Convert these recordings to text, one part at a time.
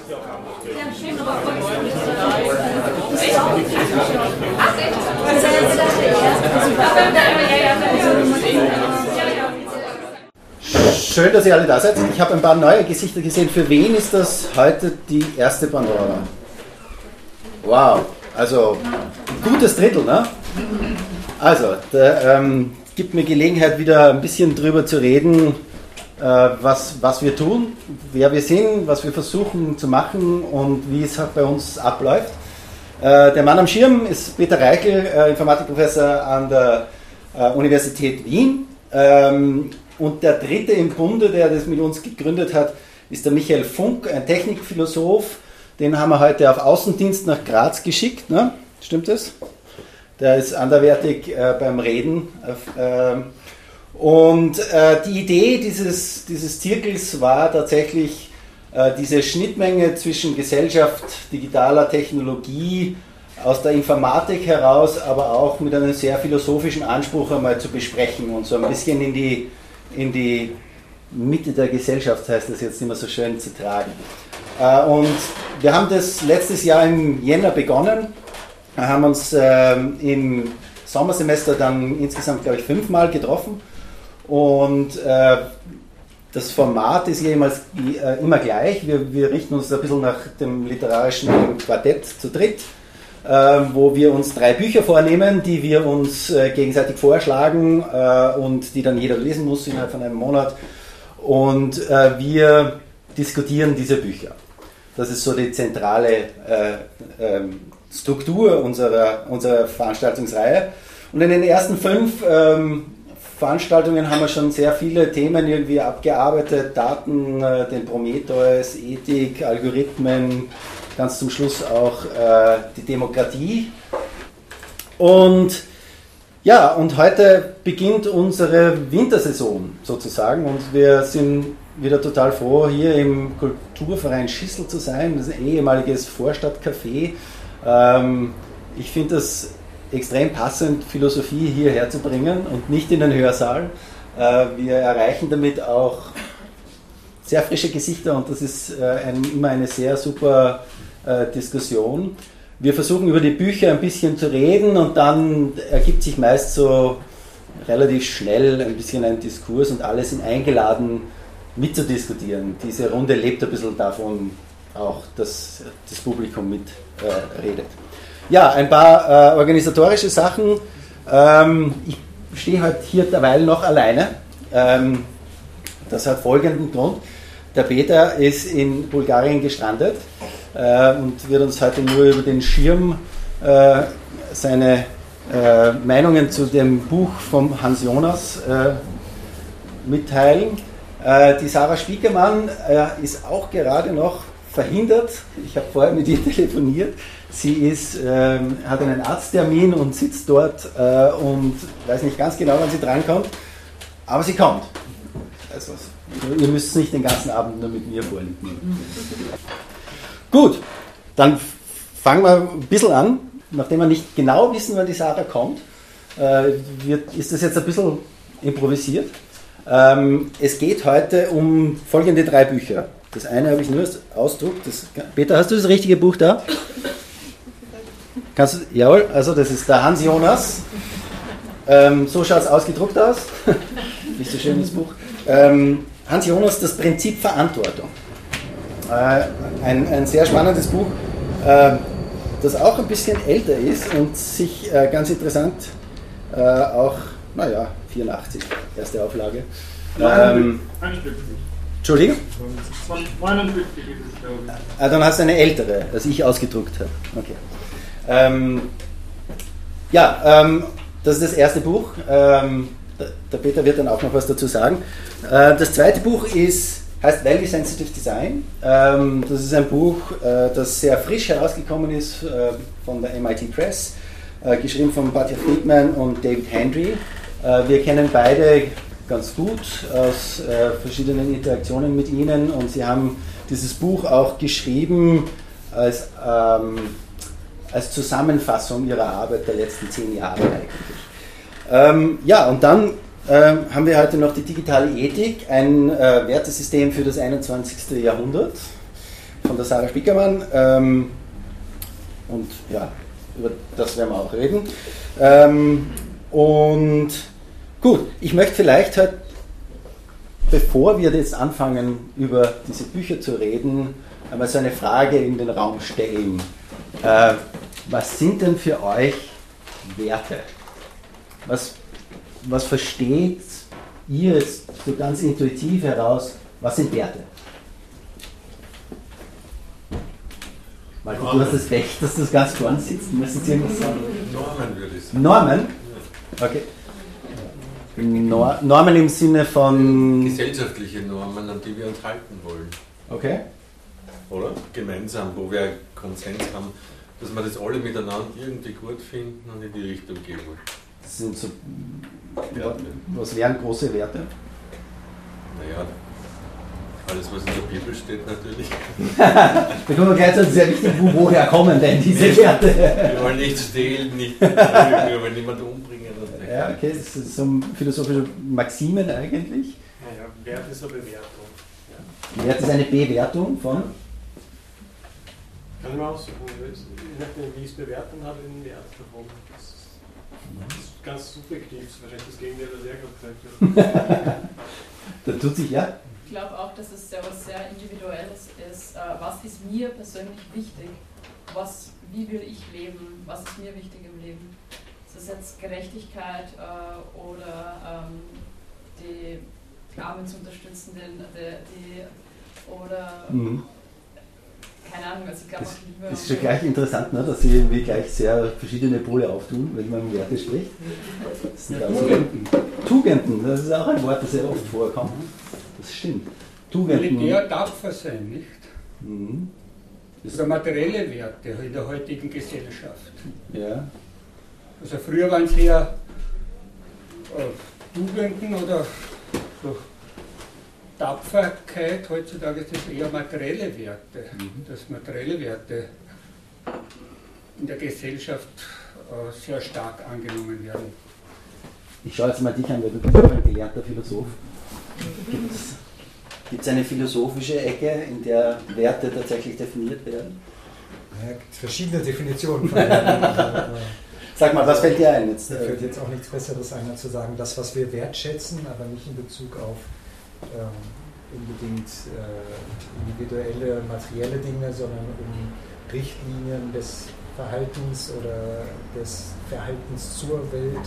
Schön, dass ihr alle da seid. Ich habe ein paar neue Gesichter gesehen. Für wen ist das heute die erste Pandora? Wow, also gutes Drittel, ne? Also, gibt mir Gelegenheit, wieder ein bisschen drüber zu reden, was wir tun, wer wir sind, was wir versuchen zu machen und wie es halt bei uns abläuft. Der Mann am Schirm ist Peter Reichel, Informatikprofessor an der Universität Wien. Und der dritte im Bunde, der das mit uns gegründet hat, ist der Michael Funk, ein Technikphilosoph. Den haben wir heute auf Außendienst nach Graz geschickt. Ne? Stimmt das? Der ist anderweitig beim Reden. Und die Idee dieses Zirkels war tatsächlich diese Schnittmenge zwischen Gesellschaft, digitaler Technologie, aus der Informatik heraus, aber auch mit einem sehr philosophischen Anspruch einmal zu besprechen und so ein bisschen in die Mitte der Gesellschaft, heißt das jetzt immer so schön, zu tragen. Und wir haben das letztes Jahr im Jänner begonnen, haben uns im Sommersemester dann insgesamt, glaube ich, 5-mal getroffen und das Format ist jemals immer gleich. Wir richten uns ein bisschen nach dem literarischen Quartett zu dritt, wo wir uns 3 Bücher vornehmen, die wir uns gegenseitig vorschlagen und die dann jeder lesen muss innerhalb von einem Monat. Und wir diskutieren diese Bücher. Das ist so die zentrale Struktur unserer Veranstaltungsreihe. Und in den ersten 5 Veranstaltungen haben wir schon sehr viele Themen irgendwie abgearbeitet. Daten, den Prometheus, Ethik, Algorithmen, ganz zum Schluss auch die Demokratie. Und ja, und heute beginnt unsere Wintersaison sozusagen und wir sind wieder total froh, hier im Kulturverein Schissel zu sein. Das ist ein ehemaliges Vorstadtcafé. Ich finde das extrem passend, Philosophie hierher zu bringen und nicht in den Hörsaal. Wir erreichen damit auch sehr frische Gesichter und das ist immer eine sehr super Diskussion. Wir versuchen über die Bücher ein bisschen zu reden und dann ergibt sich meist so relativ schnell ein bisschen ein Diskurs und alle sind eingeladen mitzudiskutieren. Diese Runde lebt ein bisschen davon auch, dass das Publikum mitredet. Ja, ein paar organisatorische Sachen. Ich stehe halt hier derweil noch alleine. Das hat folgenden Grund. Der Peter ist in Bulgarien gestrandet und wird uns heute nur über den Schirm seine Meinungen zu dem Buch von Hans Jonas mitteilen. Die Sarah Spiekermann ist auch gerade noch verhindert. Ich habe vorher mit ihr telefoniert. Sie hat einen Arzttermin und sitzt dort und weiß nicht ganz genau, wann sie drankommt, aber sie kommt. Also, ihr müsst es nicht den ganzen Abend nur mit mir vorliegen. Gut, dann fangen wir ein bisschen an. Nachdem wir nicht genau wissen, wann die Sarah kommt, ist das jetzt ein bisschen improvisiert. Es geht heute um folgende 3 Bücher. Das eine habe ich nur als Ausdruck. Peter, hast du das richtige Buch da? Jawohl, also das ist der Hans Jonas. So schaut es ausgedruckt aus. Nicht so schön das Buch. Hans Jonas, das Prinzip Verantwortung. Ein sehr spannendes Buch, das auch ein bisschen älter ist und sich ganz interessant auch, 84, erste Auflage. Entschuldigung? 59 ist es, glaube ich. Dann hast du eine ältere, als ich ausgedruckt habe. Okay. Das ist das erste Buch. Der Peter wird dann auch noch was dazu sagen. Das zweite Buch heißt Value Sensitive Design. Das ist ein Buch, das sehr frisch herausgekommen ist von der MIT Press, geschrieben von Batya Friedman und David Henry. Wir kennen beide ganz gut aus verschiedenen Interaktionen mit ihnen und sie haben dieses Buch auch geschrieben als Zusammenfassung ihrer Arbeit der letzten 10 Jahre eigentlich. Und dann haben wir heute noch die digitale Ethik, ein Wertesystem für das 21. Jahrhundert von der Sarah Spickermann. Und ja, über das werden wir auch reden. Und gut, ich möchte vielleicht halt, bevor wir jetzt anfangen, über diese Bücher zu reden, einmal so eine Frage in den Raum stellen. Was sind denn für euch Werte? Was versteht ihr jetzt so ganz intuitiv heraus? Was sind Werte? Marco, du hast das Recht, dass du das ganz vorne sitzt. Müssen Sie irgendwas sagen? Normen würde ich sagen. Normen? Okay. Normen im Sinne von... Gesellschaftliche Normen, an die wir uns halten wollen. Okay. Oder? Gemeinsam, wo wir Konsens haben, dass wir das alle miteinander irgendwie gut finden und in die Richtung gehen wollen. Das sind so... Werte. Was wären große Werte? Naja, alles was in der Bibel steht natürlich. Da kommen wir gleich zu, sehr wichtig, woher kommen denn diese Werte? Wir wollen nicht stehlen, nicht betrügen, wir wollen niemanden umbringen. Ja, okay, das sind so philosophische Maximen eigentlich. Naja, Wert ist eine Bewertung. Ja. Wert ist eine Bewertung von? Kann ich mal aussuchen, je nachdem wie ich es bewerten habe, einen Wert davon. Das ist ganz subjektiv, das ist wahrscheinlich das Gegenteil, was er gerade gesagt hat. Da tut sich ja. Ich glaube auch, dass es sehr was sehr Individuelles ist. Was ist mir persönlich wichtig? Wie will ich leben? Was ist mir wichtig im Leben? Ist das jetzt Gerechtigkeit oder die Armen zu unterstützen, oder keine Ahnung, also ich glaube auch nicht mehr. Das ist schon gleich interessant, ne, dass sie irgendwie gleich sehr verschiedene Pole auftun, wenn man um Werte spricht. Das sind also Tugenden, das ist auch ein Wort, das sehr oft vorkommt. Das stimmt. Tugenden. Militär tapfer sein, nicht? Mhm. Oder materielle Werte in der heutigen Gesellschaft. Ja. Also früher waren es eher Tugenden oder so Tapferkeit, heutzutage ist das eher materielle Werte. Dass materielle Werte in der Gesellschaft sehr stark angenommen werden. Ich schaue jetzt mal dich an, weil du bist auch ein gelernter Philosoph. Gibt es eine philosophische Ecke, in der Werte tatsächlich definiert werden? Ja, es gibt verschiedene Definitionen von Werten. Sag mal, was fällt dir ein jetzt? Mir fällt jetzt auch nichts Besseres ein, als zu sagen, das, was wir wertschätzen, aber nicht in Bezug auf unbedingt individuelle, materielle Dinge, sondern um Richtlinien des Verhaltens oder des Verhaltens zur Welt.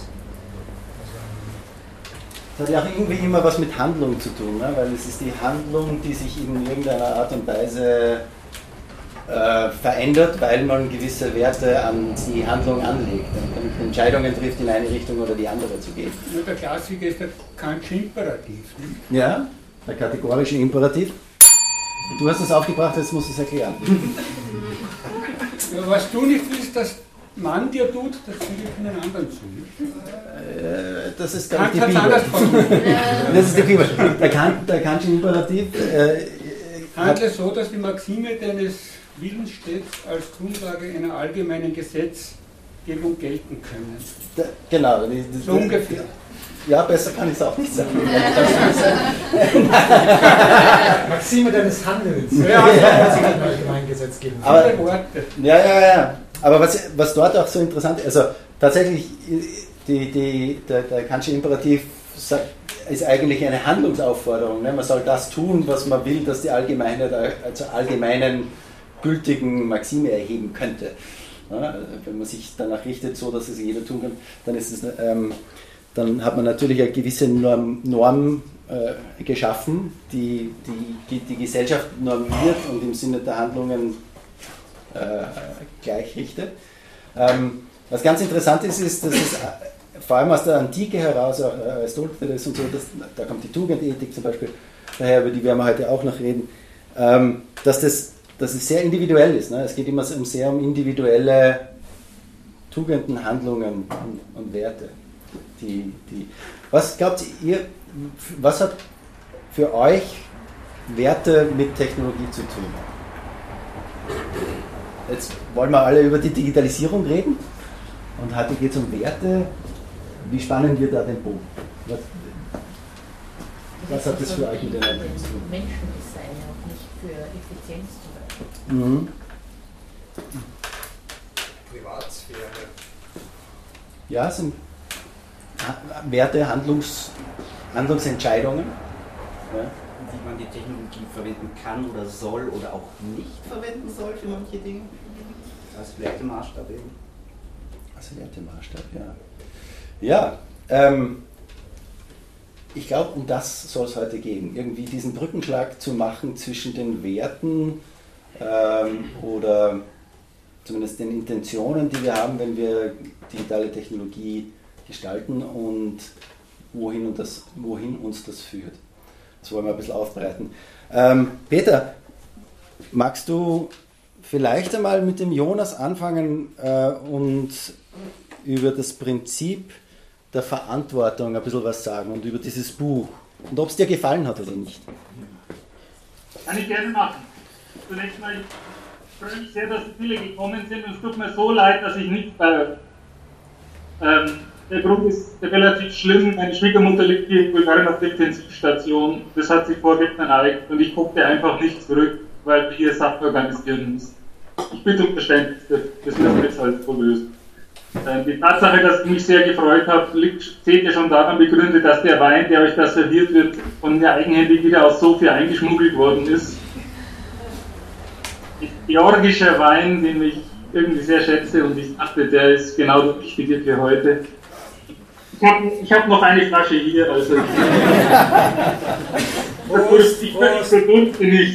Das hat ja auch irgendwie immer was mit Handlung zu tun, ne? Weil es ist die Handlung, die sich in irgendeiner Art und Weise verändert, weil man gewisse Werte an die Handlung anlegt und dann Entscheidungen trifft, in eine Richtung oder die andere zu gehen. Nur der Klassiker ist der Kantsche Imperativ. Nicht? Ja, der kategorische Imperativ. Du hast es aufgebracht, jetzt musst du es erklären. Ja, was du nicht willst, dass man dir tut, das füge ich einen anderen zu. Nicht? Das ist gar Kant nicht die hat anders Bibel. formuliert. Das ist die Bibel. Der Kantsche Imperativ Handle so, dass die Maxime deines Willens stets als Grundlage einer allgemeinen Gesetzgebung gelten können. Genau. So ungefähr. Ja, besser kann ich es auch nicht sagen. Maxime deines Handelns. Ja, Allgemeingesetzgebung. Aber- Viele Worte. Ja. Aber was dort auch so interessant ist, also tatsächlich, der Kantsche Imperativ ist eigentlich eine Handlungsaufforderung. Ne? Man soll das tun, was man will, dass die Allgemeinheit also allgemeinen gültigen Maxime erheben könnte. Ja, wenn man sich danach richtet, so dass es jeder tun kann, dann ist es, dann hat man natürlich eine gewisse Norm geschaffen, die Gesellschaft normiert und im Sinne der Handlungen gleich richtet. Was ganz interessant ist, dass es vor allem aus der Antike heraus, Aristoteles und so, da kommt die Tugendethik zum Beispiel daher, über die werden wir heute auch noch reden, dass es sehr individuell ist. Ne? Es geht immer sehr um individuelle Tugenden, Handlungen und Werte. Was glaubt ihr, was hat für euch Werte mit Technologie zu tun? Jetzt wollen wir alle über die Digitalisierung reden und heute geht es um Werte. Wie spannen wir da den Bogen? Was hat das für euch mit den Werten zu tun? Menschen ist eine, auch nicht für Effizienz zum Beispiel. Mhm. Privatsphäre. Ja, sind Werte, Handlungsentscheidungen. Ja. Wie man die Technologie verwenden kann oder soll oder auch nicht verwenden soll für manche Dinge. Als Wertemaßstab eben. Als Wertemaßstab, ja. Ja, ich glaube, um das soll es heute gehen. Irgendwie diesen Brückenschlag zu machen zwischen den Werten oder zumindest den Intentionen, die wir haben, wenn wir digitale Technologie gestalten und wohin uns das führt. Das wollen wir ein bisschen aufbreiten. Peter, magst du vielleicht einmal mit dem Jonas anfangen und über das Prinzip der Verantwortung ein bisschen was sagen und über dieses Buch und ob es dir gefallen hat oder nicht? Kann ich gerne machen. Zunächst mal, ich freue mich sehr, dass so viele gekommen sind und es tut mir so leid, dass ich nicht bei der Grund ist relativ schlimm. Meine Schwiegermutter liegt hier in Bulgarien auf der Intensivstation. Das hat sich vorgestern ereignet und ich guckte einfach nicht zurück, weil wir hier Sachen organisieren müssen. Ich bitte um Verständnis, das müssen wir jetzt halt so lösen. Die Tatsache, dass ich mich sehr gefreut habe, seht ihr schon daran begründet, dass der Wein, der euch da serviert wird, von mir eigenhändig wieder aus Sofia eingeschmuggelt worden ist. Georgischer Wein, den ich irgendwie sehr schätze und ich dachte, der ist genau der richtige für heute. Ich hab noch eine Flasche hier, also ich verdurste nicht.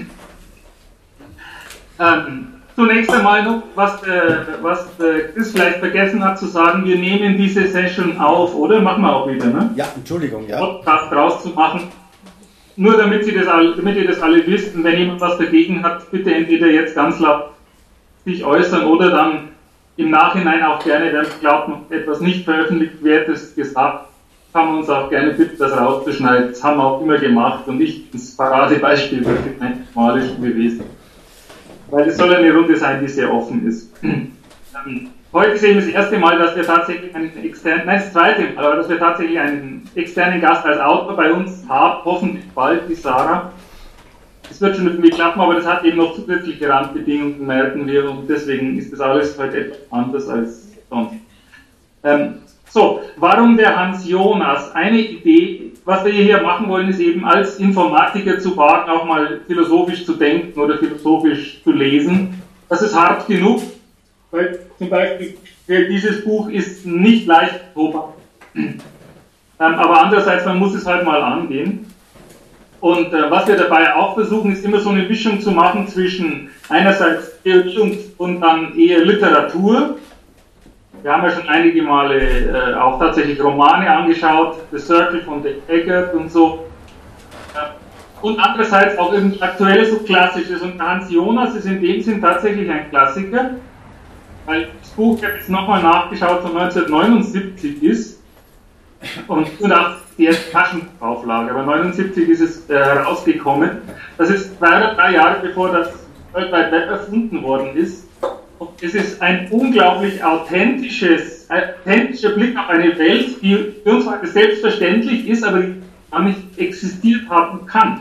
Zunächst einmal noch, was Chris vielleicht vergessen hat zu sagen, wir nehmen diese Session auf, oder? Machen wir auch wieder, ne? Ja, Entschuldigung, ja. Podcast draus zu machen. Nur damit ihr das alle wisst, und wenn jemand was dagegen hat, bitte entweder jetzt ganz laut sich äußern oder dann im Nachhinein auch gerne, wenn man glaubt, noch etwas nicht veröffentlicht wertes gesagt, kann man uns auch gerne bitten, das rauszuschneiden. Das haben wir auch immer gemacht und ich bin das Paradebeispiel dafür einmal gewesen. Weil es soll eine Runde sein, die sehr offen ist. Heute sehen wir das erste Mal, dass wir tatsächlich das zweite Mal, aber dass wir tatsächlich einen externen Gast als Autor bei uns haben, hoffentlich bald, die Sarah. Es wird schon irgendwie klappen, aber das hat eben noch zusätzliche Randbedingungen, merken wir, und deswegen ist das alles heute etwas anders als sonst. So, warum der Hans Jonas? Eine Idee, was wir hier machen wollen, ist eben als Informatiker zu wagen, auch mal philosophisch zu denken oder philosophisch zu lesen. Das ist hart genug, weil zum Beispiel dieses Buch ist nicht leicht probar. Aber andererseits, man muss es halt mal angehen. Und was wir dabei auch versuchen, ist immer so eine Mischung zu machen zwischen einerseits Theorie und dann eher Literatur. Wir haben ja schon einige Male auch tatsächlich Romane angeschaut, The Circle von Dave Eggert und so. Und andererseits auch irgendwie Aktuelles und Klassisches. Und Hans Jonas ist in dem Sinn tatsächlich ein Klassiker, weil das Buch, ich habe jetzt nochmal nachgeschaut, von 1979 ist. Und die erste Taschenauflage, aber 1979 ist es rausgekommen. Das ist 2 oder 3 Jahre bevor das World Wide Web erfunden worden ist. Und es ist ein unglaublich authentischer Blick auf eine Welt, die für uns heute selbstverständlich ist, aber die gar nicht existiert haben kann.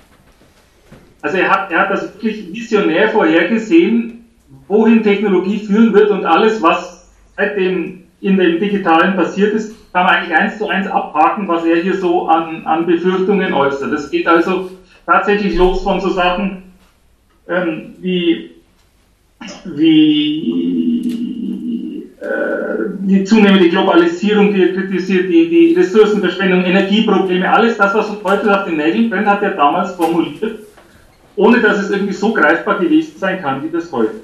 Also er hat das wirklich visionär vorhergesehen, wohin Technologie führen wird, und alles, was seitdem in dem Digitalen passiert ist, kann man eigentlich 1:1 abhaken, was er hier so an Befürchtungen äußert. Das geht also tatsächlich los von so Sachen wie die zunehmende Globalisierung, die er kritisiert, die Ressourcenverschwendung, Energieprobleme, alles das, was uns heute auf den Nägeln brennt, hat er damals formuliert, ohne dass es irgendwie so greifbar gewesen sein kann, wie das heute.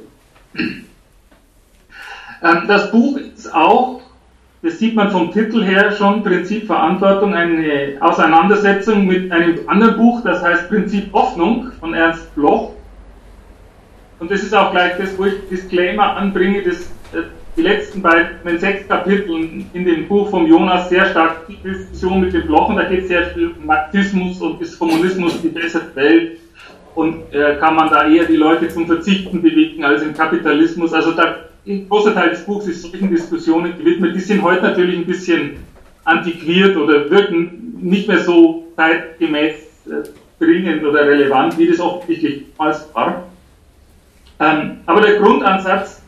Das Buch ist auch, das sieht man vom Titel her schon, Prinzip Verantwortung, eine Auseinandersetzung mit einem anderen Buch, das heißt Prinzip Hoffnung von Ernst Bloch. Und das ist auch gleich das, wo ich Disclaimer anbringe, dass die letzten beiden 6 Kapiteln in dem Buch von Jonas sehr stark die Diskussion mit dem Bloch, und da geht es sehr viel um Marxismus und ist Kommunismus die bessere Welt, und kann man da eher die Leute zum Verzichten bewegen als im Kapitalismus. Also ein großer Teil des Buchs ist solchen Diskussionen gewidmet. Die sind heute natürlich ein bisschen antiquiert oder wirken nicht mehr so zeitgemäß dringend oder relevant, wie das offensichtlich damals war. Aber der Grundansatz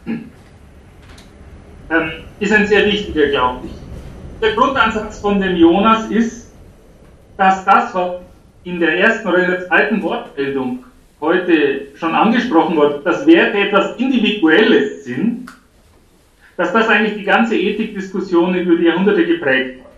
ist ein sehr wichtiger, glaube ich. Der Grundansatz von dem Jonas ist, dass das, was in der ersten oder in der zweiten Wortmeldung heute schon angesprochen wurde, dass Werte etwas Individuelles sind, dass das eigentlich die ganze Ethikdiskussion über die Jahrhunderte geprägt hat.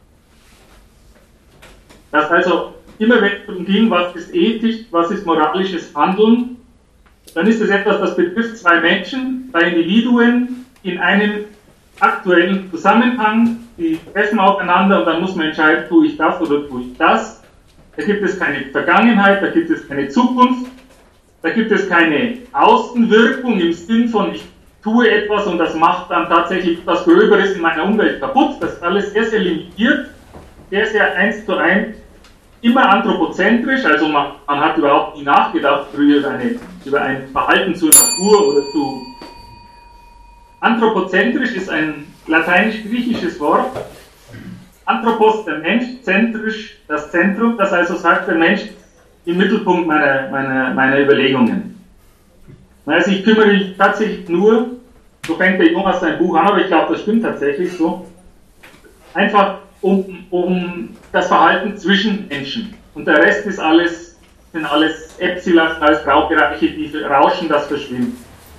Dass also immer wenn es darum ging, was ist ethisch, was ist moralisches Handeln, dann ist es etwas, das betrifft zwei Menschen, zwei Individuen in einem aktuellen Zusammenhang, die treffen aufeinander und dann muss man entscheiden, tue ich das oder tue ich das. Da gibt es keine Vergangenheit, da gibt es keine Zukunft, da gibt es keine Außenwirkung im Sinn von, ich tue etwas und das macht dann tatsächlich etwas Gröberes in meiner Umwelt kaputt. Das ist alles sehr, sehr limitiert, sehr, sehr 1:1, immer anthropozentrisch, also man hat überhaupt nie nachgedacht früher über ein Verhalten zur Natur oder zu... Anthropozentrisch ist ein lateinisch-griechisches Wort. Anthropos, der Mensch, zentrisch, das Zentrum, das also sagt, der Mensch ist im Mittelpunkt meiner Überlegungen. Also ich kümmere mich tatsächlich nur, so fängt der Jonas sein Buch an, aber ich glaube, das stimmt tatsächlich so, einfach um das Verhalten zwischen Menschen. Und der Rest ist sind alles Epsilon, alles Graubereiche, die rauschen, das verschwimmt.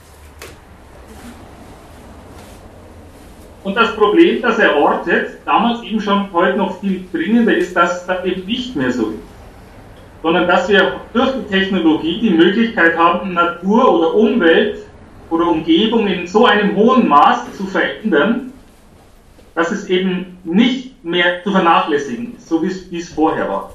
Und das Problem, das er ortet, damals eben schon, heute noch viel dringender, ist, dass das eben nicht mehr so ist. Sondern dass wir durch die Technologie die Möglichkeit haben, Natur oder Umwelt oder Umgebung in so einem hohen Maß zu verändern, dass es eben nicht mehr zu vernachlässigen ist, so wie es vorher war.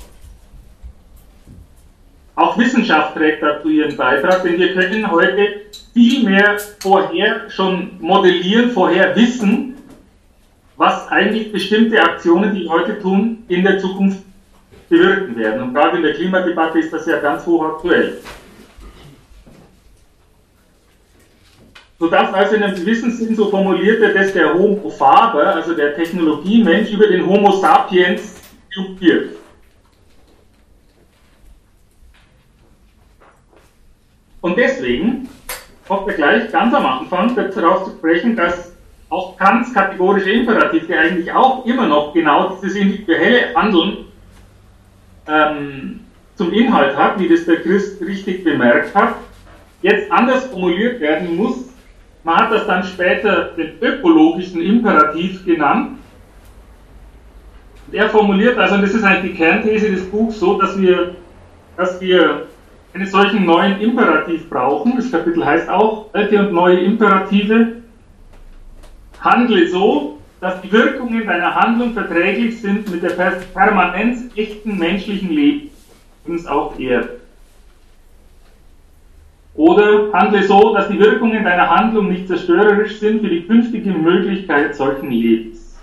Auch Wissenschaft trägt dazu ihren Beitrag, denn wir können heute viel mehr vorher schon modellieren, vorher wissen, was eigentlich bestimmte Aktionen, die wir heute tun, in der Zukunft bewirken werden. Und gerade in der Klimadebatte ist das ja ganz hochaktuell. Sodass also in einem gewissen Sinn, so formuliert er das, der Homo faber, also der Technologiemensch, über den Homo sapiens triumphiert. Und deswegen kommt er gleich ganz am Anfang darauf zu sprechen, dass auch Kants kategorische Imperativ, der eigentlich auch immer noch genau dieses individuelle Handeln zum Inhalt hat, wie das der Christ richtig bemerkt hat, jetzt anders formuliert werden muss. Man hat das dann später den ökologischen Imperativ genannt. Und er formuliert, also und das ist eigentlich die Kernthese des Buchs, so, dass wir einen solchen neuen Imperativ brauchen. Das Kapitel heißt auch, alte und neue Imperative. Handle so, dass die Wirkungen deiner Handlung verträglich sind mit der Permanenz echten menschlichen Lebens, übrigens auf Erde. Oder handle so, dass die Wirkungen deiner Handlung nicht zerstörerisch sind für die künftige Möglichkeit solchen Lebens.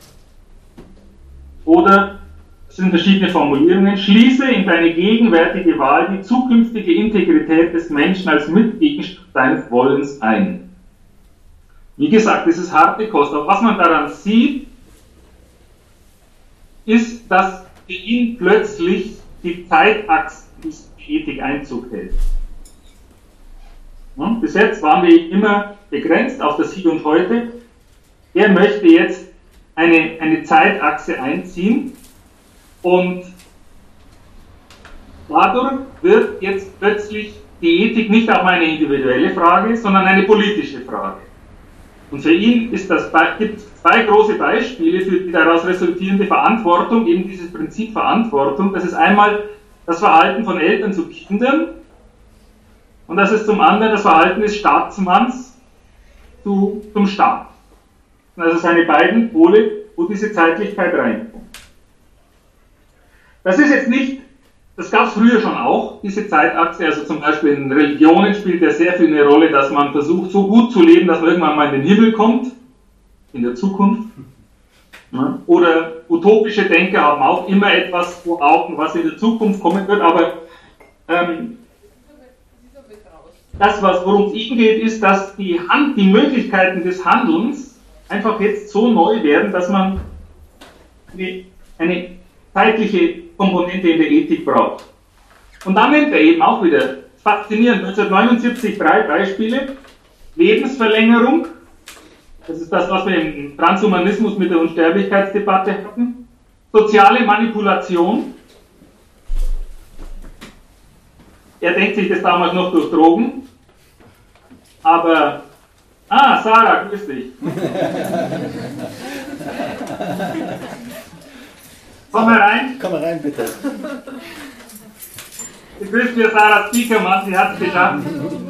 Oder, das sind verschiedene Formulierungen, schließe in deine gegenwärtige Wahl die zukünftige Integrität des Menschen als Mitgegenstand deines Wollens ein. Wie gesagt, das ist harte Kost. Aber was man daran sieht, ist, dass für ihn plötzlich die Zeitachse in die Ethik Einzug hält. Ja, bis jetzt waren wir immer begrenzt auf das Hier und Heute. Er möchte jetzt eine Zeitachse einziehen und dadurch wird jetzt plötzlich die Ethik nicht auch eine individuelle Frage, sondern eine politische Frage. Und für ihn gibt es zwei große Beispiele für die daraus resultierende Verantwortung, eben dieses Prinzip Verantwortung. Das ist einmal das Verhalten von Eltern zu Kindern und das ist zum anderen das Verhalten des Staatsmanns zum Staat. Also seine beiden Pole, wo diese Zeitlichkeit reinkommt. Das ist jetzt nicht, das gab es früher schon auch, diese Zeitachse, also zum Beispiel in Religionen spielt ja sehr viel eine Rolle, dass man versucht, so gut zu leben, dass man irgendwann mal in den Himmel kommt, in der Zukunft. Ja. Oder utopische Denker haben auch immer etwas vor Augen, was in der Zukunft kommen wird, aber das, worum es ihm geht, ist, dass die Möglichkeiten des Handelns einfach jetzt so neu werden, dass man eine zeitliche Komponente in der Ethik braucht. Und dann nennt er eben auch wieder faszinierend. 1979 3 Beispiele. Lebensverlängerung. Das ist das, was wir im Transhumanismus mit der Unsterblichkeitsdebatte hatten. Soziale Manipulation. Er denkt sich das damals noch durch Drogen. Aber, Sarah, grüß dich. Komm herein. Komm rein, bitte. Begrüßt mir Sarah Spiekermann, sie hat es geschafft.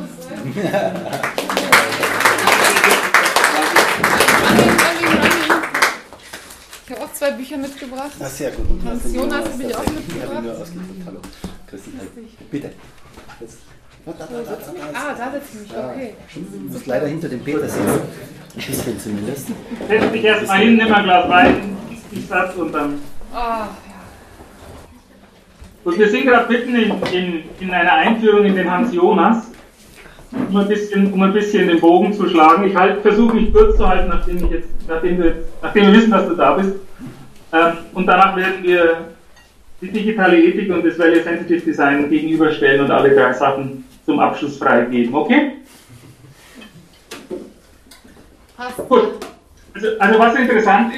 Ich habe auch 2 Bücher mitgebracht. Na, sehr gut. Hans Jonas habe ich auch mitgebracht. Hallo. Christi, bitte. Jetzt. Da setze ich mich, okay. Du musst leider hinter dem Peter sitzen. Ein bisschen zumindest. Setz dich erst mal hin, nimm ein Glas Wein, ich Satz und dann. Und wir sind gerade mitten in einer Einführung in den Hans Jonas, um ein bisschen den Bogen zu schlagen. Ich versuche mich kurz zu halten, nachdem wir wissen, dass du da bist. Und danach werden wir die digitale Ethik und das Value Sensitive Design gegenüberstellen und alle 3 Sachen zum Abschluss freigeben. Okay? Gut. Also was interessant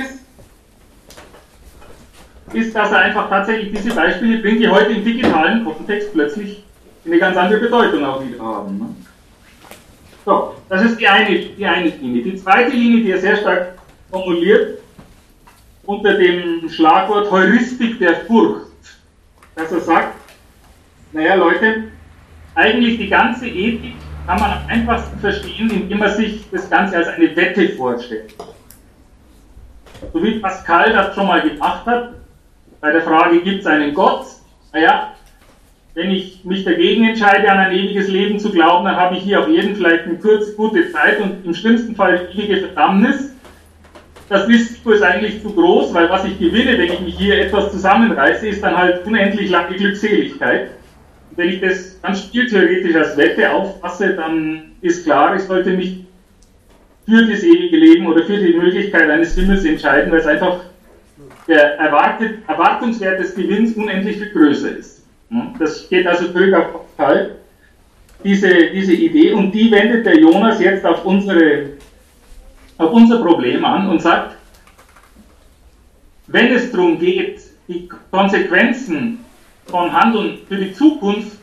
ist, dass er einfach tatsächlich diese Beispiele bringt, die heute im digitalen Kontext plötzlich eine ganz andere Bedeutung auch wieder haben. Ne? So, das ist die eine Linie. Die zweite Linie, die er sehr stark formuliert, unter dem Schlagwort Heuristik der Furcht, dass er sagt, naja Leute, eigentlich die ganze Ethik kann man am einfachsten verstehen, indem man sich das Ganze als eine Wette vorstellt. So wie Pascal das schon mal gemacht hat, bei der Frage, gibt es einen Gott? Naja, wenn ich mich dagegen entscheide, an ein ewiges Leben zu glauben, dann habe ich hier auf jeden Fall eine gute Zeit und im schlimmsten Fall ewige Verdammnis. Das Risiko ist eigentlich zu groß, weil was ich gewinne, wenn ich mich hier etwas zusammenreiße, ist dann halt unendlich lange Glückseligkeit. Und wenn ich das ganz spieltheoretisch als Wette auffasse, dann ist klar, ich sollte mich für das ewige Leben oder für die Möglichkeit eines Himmels entscheiden, weil es einfach der Erwartungswert des Gewinns unendlich viel größer ist. Das geht also zurück auf Pascal, diese Idee, und die wendet der Jonas jetzt auf unser Problem an und sagt, wenn es darum geht, die Konsequenzen von Handeln für die Zukunft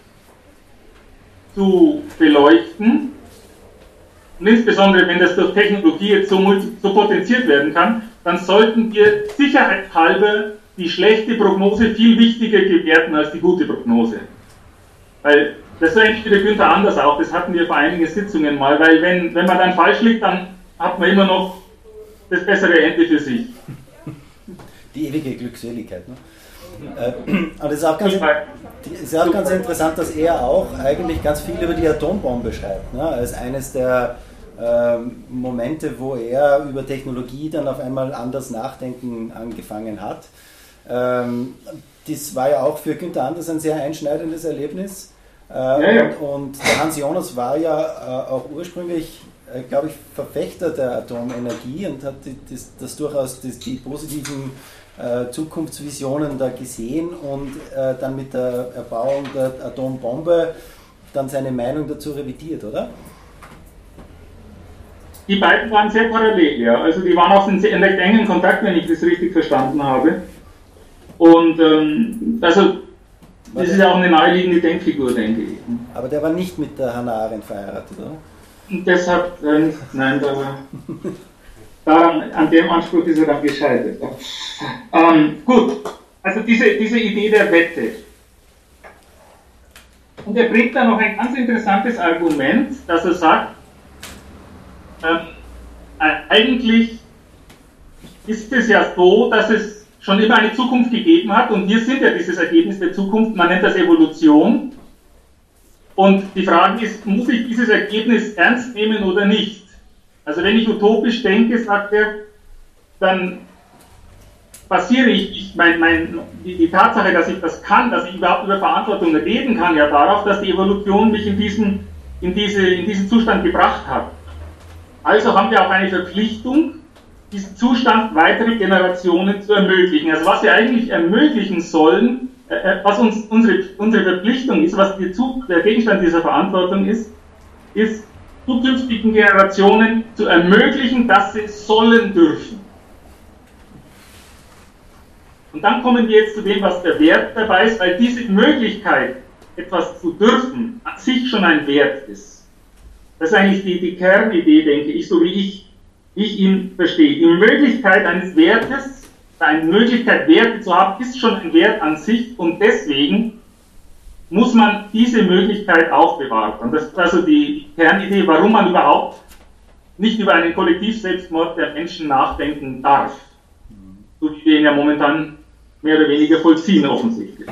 zu beleuchten, und insbesondere wenn das durch Technologie jetzt so potenziert werden kann, dann sollten wir sicherheitshalber die schlechte Prognose viel wichtiger gewerten als die gute Prognose. Weil das so ähnlich wie der Günther Anders auch, das hatten wir vor einigen Sitzungen mal, weil wenn man dann falsch liegt, dann hat man immer noch das bessere Ende für sich. Die ewige Glückseligkeit. Ne? Aber das ist auch ganz interessant, dass er auch eigentlich ganz viel über die Atombombe schreibt, ne? Als eines der Momente, wo er über Technologie dann auf einmal anders nachdenken angefangen hat. Das war ja auch für Günther Anders ein sehr einschneidendes Erlebnis. Und der Hans Jonas war ja auch ursprünglich, glaube ich, Verfechter der Atomenergie und hat das durchaus die positiven Zukunftsvisionen da gesehen und dann mit der Erbauung der Atombombe dann seine Meinung dazu revidiert, oder? Die beiden waren sehr parallel, ja. Also die waren auch in recht engen Kontakt, wenn ich das richtig verstanden habe. Und also das ist ja auch eine naheliegende Denkfigur, denke ich. Aber der war nicht mit der Hannah Arendt verheiratet, oder? Deshalb, nein, an dem Anspruch ist er dann gescheitert. Gut, also diese Idee der Wette. Und er bringt da noch ein ganz interessantes Argument, dass er sagt, eigentlich ist es ja so, dass es schon immer eine Zukunft gegeben hat und wir sind ja dieses Ergebnis der Zukunft, man nennt das Evolution. Und die Frage ist, muss ich dieses Ergebnis ernst nehmen oder nicht? Also wenn ich utopisch denke, sagt er, dann basiere ich die Tatsache, dass ich das kann, dass ich überhaupt über Verantwortung reden kann, ja darauf, dass die Evolution mich in diesen Zustand gebracht hat. Also haben wir auch eine Verpflichtung, diesen Zustand weitere Generationen zu ermöglichen. Also was wir eigentlich ermöglichen sollen, was unsere Verpflichtung ist, was der Gegenstand dieser Verantwortung ist zukünftigen Generationen zu ermöglichen, dass sie sollen dürfen. Und dann kommen wir jetzt zu dem, was der Wert dabei ist, weil diese Möglichkeit, etwas zu dürfen, an sich schon ein Wert ist. Das ist eigentlich die Kernidee, denke ich, so wie ich ihn verstehe. Die Möglichkeit eines Wertes, eine Möglichkeit, Werte zu haben, ist schon ein Wert an sich und deswegen muss man diese Möglichkeit aufbewahren. Und das ist also die Kernidee, warum man überhaupt nicht über einen Kollektivselbstmord der Menschen nachdenken darf. So wie wir ihn ja momentan mehr oder weniger vollziehen, offensichtlich.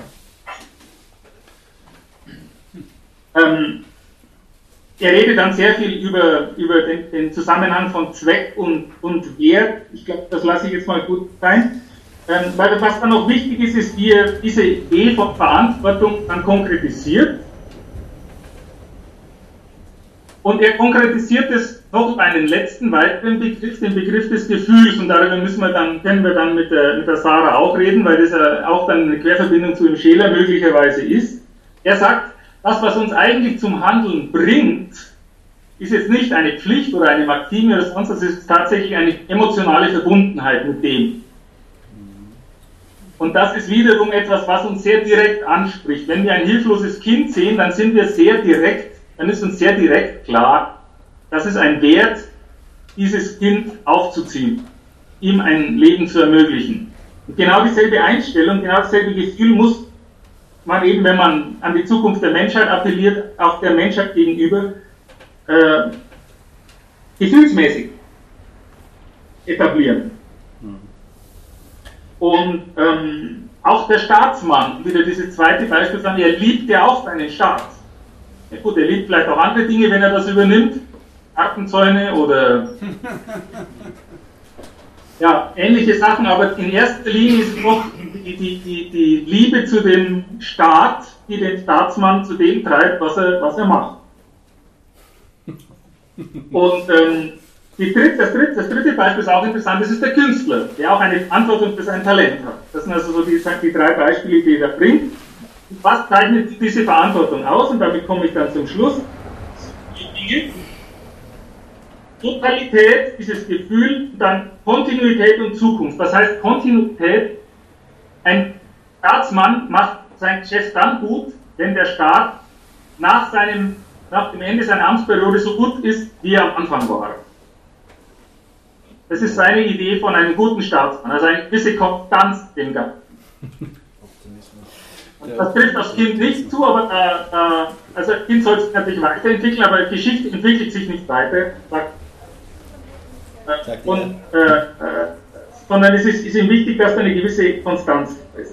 Er redet dann sehr viel über den Zusammenhang von Zweck und Wert. Ich glaube, das lasse ich jetzt mal gut sein. Weil was dann noch wichtig ist, ist, wie er diese Idee von Verantwortung dann konkretisiert. Und er konkretisiert es noch über einen letzten weiteren Begriff, den Begriff des Gefühls. Und darüber können wir dann mit der Sarah auch reden, weil das ja auch dann eine Querverbindung zu dem Scheler möglicherweise ist. Er sagt, das, was uns eigentlich zum Handeln bringt, ist jetzt nicht eine Pflicht oder eine Maxime oder sonst, das ist tatsächlich eine emotionale Verbundenheit mit dem. Und das ist wiederum etwas, was uns sehr direkt anspricht. Wenn wir ein hilfloses Kind sehen, dann ist uns sehr direkt klar, das ist ein Wert, dieses Kind aufzuziehen, ihm ein Leben zu ermöglichen. Und genau dieselbe Einstellung, genau dasselbe Gefühl muss man eben, wenn man an die Zukunft der Menschheit appelliert, auch der Menschheit gegenüber gefühlsmäßig etablieren. Und auch der Staatsmann, wieder dieses zweite Beispiel sagen, er liebt ja auch seinen Staat. Ja gut, er liebt vielleicht auch andere Dinge, wenn er das übernimmt, Gartenzäune oder ja, ähnliche Sachen, aber in erster Linie ist es doch die Liebe zu dem Staat, die den Staatsmann zu dem treibt, was er macht. Und das dritte Beispiel ist auch interessant, das ist der Künstler, der auch eine Verantwortung für sein Talent hat. Das sind also so die drei Beispiele, die er bringt. Was zeichnet diese Verantwortung aus? Und damit komme ich dann zum Schluss. Die Dinge. Totalität, dieses Gefühl, dann Kontinuität und Zukunft. Was heißt Kontinuität? Ein Staatsmann macht sein Geschäft dann gut, wenn der Staat nach dem Ende seiner Amtsperiode so gut ist, wie er am Anfang war. Das ist seine Idee von einem guten Staatsmann, also eine gewisse Konstanz dem Ganzen. Das trifft aufs Kind nicht zu, aber also das Kind soll sich natürlich weiterentwickeln, aber die Geschichte entwickelt sich nicht weiter, sondern es ist ihm wichtig, dass da eine gewisse Konstanz ist.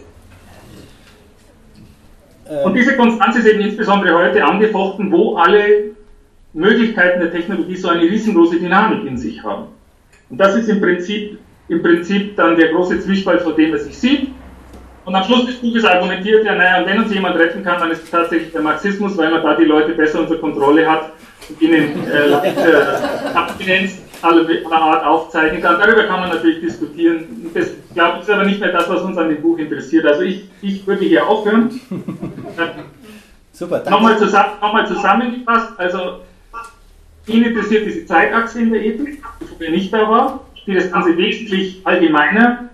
Und diese Konstanz ist eben insbesondere heute angefochten, wo alle Möglichkeiten der Technologie so eine riesengroße Dynamik in sich haben. Und das ist im Prinzip dann der große Zwiespalt, vor dem er sich sieht. Und am Schluss des Buches argumentiert er, naja, wenn uns jemand retten kann, dann ist es tatsächlich der Marxismus, weil man da die Leute besser unter Kontrolle hat und ihnen Abstinenz aller Art aufzeichnen kann. Darüber kann man natürlich diskutieren. Das, glaube ich, ist aber nicht mehr das, was uns an dem Buch interessiert. Also ich würde hier aufhören. Super, danke. Nochmal zusammengefasst, also ihn interessiert diese Zeitachse in der Ethik, die vorher nicht da war, die das Ganze wesentlich allgemeiner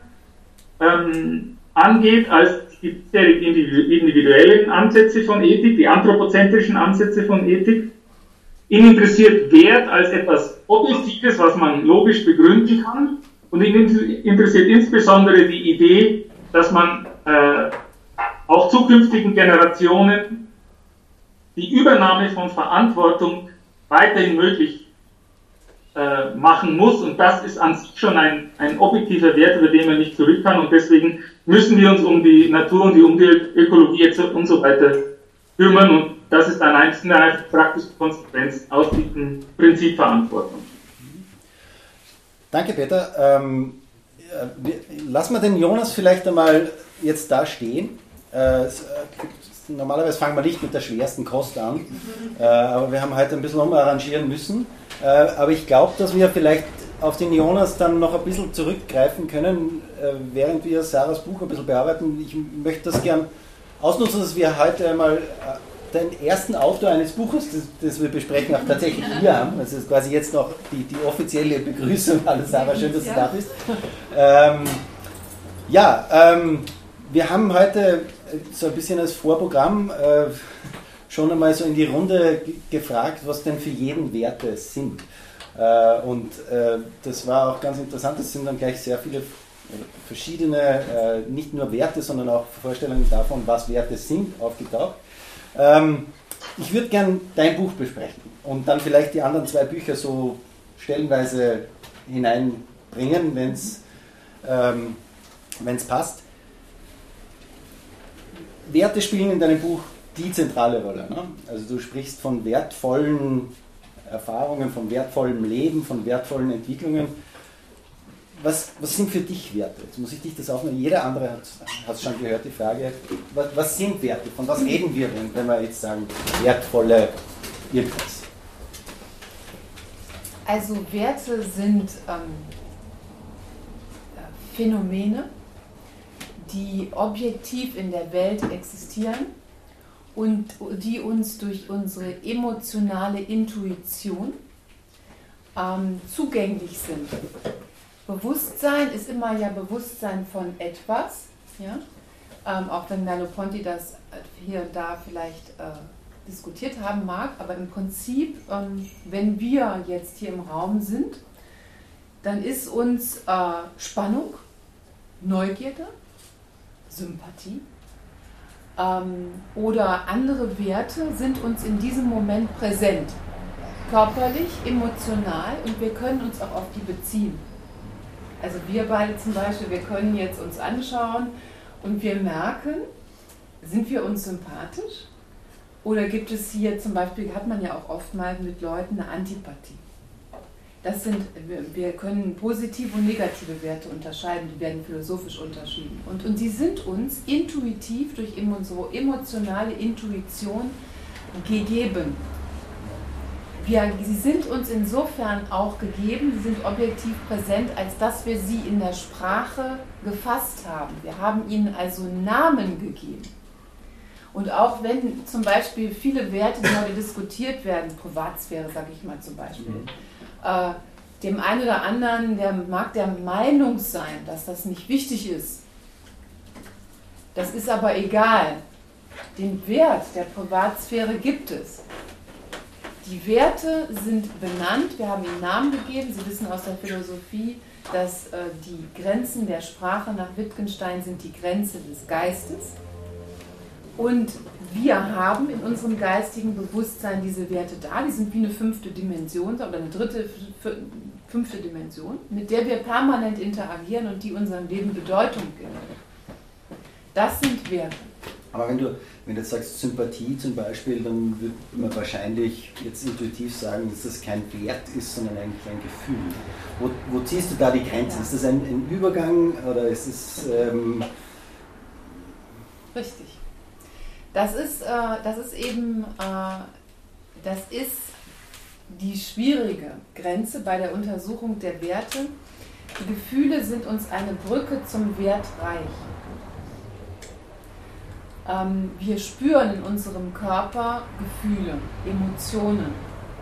angeht als die individuellen Ansätze von Ethik, die anthropozentrischen Ansätze von Ethik. Ihn interessiert Wert als etwas Objektives, was man logisch begründen kann. Und ihn interessiert insbesondere die Idee, dass man auch zukünftigen Generationen die Übernahme von Verantwortung weiterhin möglich machen muss. Und das ist an sich schon ein objektiver Wert, über den man nicht zurück kann. Und deswegen müssen wir uns um die Natur und die Umweltökologie und so weiter kümmern. Und das ist eine praktische Konsequenz aus diesem Prinzip Verantwortung. Danke, Peter. Lassen wir den Jonas vielleicht einmal jetzt da stehen. Normalerweise fangen wir nicht mit der schwersten Kost an, aber wir haben heute ein bisschen umarrangieren müssen. Aber ich glaube, dass wir vielleicht auf den Jonas dann noch ein bisschen zurückgreifen können, während wir Sarahs Buch ein bisschen bearbeiten. Ich möchte das gern ausnutzen, dass wir heute einmal den ersten Autor eines Buches, das wir besprechen, auch tatsächlich hier haben. Das ist quasi jetzt noch die offizielle Begrüßung. Hallo Sarah, schön, dass du da bist. Wir haben heute so ein bisschen als Vorprogramm schon einmal so in die Runde gefragt, was denn für jeden Werte sind. Das war auch ganz interessant, es sind dann gleich sehr viele verschiedene, nicht nur Werte, sondern auch Vorstellungen davon, was Werte sind, aufgetaucht. Ich würde gern dein Buch besprechen und dann vielleicht die anderen 2 Bücher so stellenweise hineinbringen, wenn es passt. Werte spielen in deinem Buch die zentrale Rolle. Ne? Also du sprichst von wertvollen Erfahrungen, von wertvollem Leben, von wertvollen Entwicklungen. Was sind für dich Werte? Jetzt muss ich dich das auch noch, jeder andere hat es schon gehört, die Frage, was sind Werte? Von was reden wir, wenn wir jetzt sagen, wertvolle irgendwas? Also Werte sind Phänomene, die objektiv in der Welt existieren und die uns durch unsere emotionale Intuition zugänglich sind. Bewusstsein ist immer ja Bewusstsein von etwas, ja? Auch wenn Merleau-Ponty das hier und da vielleicht diskutiert haben mag, aber im Prinzip, wenn wir jetzt hier im Raum sind, dann ist uns Spannung, Neugierde, Sympathie oder andere Werte sind uns in diesem Moment präsent, körperlich, emotional, und wir können uns auch auf die beziehen. Also wir beide zum Beispiel, wir können jetzt uns anschauen und wir merken, sind wir uns sympathisch? Oder gibt es hier zum Beispiel, hat man ja auch oftmals mit Leuten eine Antipathie. Wir können positive und negative Werte unterscheiden, die werden philosophisch unterschieden. Und die sind uns intuitiv durch unsere emotionale Intuition gegeben. Sie sind uns insofern auch gegeben, sie sind objektiv präsent, als dass wir sie in der Sprache gefasst haben. Wir haben ihnen also Namen gegeben. Und auch wenn zum Beispiel viele Werte, die heute diskutiert werden, Privatsphäre, sage ich mal zum Beispiel, dem einen oder anderen, der mag der Meinung sein, dass das nicht wichtig ist. Das ist aber egal. Den Wert der Privatsphäre gibt es. Die Werte sind benannt, wir haben ihnen Namen gegeben. Sie wissen aus der Philosophie, dass die Grenzen der Sprache nach Wittgenstein sind die Grenze des Geistes. Und wir haben in unserem geistigen Bewusstsein diese Werte da, die sind wie eine 5. Dimension oder eine 5. Dimension, mit der wir permanent interagieren und die unserem Leben Bedeutung geben. Das sind Werte. Aber wenn du jetzt sagst Sympathie zum Beispiel, dann würde man wahrscheinlich jetzt intuitiv sagen, dass das kein Wert ist, sondern eigentlich ein Gefühl. Wo ziehst du da die Grenze? Ja. Ist das ein Übergang oder ist es... Richtig. Das ist die schwierige Grenze bei der Untersuchung der Werte. Die Gefühle sind uns eine Brücke zum Wertreich. Wir spüren in unserem Körper Gefühle, Emotionen.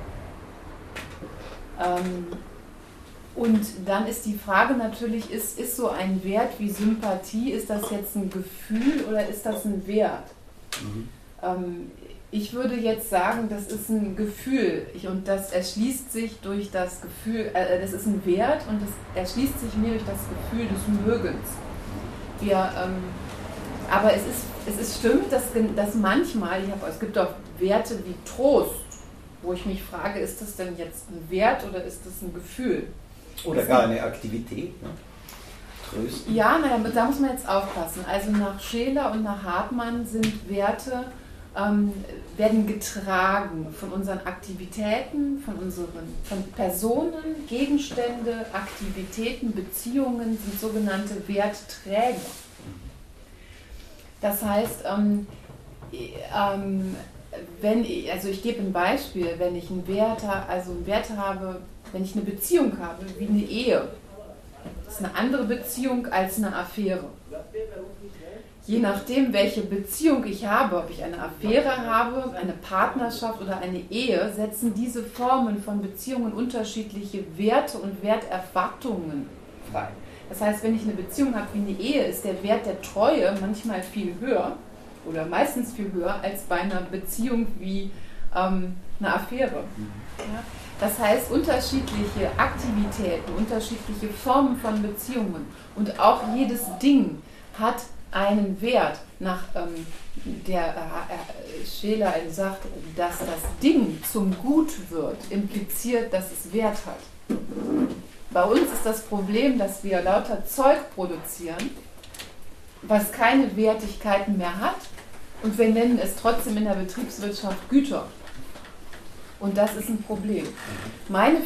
Und dann ist die Frage natürlich, ist so ein Wert wie Sympathie, ist das jetzt ein Gefühl oder ist das ein Wert? Ich würde jetzt sagen, das ist ein Gefühl und das erschließt sich durch das Gefühl, das ist ein Wert und das erschließt sich mir durch das Gefühl des Mögens. Aber es stimmt, dass manchmal, es gibt auch Werte wie Trost, wo ich mich frage, ist das denn jetzt ein Wert oder ist das ein Gefühl? Oder gar eine Aktivität, ne? Trösten. Ja, da muss man jetzt aufpassen. Also nach Scheler und nach Hartmann sind Werte, werden getragen von unseren Aktivitäten, von Personen, Gegenstände, Aktivitäten, Beziehungen sind sogenannte Wertträger. Das heißt, ich gebe ein Beispiel, wenn ich einen Wert habe, wenn ich eine Beziehung habe, wie eine Ehe, das ist eine andere Beziehung als eine Affäre. je nachdem, welche Beziehung ich habe, ob ich eine Affäre habe, eine Partnerschaft oder eine Ehe, setzen diese Formen von Beziehungen unterschiedliche Werte und Werterwartungen frei. Das heißt, wenn ich eine Beziehung habe wie eine Ehe, ist der Wert der Treue manchmal viel höher oder meistens viel höher als bei einer Beziehung wie eine Affäre. Ja? Das heißt, unterschiedliche Aktivitäten, unterschiedliche Formen von Beziehungen und auch jedes Ding hat einen Wert. Nach der Scheler sagt, dass das Ding zum Gut wird, impliziert, dass es Wert hat. Bei uns ist das Problem, dass wir lauter Zeug produzieren, was keine Wertigkeiten mehr hat, und wir nennen es trotzdem in der Betriebswirtschaft Güter. Und das ist ein Problem. Meine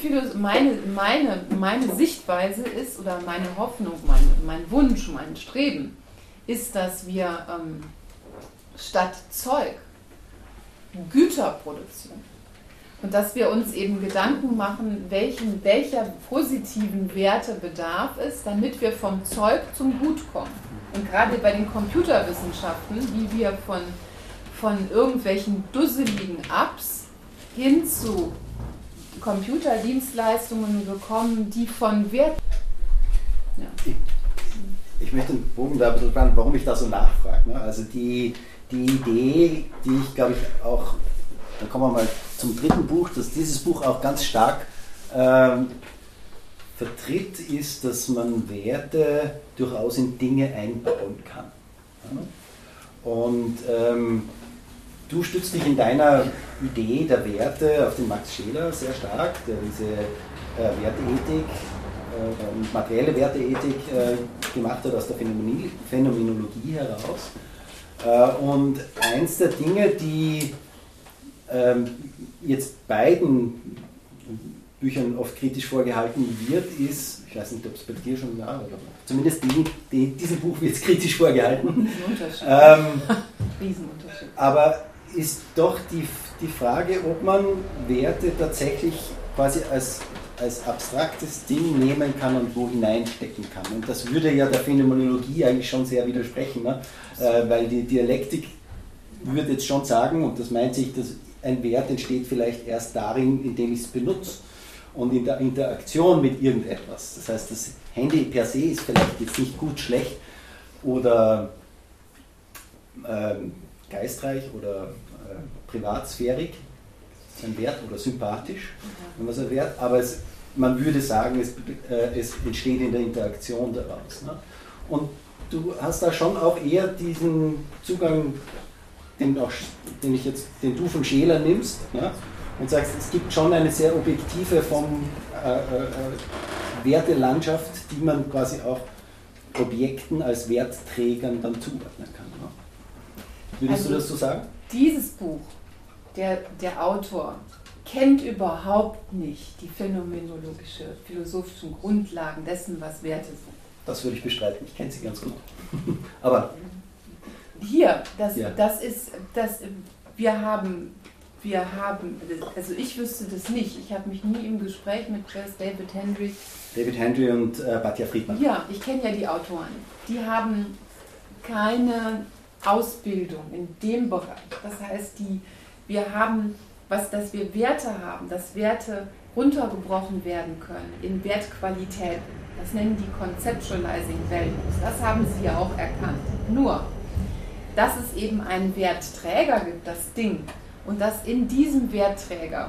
Sichtweise ist, oder meine Hoffnung, mein Wunsch, mein Streben, ist, dass wir statt Zeug Güter produzieren. Und dass wir uns eben Gedanken machen, welcher positiven Werte bedarf es, damit wir vom Zeug zum Gut kommen. Und gerade bei den Computerwissenschaften, wie wir von irgendwelchen dusseligen Apps hin zu Computerdienstleistungen bekommen, die von Wert... Ja. Ich möchte den Bogen da ein bisschen spannen, warum ich da so nachfrage. Ne? Also die Idee, die ich glaube ich auch, dann kommen wir mal zum dritten Buch, dass dieses Buch auch ganz stark vertritt, ist, dass man Werte durchaus in Dinge einbauen kann. Ja? Und du stützt dich in deiner Idee der Werte auf den Max Scheler sehr stark, der diese Werteethik und materielle Werteethik gemacht hat aus der Phänomenologie heraus. Und eins der Dinge, die jetzt beiden Büchern oft kritisch vorgehalten wird, ist, ich weiß nicht, ob es bei dir schon war, oder zumindest diesem Buch wird es kritisch vorgehalten. Riesenunterschied. Aber ist doch die Frage, ob man Werte tatsächlich quasi als abstraktes Ding nehmen kann und wo hineinstecken kann. Und das würde ja der Phänomenologie eigentlich schon sehr widersprechen, ne? Weil die Dialektik würde jetzt schon sagen, und das meint sich, dass ein Wert entsteht vielleicht erst darin, indem ich es benutze und in der Interaktion mit irgendetwas. Das heißt, das Handy per se ist vielleicht jetzt nicht gut, schlecht oder geistreich oder privatsphärig, ist ein Wert, oder sympathisch, wenn man so ein Wert, aber man würde sagen, es entsteht in der Interaktion daraus. Ne? Und du hast da schon auch eher diesen Zugang, den du von Scheler nimmst, ja? Und sagst, es gibt schon eine sehr objektive Wertelandschaft, die man quasi auch Objekten als Wertträgern dann zuordnen kann. Ne? Würdest du das so sagen? Dieses Buch, der Autor kennt überhaupt nicht die philosophischen Grundlagen dessen, was Werte sind. Das würde ich bestreiten, ich kenne sie ganz gut. Aber hier, ja. wir haben, also ich wüsste das nicht, ich habe mich nie im Gespräch mit David Hendry und Batja Friedman. Ja, ich kenne ja die Autoren. Die haben keine Ausbildung in dem Bereich. Das heißt, dass wir Werte haben, dass Werte runtergebrochen werden können in Wertqualitäten. Das nennen die Conceptualizing Values. Das haben sie ja auch erkannt. Nur, dass es eben einen Wertträger gibt, das Ding, und dass in diesem Wertträger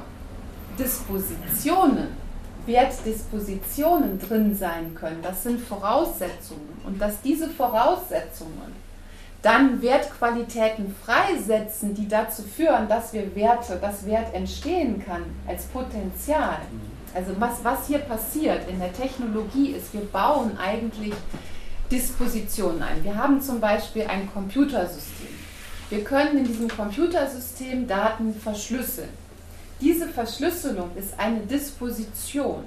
Wertdispositionen drin sein können, das sind Voraussetzungen. Und dass diese Voraussetzungen dann Wertqualitäten freisetzen, die dazu führen, dass Wert entstehen kann als Potenzial. Also was hier passiert in der Technologie ist, wir bauen eigentlich Dispositionen ein. Wir haben zum Beispiel ein Computersystem. Wir können in diesem Computersystem Daten verschlüsseln. Diese Verschlüsselung ist eine Disposition.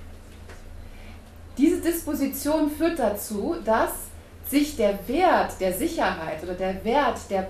Diese Disposition führt dazu, dass sich der Wert der Sicherheit oder der Wert der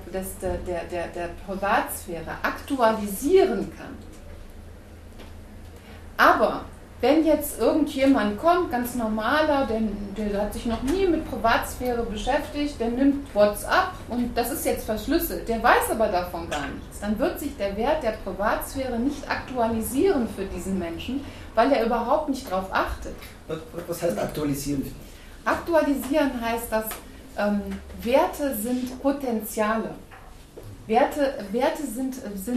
Privatsphäre aktualisieren kann. Aber wenn jetzt irgendjemand kommt, ganz normaler, der hat sich noch nie mit Privatsphäre beschäftigt, der nimmt WhatsApp und das ist jetzt verschlüsselt, der weiß aber davon gar nichts, dann wird sich der Wert der Privatsphäre nicht aktualisieren für diesen Menschen, weil er überhaupt nicht darauf achtet. Was heißt aktualisieren? Aktualisieren heißt, dass Werte sind Potenziale. Werte sind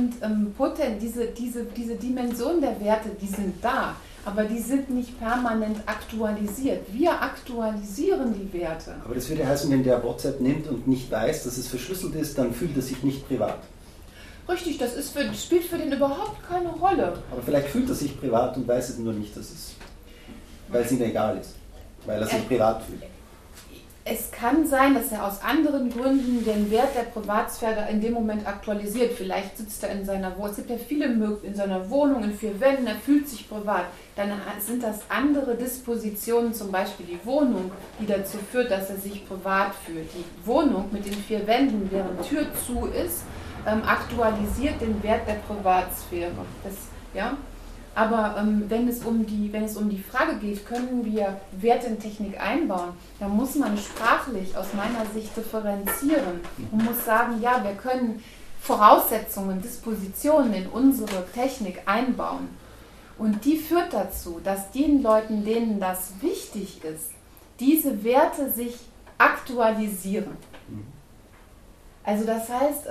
diese Dimension der Werte, die sind da, aber die sind nicht permanent aktualisiert. Wir aktualisieren die Werte. Aber das würde heißen, wenn der WhatsApp nimmt und nicht weiß, dass es verschlüsselt ist, dann fühlt er sich nicht privat. Richtig, das spielt für den überhaupt keine Rolle. Aber vielleicht fühlt er sich privat und weiß es nur nicht, dass es, weil es ihm egal ist, weil er sich privat fühlt. Es kann sein, dass er aus anderen Gründen den Wert der Privatsphäre in dem Moment aktualisiert. Vielleicht sitzt er in seiner Wohnung, es gibt ja viele Möglichkeiten in seiner Wohnung, in 4 Wänden, er fühlt sich privat. Dann sind das andere Dispositionen, zum Beispiel die Wohnung, die dazu führt, dass er sich privat fühlt. Die Wohnung mit den 4 Wänden, während Tür zu ist, aktualisiert den Wert der Privatsphäre. Ja? Aber wenn es um die Frage geht, können wir Werte in Technik einbauen, dann muss man sprachlich aus meiner Sicht differenzieren und muss sagen, ja, wir können Voraussetzungen, Dispositionen in unsere Technik einbauen. Und die führt dazu, dass den Leuten, denen das wichtig ist, diese Werte sich aktualisieren. Also das heißt,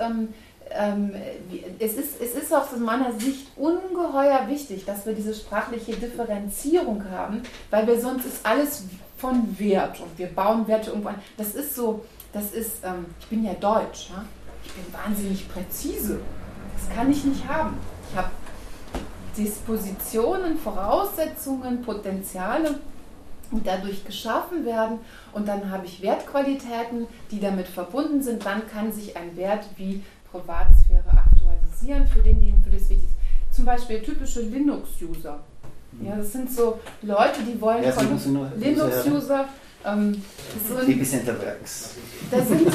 es ist aus meiner Sicht ungeheuer wichtig, dass wir diese sprachliche Differenzierung haben, weil wir sonst ist alles von Wert und wir bauen Werte irgendwo an. Ich bin ja deutsch, ja? Ich bin wahnsinnig präzise. Das kann ich nicht haben. Ich habe Dispositionen, Voraussetzungen, Potenziale, die dadurch geschaffen werden und dann habe ich Wertqualitäten, die damit verbunden sind. Dann kann sich ein Wert wie Privatsphäre aktualisieren für denjenigen, für das wichtig ist. Zum Beispiel typische Linux-User. Ja, das sind so Leute, die wollen von Linux-User. Die Works. Das sind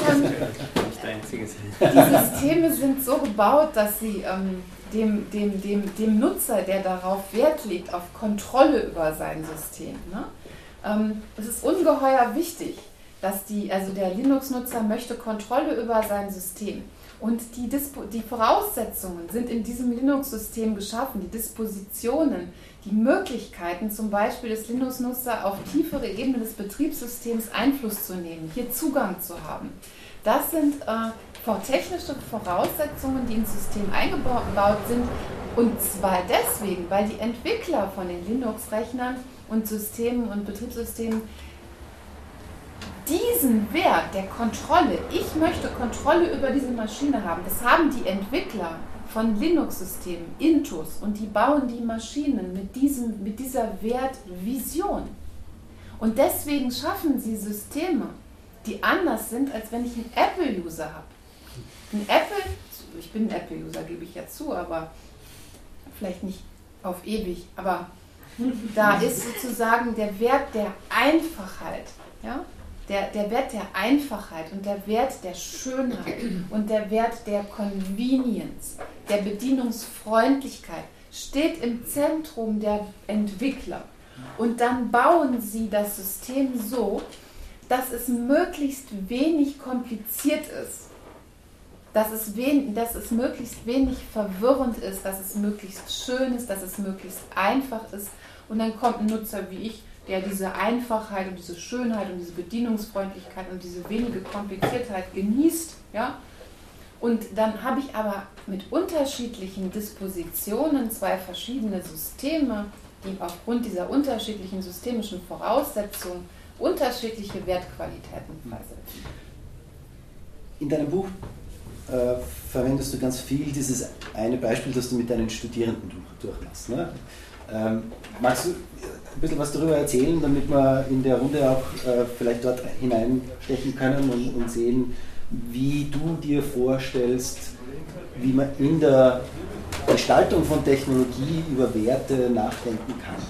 die Systeme sind so gebaut, dass sie dem Nutzer, der darauf Wert legt, auf Kontrolle über sein System. Ne? Es ist ungeheuer wichtig, dass der Linux-Nutzer möchte Kontrolle über sein System. Und die Voraussetzungen sind in diesem Linux-System geschaffen, die Dispositionen, die Möglichkeiten, zum Beispiel des Linux-Nutzer auf tiefere Ebene des Betriebssystems Einfluss zu nehmen, hier Zugang zu haben. Das sind technische Voraussetzungen, die ins System eingebaut sind, und zwar deswegen, weil die Entwickler von den Linux-Rechnern und Systemen und Betriebssystemen diesen Wert der Kontrolle, ich möchte Kontrolle über diese Maschine haben, das haben die Entwickler von Linux-Systemen, Intus, und die bauen die Maschinen mit dieser Wertvision. Und deswegen schaffen sie Systeme, die anders sind, als wenn ich einen Apple-User habe. Ich bin ein Apple-User, gebe ich ja zu, aber vielleicht nicht auf ewig, aber da ist sozusagen der Wert der Einfachheit, ja? Der Wert der Einfachheit und der Wert der Schönheit und der Wert der Convenience, der Bedienungsfreundlichkeit steht im Zentrum der Entwickler. Und dann bauen sie das System so, dass es möglichst wenig kompliziert ist, dass es möglichst wenig verwirrend ist, dass es möglichst schön ist, dass es möglichst einfach ist. Und dann kommt ein Nutzer wie ich, der diese Einfachheit und diese Schönheit und diese Bedienungsfreundlichkeit und diese wenige Kompliziertheit genießt. Ja? Und dann habe ich aber mit unterschiedlichen Dispositionen 2 verschiedene Systeme, die aufgrund dieser unterschiedlichen systemischen Voraussetzungen unterschiedliche Wertqualitäten freisetzen. In deinem Buch verwendest du ganz viel dieses eine Beispiel, das du mit deinen Studierenden durchmachst. Ne? Magst du ein bisschen was darüber erzählen, damit wir in der Runde auch vielleicht dort hineinstechen können und sehen, wie du dir vorstellst, wie man in der Gestaltung von Technologie über Werte nachdenken kann?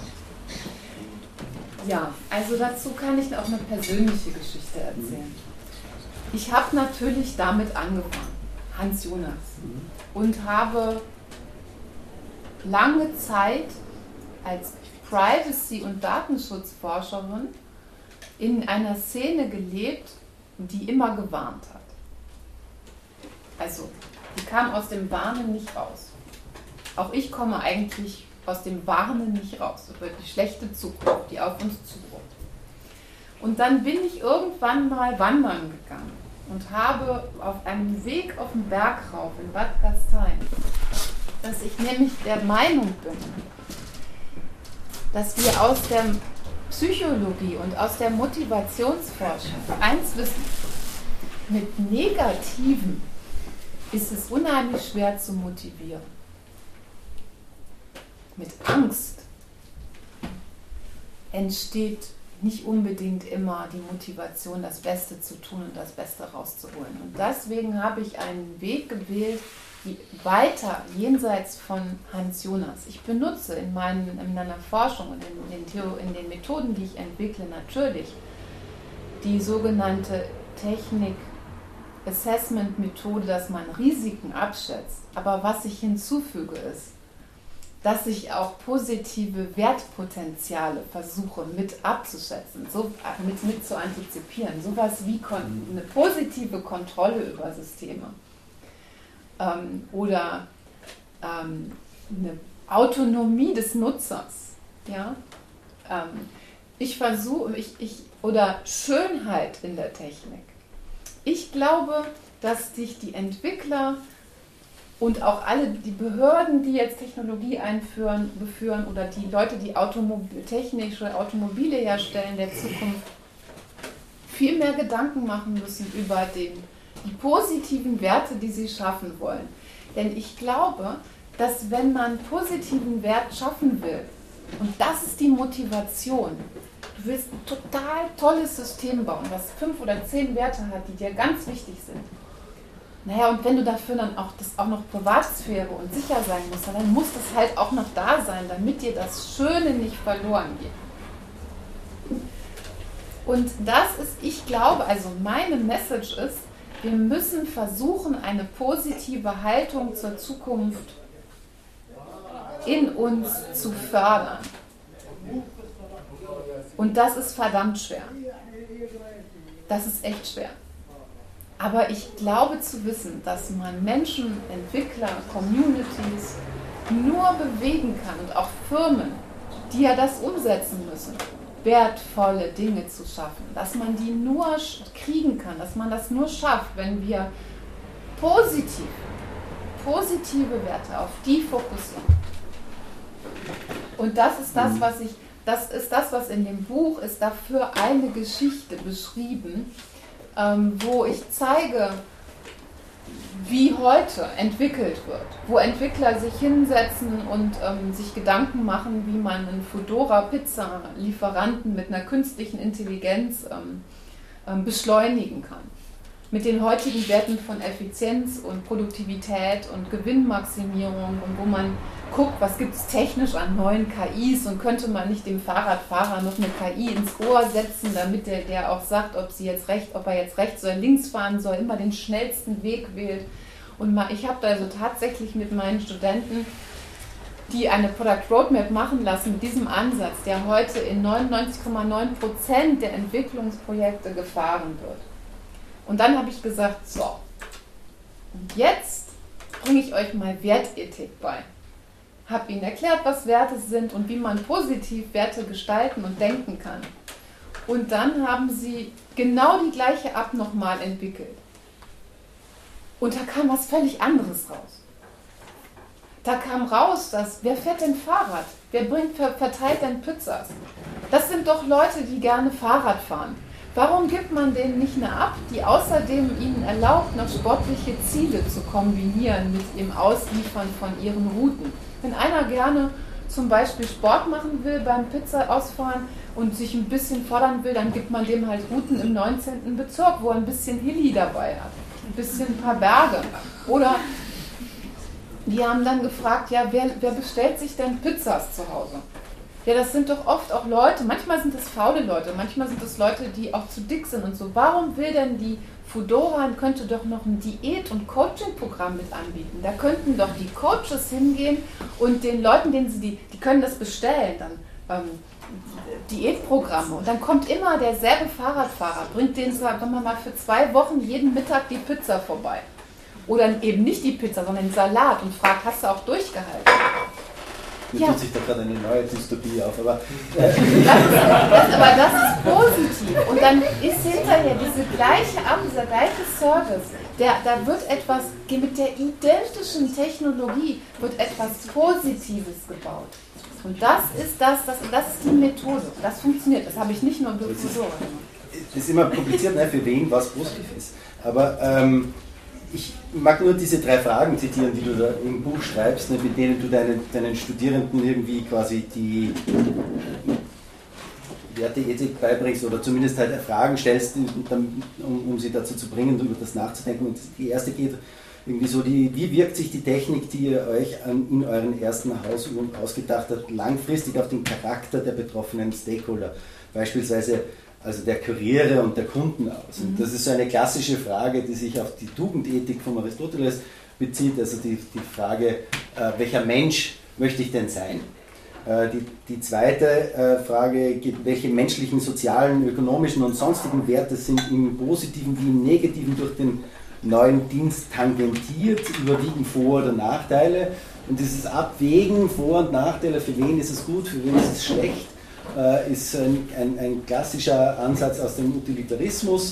Ja, also dazu kann ich auch eine persönliche Geschichte erzählen. Ich habe natürlich damit angefangen, Hans Jonas, und habe lange Zeit als Privacy- und Datenschutzforscherin in einer Szene gelebt, die immer gewarnt hat. Also, die kam aus dem Warnen nicht raus. Auch ich komme eigentlich aus dem Warnen nicht raus, über die schlechte Zukunft, die auf uns zukommt. Und dann bin ich irgendwann mal wandern gegangen und habe auf einem Weg auf den Berg rauf in Bad Gastein, dass ich nämlich der Meinung bin, dass wir aus der Psychologie und aus der Motivationsforschung eins wissen: Mit Negativen ist es unheimlich schwer zu motivieren. Mit Angst entsteht nicht unbedingt immer die Motivation, das Beste zu tun und das Beste rauszuholen. Und deswegen habe ich einen Weg gewählt, weiter jenseits von Hans Jonas. Ich benutze in meiner Forschung und in den Methoden, die ich entwickle, natürlich die sogenannte Technik-Assessment-Methode, dass man Risiken abschätzt. Aber was ich hinzufüge ist, dass ich auch positive Wertpotenziale versuche mit abzuschätzen, mit zu antizipieren. Sowas wie eine positive Kontrolle über Systeme. Oder eine Autonomie des Nutzers. Ja? Ich versuche, oder Schönheit in der Technik. Ich glaube, dass sich die Entwickler und auch alle die Behörden, die jetzt Technologie beführen oder die Leute, die technische Automobile herstellen der Zukunft, viel mehr Gedanken machen müssen über die positiven Werte, die sie schaffen wollen. Denn ich glaube, dass wenn man positiven Wert schaffen will, und das ist die Motivation, du willst ein total tolles System bauen, was 5 oder 10 Werte hat, die dir ganz wichtig sind. Naja, und wenn du dafür dann auch noch Privatsphäre und sicher sein musst, dann muss das halt auch noch da sein, damit dir das Schöne nicht verloren geht. Und das ist, ich glaube, also meine Message ist, wir müssen versuchen, eine positive Haltung zur Zukunft in uns zu fördern. Und das ist verdammt schwer. Das ist echt schwer. Aber ich glaube zu wissen, dass man Menschen, Entwickler, Communities nur bewegen kann und auch Firmen, die ja das umsetzen müssen, wertvolle Dinge zu schaffen, dass man die nur kriegen kann, dass man das nur schafft, wenn wir positive Werte auf die fokussieren. Und das ist das, was in dem Buch ist, dafür eine Geschichte beschrieben, wo ich zeige, wie heute entwickelt wird, wo Entwickler sich hinsetzen und sich Gedanken machen, wie man einen Foodora-Pizza-Lieferanten mit einer künstlichen Intelligenz beschleunigen kann. Mit den heutigen Werten von Effizienz und Produktivität und Gewinnmaximierung und wo man guckt, was gibt es technisch an neuen KIs und könnte man nicht dem Fahrradfahrer noch eine KI ins Ohr setzen, damit der auch sagt, ob er jetzt rechts oder links fahren soll, immer den schnellsten Weg wählt. Und ich habe da also tatsächlich mit meinen Studenten, die eine Product Roadmap machen lassen mit diesem Ansatz, der heute in 99,9% der Entwicklungsprojekte gefahren wird. Und dann habe ich gesagt, so, und jetzt bringe ich euch mal Wertethik bei. Habe ihnen erklärt, was Werte sind und wie man positiv Werte gestalten und denken kann. Und dann haben sie genau die gleiche App nochmal entwickelt. Und da kam was völlig anderes raus. Da kam raus, wer fährt denn Fahrrad? Wer verteilt denn Pizzas? Das sind doch Leute, die gerne Fahrrad fahren. Warum gibt man denen nicht eine App, die außerdem ihnen erlaubt, noch sportliche Ziele zu kombinieren mit dem Ausliefern von ihren Routen? Wenn einer gerne zum Beispiel Sport machen will beim Pizza-Ausfahren und sich ein bisschen fordern will, dann gibt man dem halt Routen im 19. Bezirk, wo er ein bisschen Hilly dabei hat, ein paar Berge. Oder die haben dann gefragt, ja, wer bestellt sich denn Pizzas zu Hause? Ja, das sind doch oft auch Leute, manchmal sind es faule Leute, manchmal sind es Leute, die auch zu dick sind und so. Warum will denn die Foodora könnte doch noch ein Diät- und Coaching-Programm mit anbieten? Da könnten doch die Coaches hingehen und den Leuten, die können das bestellen, dann Diätprogramme und dann kommt immer derselbe Fahrradfahrer, bringt den, sagen wir mal, für 2 Wochen jeden Mittag die Pizza vorbei. Oder eben nicht die Pizza, sondern den Salat und fragt, hast du auch durchgehalten? Mir tut sich da gerade eine neue Dystopie auf, aber... das ist positiv. Und dann ist hinterher dieser gleiche Service, da wird etwas, mit der identischen Technologie wird etwas Positives gebaut. Und das ist die Methode. Das funktioniert. Das habe ich nicht nur durch Fusore gemacht. Es ist immer kompliziert, ne, für wen was positiv ist. Aber ich mag nur diese 3 Fragen zitieren, die du da im Buch schreibst, ne, mit denen du deinen Studierenden irgendwie quasi die Werteethik beibringst oder zumindest halt Fragen stellst, um sie dazu zu bringen, über das nachzudenken. Und die erste geht irgendwie so, wie wirkt sich die Technik, die ihr euch in euren ersten Hausübungen ausgedacht habt, langfristig auf den Charakter der betroffenen Stakeholder, beispielsweise also der Kuriere und der Kunden aus? Und das ist so eine klassische Frage, die sich auf die Tugendethik von Aristoteles bezieht, also die Frage, welcher Mensch möchte ich denn sein? Die zweite Frage geht, welche menschlichen, sozialen, ökonomischen und sonstigen Werte sind im Positiven wie im Negativen durch den neuen Dienst tangentiert, überwiegen Vor- oder Nachteile? Und dieses Abwägen, Vor- und Nachteile, für wen ist es gut, für wen ist es schlecht, ist ein klassischer Ansatz aus dem Utilitarismus.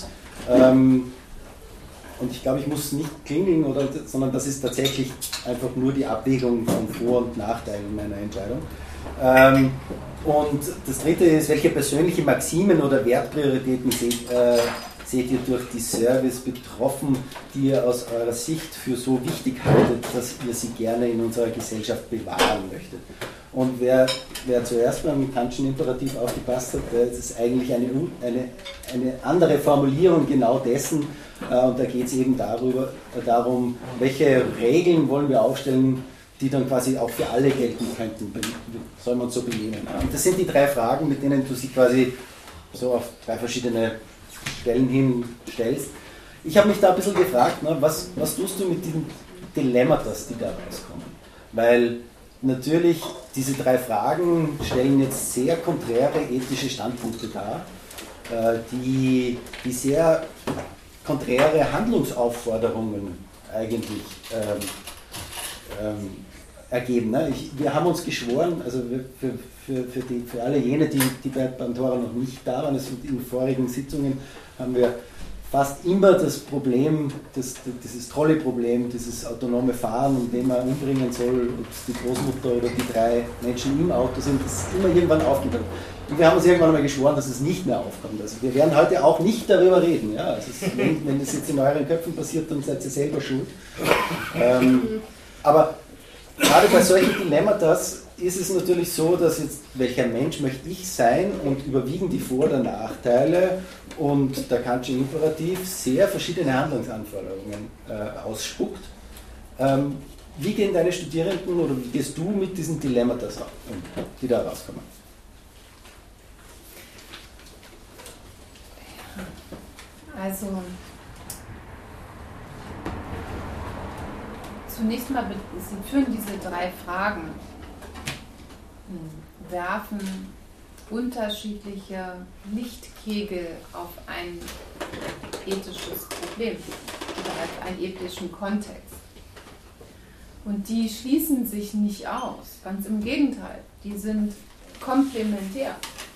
Und ich glaube, ich muss nicht klingeln, sondern das ist tatsächlich einfach nur die Abwägung von Vor- und Nachteilen meiner Entscheidung. Und das dritte ist, welche persönliche Maximen oder Wertprioritäten seht ihr durch die Service betroffen, die ihr aus eurer Sicht für so wichtig haltet, dass ihr sie gerne in unserer Gesellschaft bewahren möchtet? Und wer zuerst beim Kantschen Imperativ aufgepasst hat, das ist eigentlich eine andere Formulierung genau dessen. Und da geht es eben darum, welche Regeln wollen wir aufstellen, die dann quasi auch für alle gelten könnten. Soll man uns so benehmen? Und das sind die 3 Fragen, mit denen du sie quasi so auf 3 verschiedene Stellen hin stellst. Ich habe mich da ein bisschen gefragt, was tust du mit diesen Dilemmatas, die da rauskommen? Weil natürlich diese 3 Fragen stellen jetzt sehr konträre ethische Standpunkte dar, die sehr konträre Handlungsaufforderungen eigentlich ergeben. Ne? Wir haben uns geschworen, also für alle jene, die bei Pandora noch nicht da waren, also in vorigen Sitzungen haben wir fast immer das Problem, dieses Trolley-Problem, dieses autonome Fahren, und wen man umbringen soll, ob es die Großmutter oder die 3 Menschen im Auto sind, das ist immer irgendwann aufgekommen. Und wir haben uns irgendwann einmal geschworen, dass es nicht mehr aufkommt. Also wir werden heute auch nicht darüber reden. Ja? Also wenn das jetzt in euren Köpfen passiert, dann seid ihr selber schuld. Aber gerade bei solchen Dilemmatas ist es natürlich so, dass jetzt, welcher Mensch möchte ich sein, und überwiegen die Vor- oder Nachteile, und der Kantsche Imperativ sehr verschiedene Handlungsanforderungen ausspuckt. Wie gehen deine Studierenden oder wie gehst du mit diesen Dilemmatas um, die da rauskommen? Also zunächst mal, Sie führen diese 3 Fragen, werfen unterschiedliche Lichtkegel auf ein ethisches Problem oder auf einen ethischen Kontext. Und die schließen sich nicht aus, ganz im Gegenteil, die sind komplementär.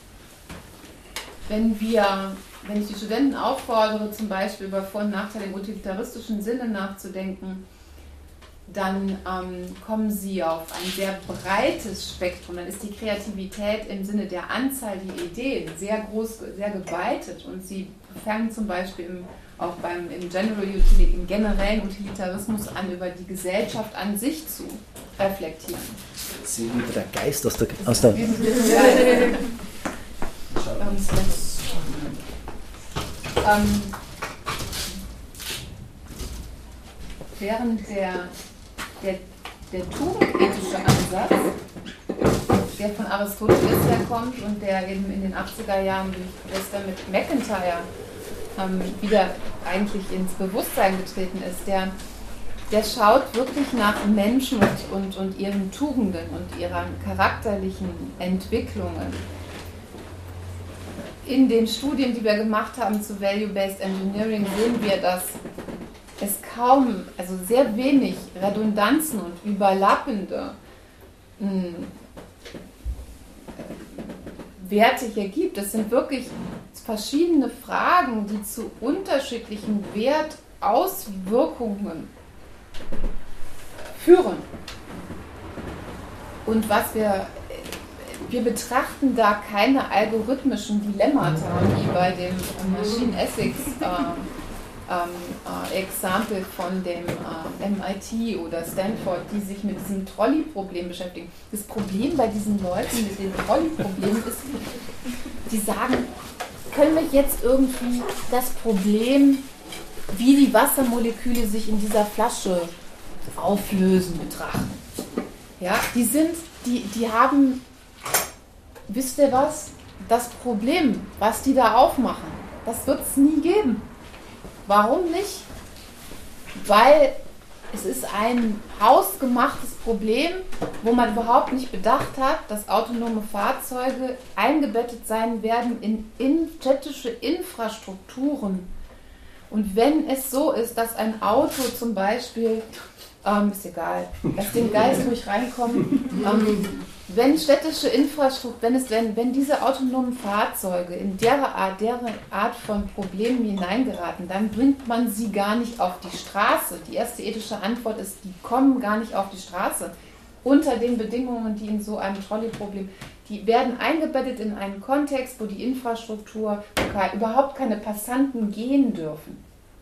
Wenn ich die Studenten auffordere, zum Beispiel über Vor- und Nachteile im utilitaristischen Sinne nachzudenken, dann kommen sie auf ein sehr breites Spektrum. Dann ist die Kreativität im Sinne der Anzahl der Ideen sehr groß, sehr geweitet, und sie fangen zum Beispiel im generellen Utilitarismus an, über die Gesellschaft an sich zu reflektieren. Sie sind wieder der Geist aus der während der tugendethische Ansatz, der von Aristoteles herkommt und der eben in den 80er Jahren durch Lester mit McIntyre wieder eigentlich ins Bewusstsein getreten ist, der schaut wirklich nach Menschen und ihren Tugenden und ihren charakterlichen Entwicklungen. In den Studien, die wir gemacht haben zu Value-Based Engineering, sehen wir, dass es kaum, also sehr wenig Redundanzen und überlappende Werte hier gibt. Es sind wirklich verschiedene Fragen, die zu unterschiedlichen Wertauswirkungen führen. Und was wir betrachten da keine algorithmischen Dilemmata, wie bei dem Machine Ethics Example von dem MIT oder Stanford, die sich mit diesem Trolley-Problem beschäftigen. Das Problem bei diesen Leuten mit den Trolley-Problemen ist, die sagen, können wir jetzt irgendwie das Problem, wie die Wassermoleküle sich in dieser Flasche auflösen, betrachten. Ja, die haben, wisst ihr was, das Problem, was die da aufmachen, das wird es nie geben. Warum nicht? Weil es ist ein hausgemachtes Problem, wo man überhaupt nicht bedacht hat, dass autonome Fahrzeuge eingebettet sein werden in städtische Infrastrukturen. Und wenn es so ist, dass ein Auto zum Beispiel, ist egal, lass den Geist ruhig reinkommen, wenn städtische Infrastruktur, wenn diese autonomen Fahrzeuge in deren Art von Problemen hineingeraten, dann bringt man sie gar nicht auf die Straße. Die erste ethische Antwort ist, die kommen gar nicht auf die Straße. Unter den Bedingungen, die in so einem Trolley-Problem, die werden eingebettet in einen Kontext, wo die Infrastruktur überhaupt keine Passanten gehen dürfen.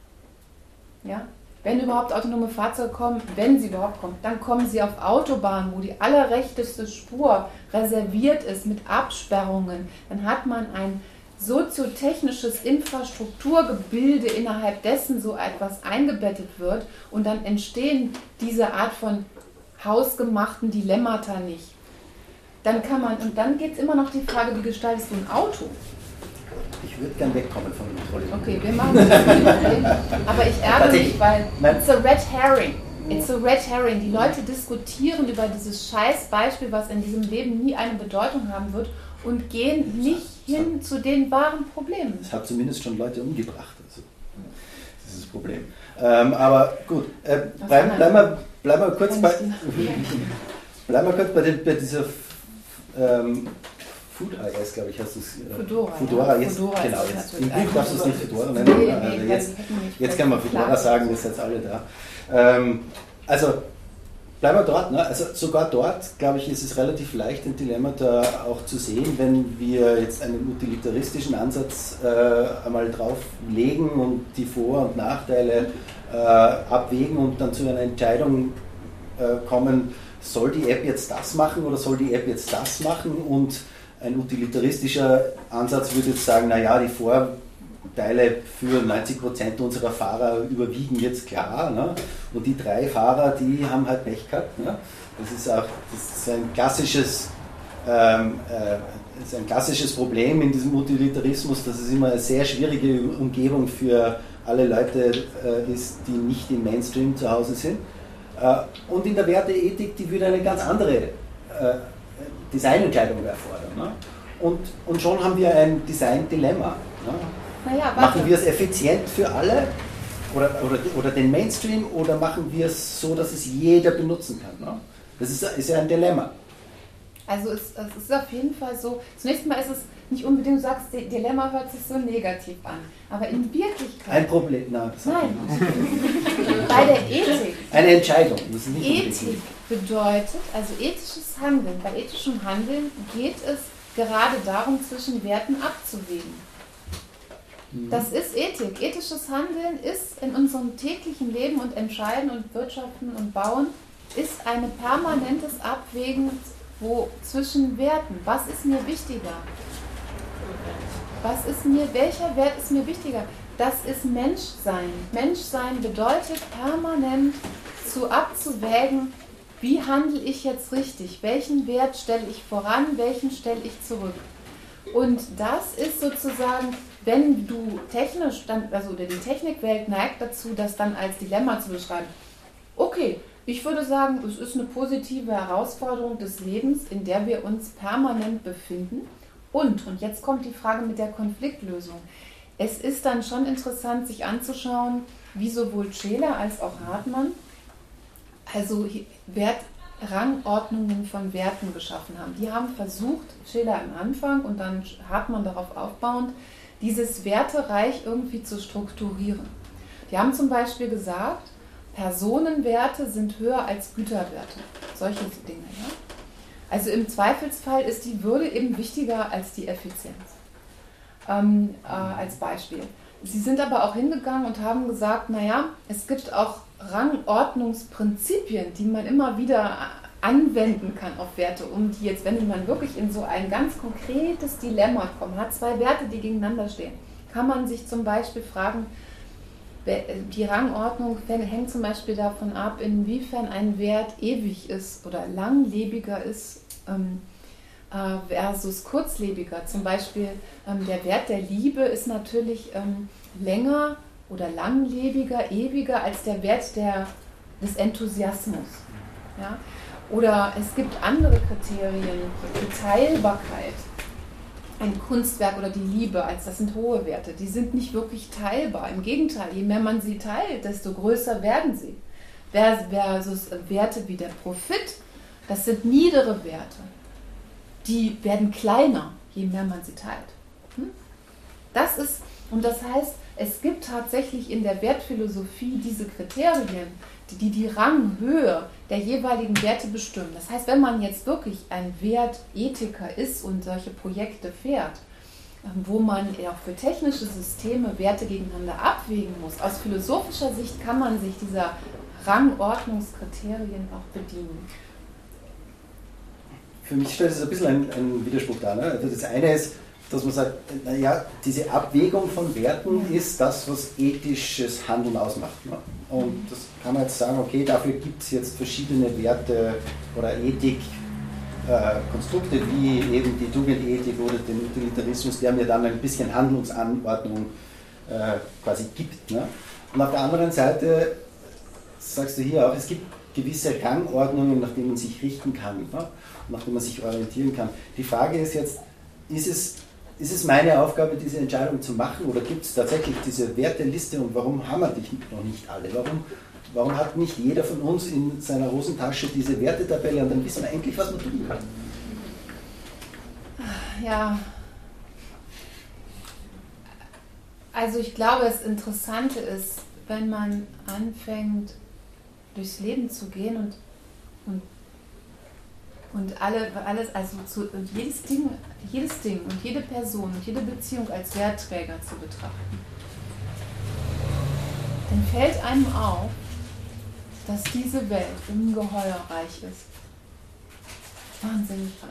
Ja? Wenn überhaupt autonome Fahrzeuge kommen, wenn sie überhaupt kommen, dann kommen sie auf Autobahnen, wo die allerrechteste Spur reserviert ist mit Absperrungen. Dann hat man ein soziotechnisches Infrastrukturgebilde, innerhalb dessen so etwas eingebettet wird, und dann entstehen diese Art von hausgemachten Dilemmata nicht. Dann geht es immer noch die Frage, wie gestaltest du ein Auto? Ich würde gern wegkommen von dem Trolley. Okay, wir machen das nicht. Aber ich ärgere mich, weil it's a red herring. It's a red herring. Die Leute diskutieren über dieses Scheißbeispiel, was in diesem Leben nie eine Bedeutung haben wird, und gehen nicht hin zu den wahren Problemen. Es hat zumindest schon Leute umgebracht. Also, das ist das Problem. Aber gut, bleiben wir kurz bei dieser Food IS, glaube ich, hast du es. Foodora, jetzt, Foodora, genau, jetzt. Im Buch darfst du es nicht Foodora nennen. Jetzt kann man Foodora sagen, ihr seid alle da. Also, bleiben wir dort. Ne? Also, sogar dort, glaube ich, ist es relativ leicht, ein Dilemma da auch zu sehen, wenn wir jetzt einen utilitaristischen Ansatz einmal drauflegen und die Vor- und Nachteile abwägen und dann zu einer Entscheidung kommen, soll die App jetzt das machen oder soll die App jetzt das machen? Und ein utilitaristischer Ansatz würde jetzt sagen, naja, die Vorteile für 90% unserer Fahrer überwiegen jetzt klar. Ne? Und die 3 Fahrer, die haben halt Pech gehabt. Ne? Das ist ein klassisches Problem in diesem Utilitarismus, dass es immer eine sehr schwierige Umgebung für alle Leute ist, die nicht im Mainstream zu Hause sind. Und in der Werteethik, die würde eine ganz andere Designentscheidung erfordern. Ne? Und schon haben wir ein Design-Dilemma. Ne? Naja, machen wir es effizient für alle oder den Mainstream, oder machen wir es so, dass es jeder benutzen kann? Ne? Das ist ja ein Dilemma. Also es ist auf jeden Fall so, zunächst mal ist es nicht unbedingt, du sagst, Dilemma hört sich so negativ an, aber in Wirklichkeit... Ein Problem, nein. Bei der Ethik. Eine Entscheidung. Das ist nicht Ethik bedeutet, also ethisches Handeln, bei ethischem Handeln geht es gerade darum, zwischen Werten abzuwägen. Das ist Ethik. Ethisches Handeln ist in unserem täglichen Leben und Entscheiden und Wirtschaften und Bauen, ist ein permanentes Abwägen zwischen Werten. Was ist mir wichtiger? Welcher Wert ist mir wichtiger? Das ist Menschsein. Menschsein bedeutet permanent abzuwägen, wie handle ich jetzt richtig? Welchen Wert stelle ich voran? Welchen stelle ich zurück? Und das ist sozusagen, wenn du technisch, die Technikwelt neigt dazu, das dann als Dilemma zu beschreiben. Okay, ich würde sagen, es ist eine positive Herausforderung des Lebens, in der wir uns permanent befinden. Und jetzt kommt die Frage mit der Konfliktlösung. Es ist dann schon interessant, sich anzuschauen, wie sowohl Scheler als auch Hartmann also Rangordnungen von Werten geschaffen haben. Die haben versucht, Scheler am Anfang und dann Hartmann darauf aufbauend, dieses Wertereich irgendwie zu strukturieren. Die haben zum Beispiel gesagt, Personenwerte sind höher als Güterwerte. Solche Dinge. Ja? Also im Zweifelsfall ist die Würde eben wichtiger als die Effizienz. Als Beispiel. Sie sind aber auch hingegangen und haben gesagt, naja, es gibt auch Rangordnungsprinzipien, die man immer wieder anwenden kann auf Werte, um die jetzt, wenn man wirklich in so ein ganz konkretes Dilemma kommt, hat zwei Werte, die gegeneinander stehen, kann man sich zum Beispiel fragen, die Rangordnung hängt zum Beispiel davon ab, inwiefern ein Wert ewig ist oder langlebiger ist versus kurzlebiger. Zum Beispiel der Wert der Liebe ist natürlich länger oder langlebiger, ewiger als der Wert des Enthusiasmus. Ja? Oder es gibt andere Kriterien, die Teilbarkeit. Ein Kunstwerk oder die Liebe, das sind hohe Werte, die sind nicht wirklich teilbar. Im Gegenteil, je mehr man sie teilt, desto größer werden sie. Versus Werte wie der Profit, das sind niedere Werte. Die werden kleiner, je mehr man sie teilt. Das heißt, es gibt tatsächlich in der Wertphilosophie diese Kriterien, die die Ranghöhe der jeweiligen Werte bestimmen. Das heißt, wenn man jetzt wirklich ein Wertethiker ist und solche Projekte fährt, wo man auch für technische Systeme Werte gegeneinander abwägen muss, aus philosophischer Sicht kann man sich dieser Rangordnungskriterien auch bedienen. Für mich stellt es ein bisschen ein Widerspruch dar. Ne? Also das eine ist, dass man sagt, naja, diese Abwägung von Werten ist das, was ethisches Handeln ausmacht. Ne? Und das kann man jetzt sagen, okay, dafür gibt es jetzt verschiedene Werte oder Ethikkonstrukte, wie eben die Tugendethik oder den Utilitarismus, der mir dann ein bisschen Handlungsanordnung quasi gibt. Ne? Und auf der anderen Seite sagst du hier auch, es gibt gewisse Rangordnungen, nach denen man sich richten kann, ne? nach denen man sich orientieren kann. Die Frage ist jetzt, ist es meine Aufgabe, diese Entscheidung zu machen, oder gibt es tatsächlich diese Werteliste, und warum haben wir die noch nicht alle? Warum hat nicht jeder von uns in seiner Hosentasche diese Wertetabelle, und dann wissen wir endlich, was man tun kann? Ja, also ich glaube, das Interessante ist, wenn man anfängt, durchs Leben zu gehen und jedes Ding und jede Person und jede Beziehung als Wertträger zu betrachten, dann fällt einem auf, dass diese Welt ungeheuer reich ist. Wahnsinnig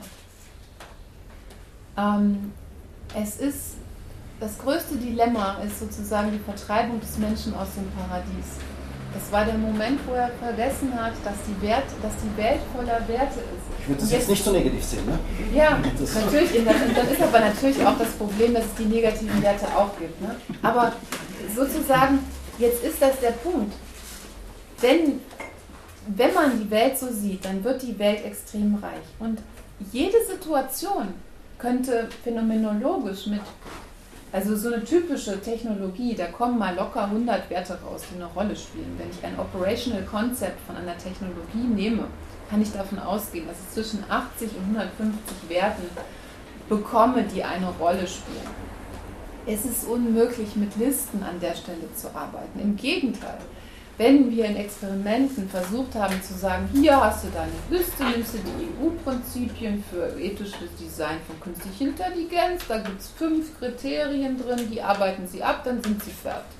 reich. Das größte Dilemma ist sozusagen die Vertreibung des Menschen aus dem Paradies. Das war der Moment, wo er vergessen hat, dass die Welt voller Werte ist. Ich würde das jetzt nicht so negativ sehen, ne? Ja, natürlich. Und dann ist aber natürlich auch das Problem, dass es die negativen Werte auch gibt. Ne? Aber sozusagen, jetzt ist das der Punkt. Wenn man die Welt so sieht, dann wird die Welt extrem reich. Und jede Situation könnte phänomenologisch also so eine typische Technologie, da kommen mal locker 100 Werte raus, die eine Rolle spielen. Wenn ich ein Operational Concept von einer Technologie nehme, kann ich davon ausgehen, dass ich zwischen 80 und 150 Werten bekomme, die eine Rolle spielen. Es ist unmöglich, mit Listen an der Stelle zu arbeiten. Im Gegenteil, wenn wir in Experimenten versucht haben zu sagen, hier hast du deine Liste, nimmst du die EU-Prinzipien für ethisches Design von künstlicher Intelligenz, da gibt es 5 Kriterien drin, die arbeiten sie ab, dann sind sie fertig.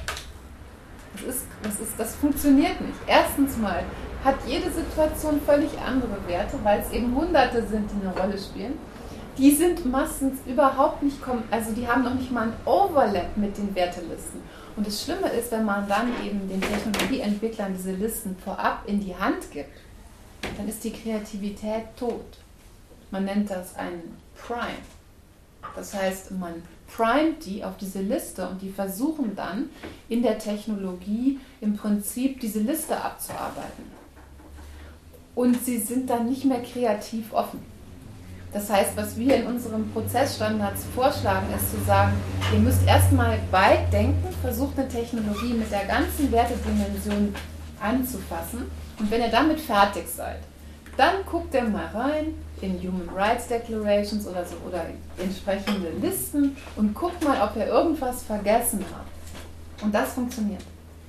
Das funktioniert nicht. Erstens mal hat jede Situation völlig andere Werte, weil es eben Hunderte sind, die eine Rolle spielen. Die sind meistens überhaupt nicht, also die haben noch nicht mal ein Overlap mit den Wertelisten. Und das Schlimme ist, wenn man dann eben den Technologieentwicklern diese Listen vorab in die Hand gibt, dann ist die Kreativität tot. Man nennt das einen Prime. Das heißt, man primet die auf diese Liste und die versuchen dann in der Technologie im Prinzip diese Liste abzuarbeiten. Und sie sind dann nicht mehr kreativ offen. Das heißt, was wir in unserem Prozessstandards vorschlagen, ist zu sagen, ihr müsst erstmal weit denken, versucht eine Technologie mit der ganzen Wertedimension anzufassen und wenn ihr damit fertig seid, dann guckt ihr mal rein in Human Rights Declarations oder so oder entsprechende Listen und guckt mal, ob ihr irgendwas vergessen habt. Und das funktioniert.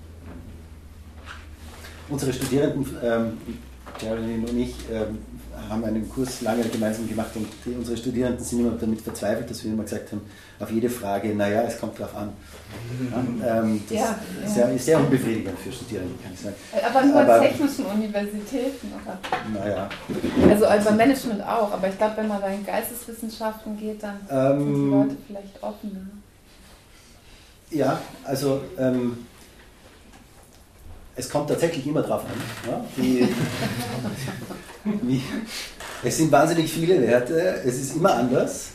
Unsere Studierenden, Geraldine und ich, haben einen Kurs lange gemeinsam gemacht und unsere Studierenden sind immer damit verzweifelt, dass wir immer gesagt haben, auf jede Frage, naja, es kommt drauf an. Das ist sehr unbefriedigend für Studierende, kann ich sagen. Aber nur an technischen Universitäten, oder? Naja. Also beim Management auch, aber ich glaube, wenn man bei den Geisteswissenschaften geht, dann sind die Leute vielleicht offener. Ja, also es kommt tatsächlich immer drauf an. Ja? Es sind wahnsinnig viele Werte, es ist immer anders.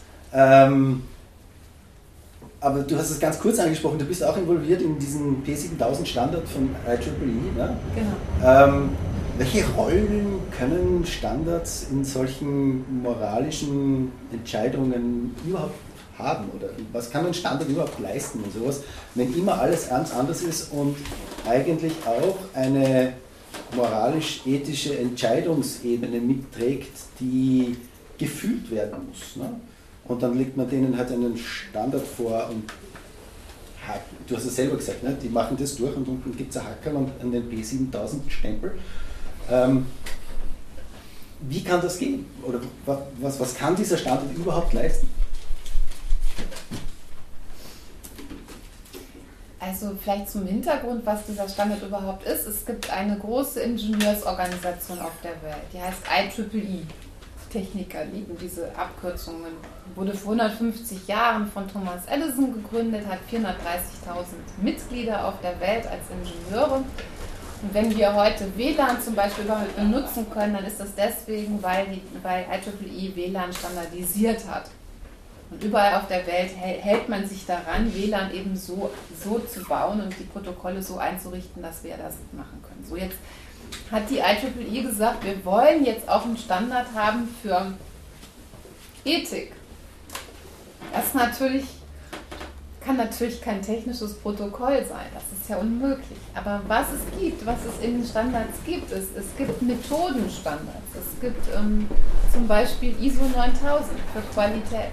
Aber du hast es ganz kurz angesprochen, du bist auch involviert in diesen P7000 Standard von IEEE. Ne? Genau. Welche Rollen können Standards in solchen moralischen Entscheidungen überhaupt haben? Oder was kann ein Standard überhaupt leisten und sowas, wenn immer alles ganz anders ist und eigentlich auch eine moralisch-ethische Entscheidungsebene mitträgt, die gefühlt werden muss. Ne? Und dann legt man denen halt einen Standard vor und du hast es selber gesagt, ne? Die machen das durch und unten gibt es ein Hackerl und an den P7000 Stempel. Wie kann das gehen? Oder was kann dieser Standard überhaupt leisten? Also vielleicht zum Hintergrund, was dieser Standard überhaupt ist. Es gibt eine große Ingenieursorganisation auf der Welt, die heißt IEEE. Techniker lieben diese Abkürzungen. Wurde vor 150 Jahren von Thomas Edison gegründet, hat 430.000 Mitglieder auf der Welt als Ingenieure. Und wenn wir heute WLAN zum Beispiel überhaupt benutzen können, dann ist das deswegen, weil IEEE WLAN standardisiert hat. Und überall auf der Welt hält man sich daran, WLAN eben so zu bauen und die Protokolle so einzurichten, dass wir das machen können. So, jetzt hat die IEEE gesagt, wir wollen jetzt auch einen Standard haben für Ethik. Das kann natürlich kein technisches Protokoll sein, das ist ja unmöglich. Aber was es in den Standards gibt, es gibt Methodenstandards. Es gibt zum Beispiel ISO 9000 für Qualität.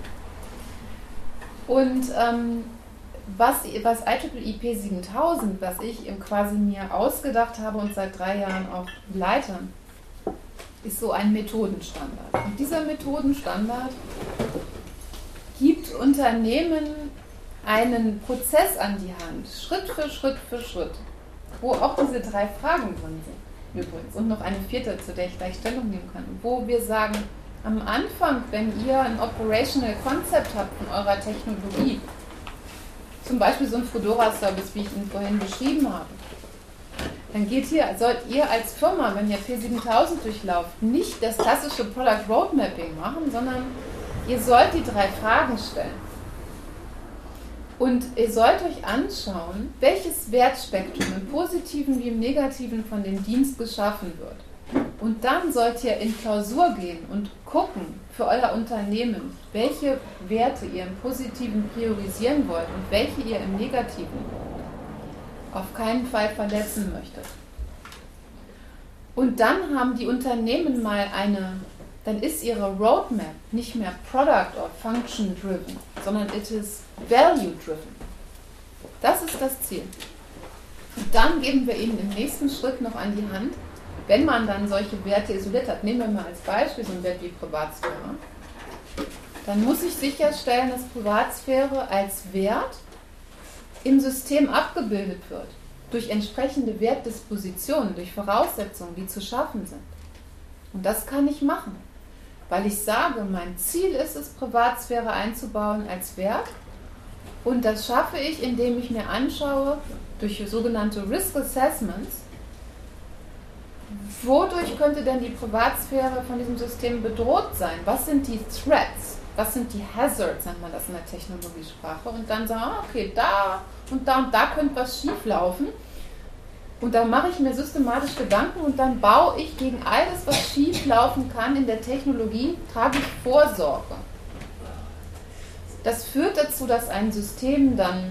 Und was IEEE P7000, was ich quasi mir ausgedacht habe und seit 3 Jahren auch leite, ist so ein Methodenstandard. Und dieser Methodenstandard gibt Unternehmen einen Prozess an die Hand, Schritt für Schritt für Schritt, wo auch diese 3 Fragen drin sind, übrigens. Und noch eine 4., zu der ich gleich Stellung nehmen kann, wo wir sagen, am Anfang, wenn ihr ein Operational Concept habt von eurer Technologie, zum Beispiel so ein Fedora-Service, wie ich ihn vorhin beschrieben habe, dann sollt ihr als Firma, wenn ihr P7000 durchlauft, nicht das klassische Product Roadmapping machen, sondern ihr sollt die 3 Fragen stellen. Und ihr sollt euch anschauen, welches Wertspektrum im Positiven wie im Negativen von dem Dienst geschaffen wird. Und dann sollt ihr in Klausur gehen und gucken für euer Unternehmen, welche Werte ihr im Positiven priorisieren wollt und welche ihr im Negativen auf keinen Fall verletzen möchtet. Und dann haben die Unternehmen dann ist ihre Roadmap nicht mehr Product or Function driven, sondern it is Value driven. Das ist das Ziel. Und dann geben wir ihnen im nächsten Schritt noch an die Hand, wenn man dann solche Werte isoliert hat, nehmen wir mal als Beispiel so ein Wert wie Privatsphäre, dann muss ich sicherstellen, dass Privatsphäre als Wert im System abgebildet wird, durch entsprechende Wertdispositionen, durch Voraussetzungen, die zu schaffen sind. Und das kann ich machen, weil ich sage, mein Ziel ist es, Privatsphäre einzubauen als Wert. Und das schaffe ich, indem ich mir anschaue, durch sogenannte Risk Assessments, wodurch könnte denn die Privatsphäre von diesem System bedroht sein? Was sind die Threats? was sind die Hazards, nennt man das in der Technologiesprache, und dann sagen, okay, da und da könnte was schief laufen. Und dann mache ich mir systematisch Gedanken und dann baue ich gegen alles, was schief laufen kann in der Technologie, trage ich Vorsorge. Das führt dazu, dass ein System dann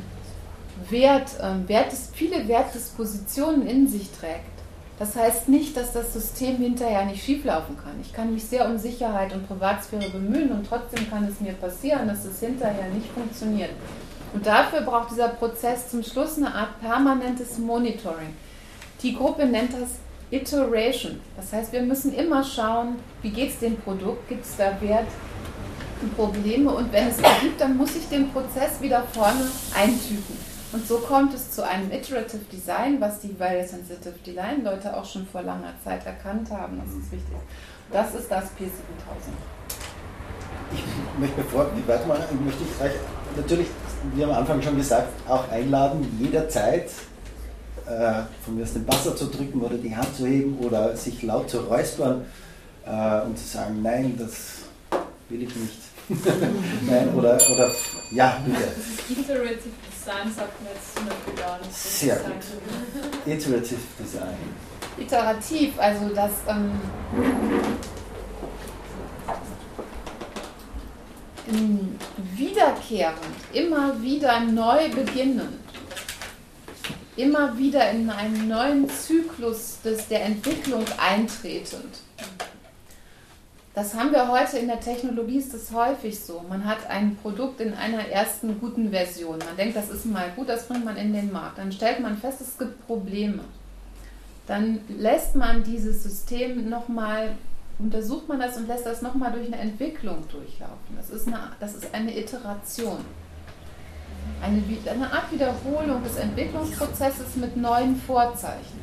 viele Wertdispositionen in sich trägt. Das heißt nicht, dass das System hinterher nicht schieflaufen kann. Ich kann mich sehr um Sicherheit und Privatsphäre bemühen und trotzdem kann es mir passieren, dass es hinterher nicht funktioniert. Und dafür braucht dieser Prozess zum Schluss eine Art permanentes Monitoring. Die Gruppe nennt das Iteration. Das heißt, wir müssen immer schauen, wie geht es dem Produkt, gibt es da Probleme, und wenn es die gibt, dann muss ich den Prozess wieder vorne eintüten. Und so kommt es zu einem Iterative Design, was die Value Sensitive Design Leute auch schon vor langer Zeit erkannt haben, dass es wichtig ist. Das ist das P7000. Ich möchte, bevor wir weitermachen, möchte ich euch natürlich, wie am Anfang schon gesagt, auch einladen, jederzeit von mir aus den Buzzer zu drücken oder die Hand zu heben oder sich laut zu räuspern und zu sagen, nein, das will ich nicht. Nein, oder ja, bitte. Das Iterative Design sagt mir jetzt zum Beispiel gar nicht. Sehr gut. Iterative Design. Iterativ, also das wiederkehrend, immer wieder neu beginnen, immer wieder in einen neuen Zyklus der Entwicklung eintretend. Das haben wir heute in der Technologie, ist das häufig so. Man hat ein Produkt in einer ersten guten Version. Man denkt, das ist mal gut, das bringt man in den Markt. Dann stellt man fest, es gibt Probleme. Dann lässt man dieses System nochmal, untersucht man das und lässt das nochmal durch eine Entwicklung durchlaufen. Das ist eine Iteration. Eine Art Wiederholung des Entwicklungsprozesses mit neuen Vorzeichen.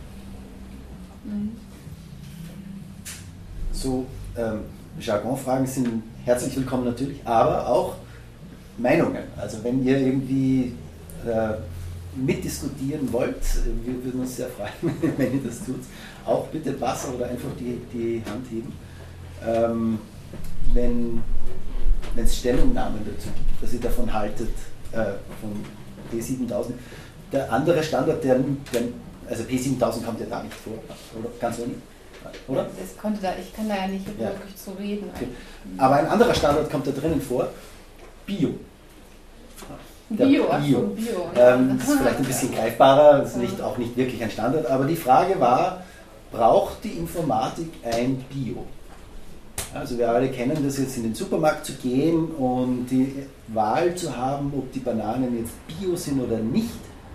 So, Jargonfragen sind herzlich willkommen natürlich, aber auch Meinungen. Also wenn ihr irgendwie mitdiskutieren wollt, wir würden uns sehr freuen, wenn ihr das tut. Auch bitte Buzzer oder einfach die Hand heben. Wenn es Stellungnahmen dazu gibt, dass ihr davon haltet, von P7000. Der andere Standard, also P7000 kommt ja da nicht vor, oder? Ganz wenig, oder? Ich kann da ja nicht wirklich zu reden. Okay. Aber ein anderer Standard kommt da drinnen vor, Bio. Bio. Das ist vielleicht ein bisschen greifbarer, das ist auch nicht wirklich ein Standard, aber die Frage war, braucht die Informatik ein Bio? Also wir alle kennen das jetzt, in den Supermarkt zu gehen und die Wahl zu haben, ob die Bananen jetzt Bio sind oder nicht.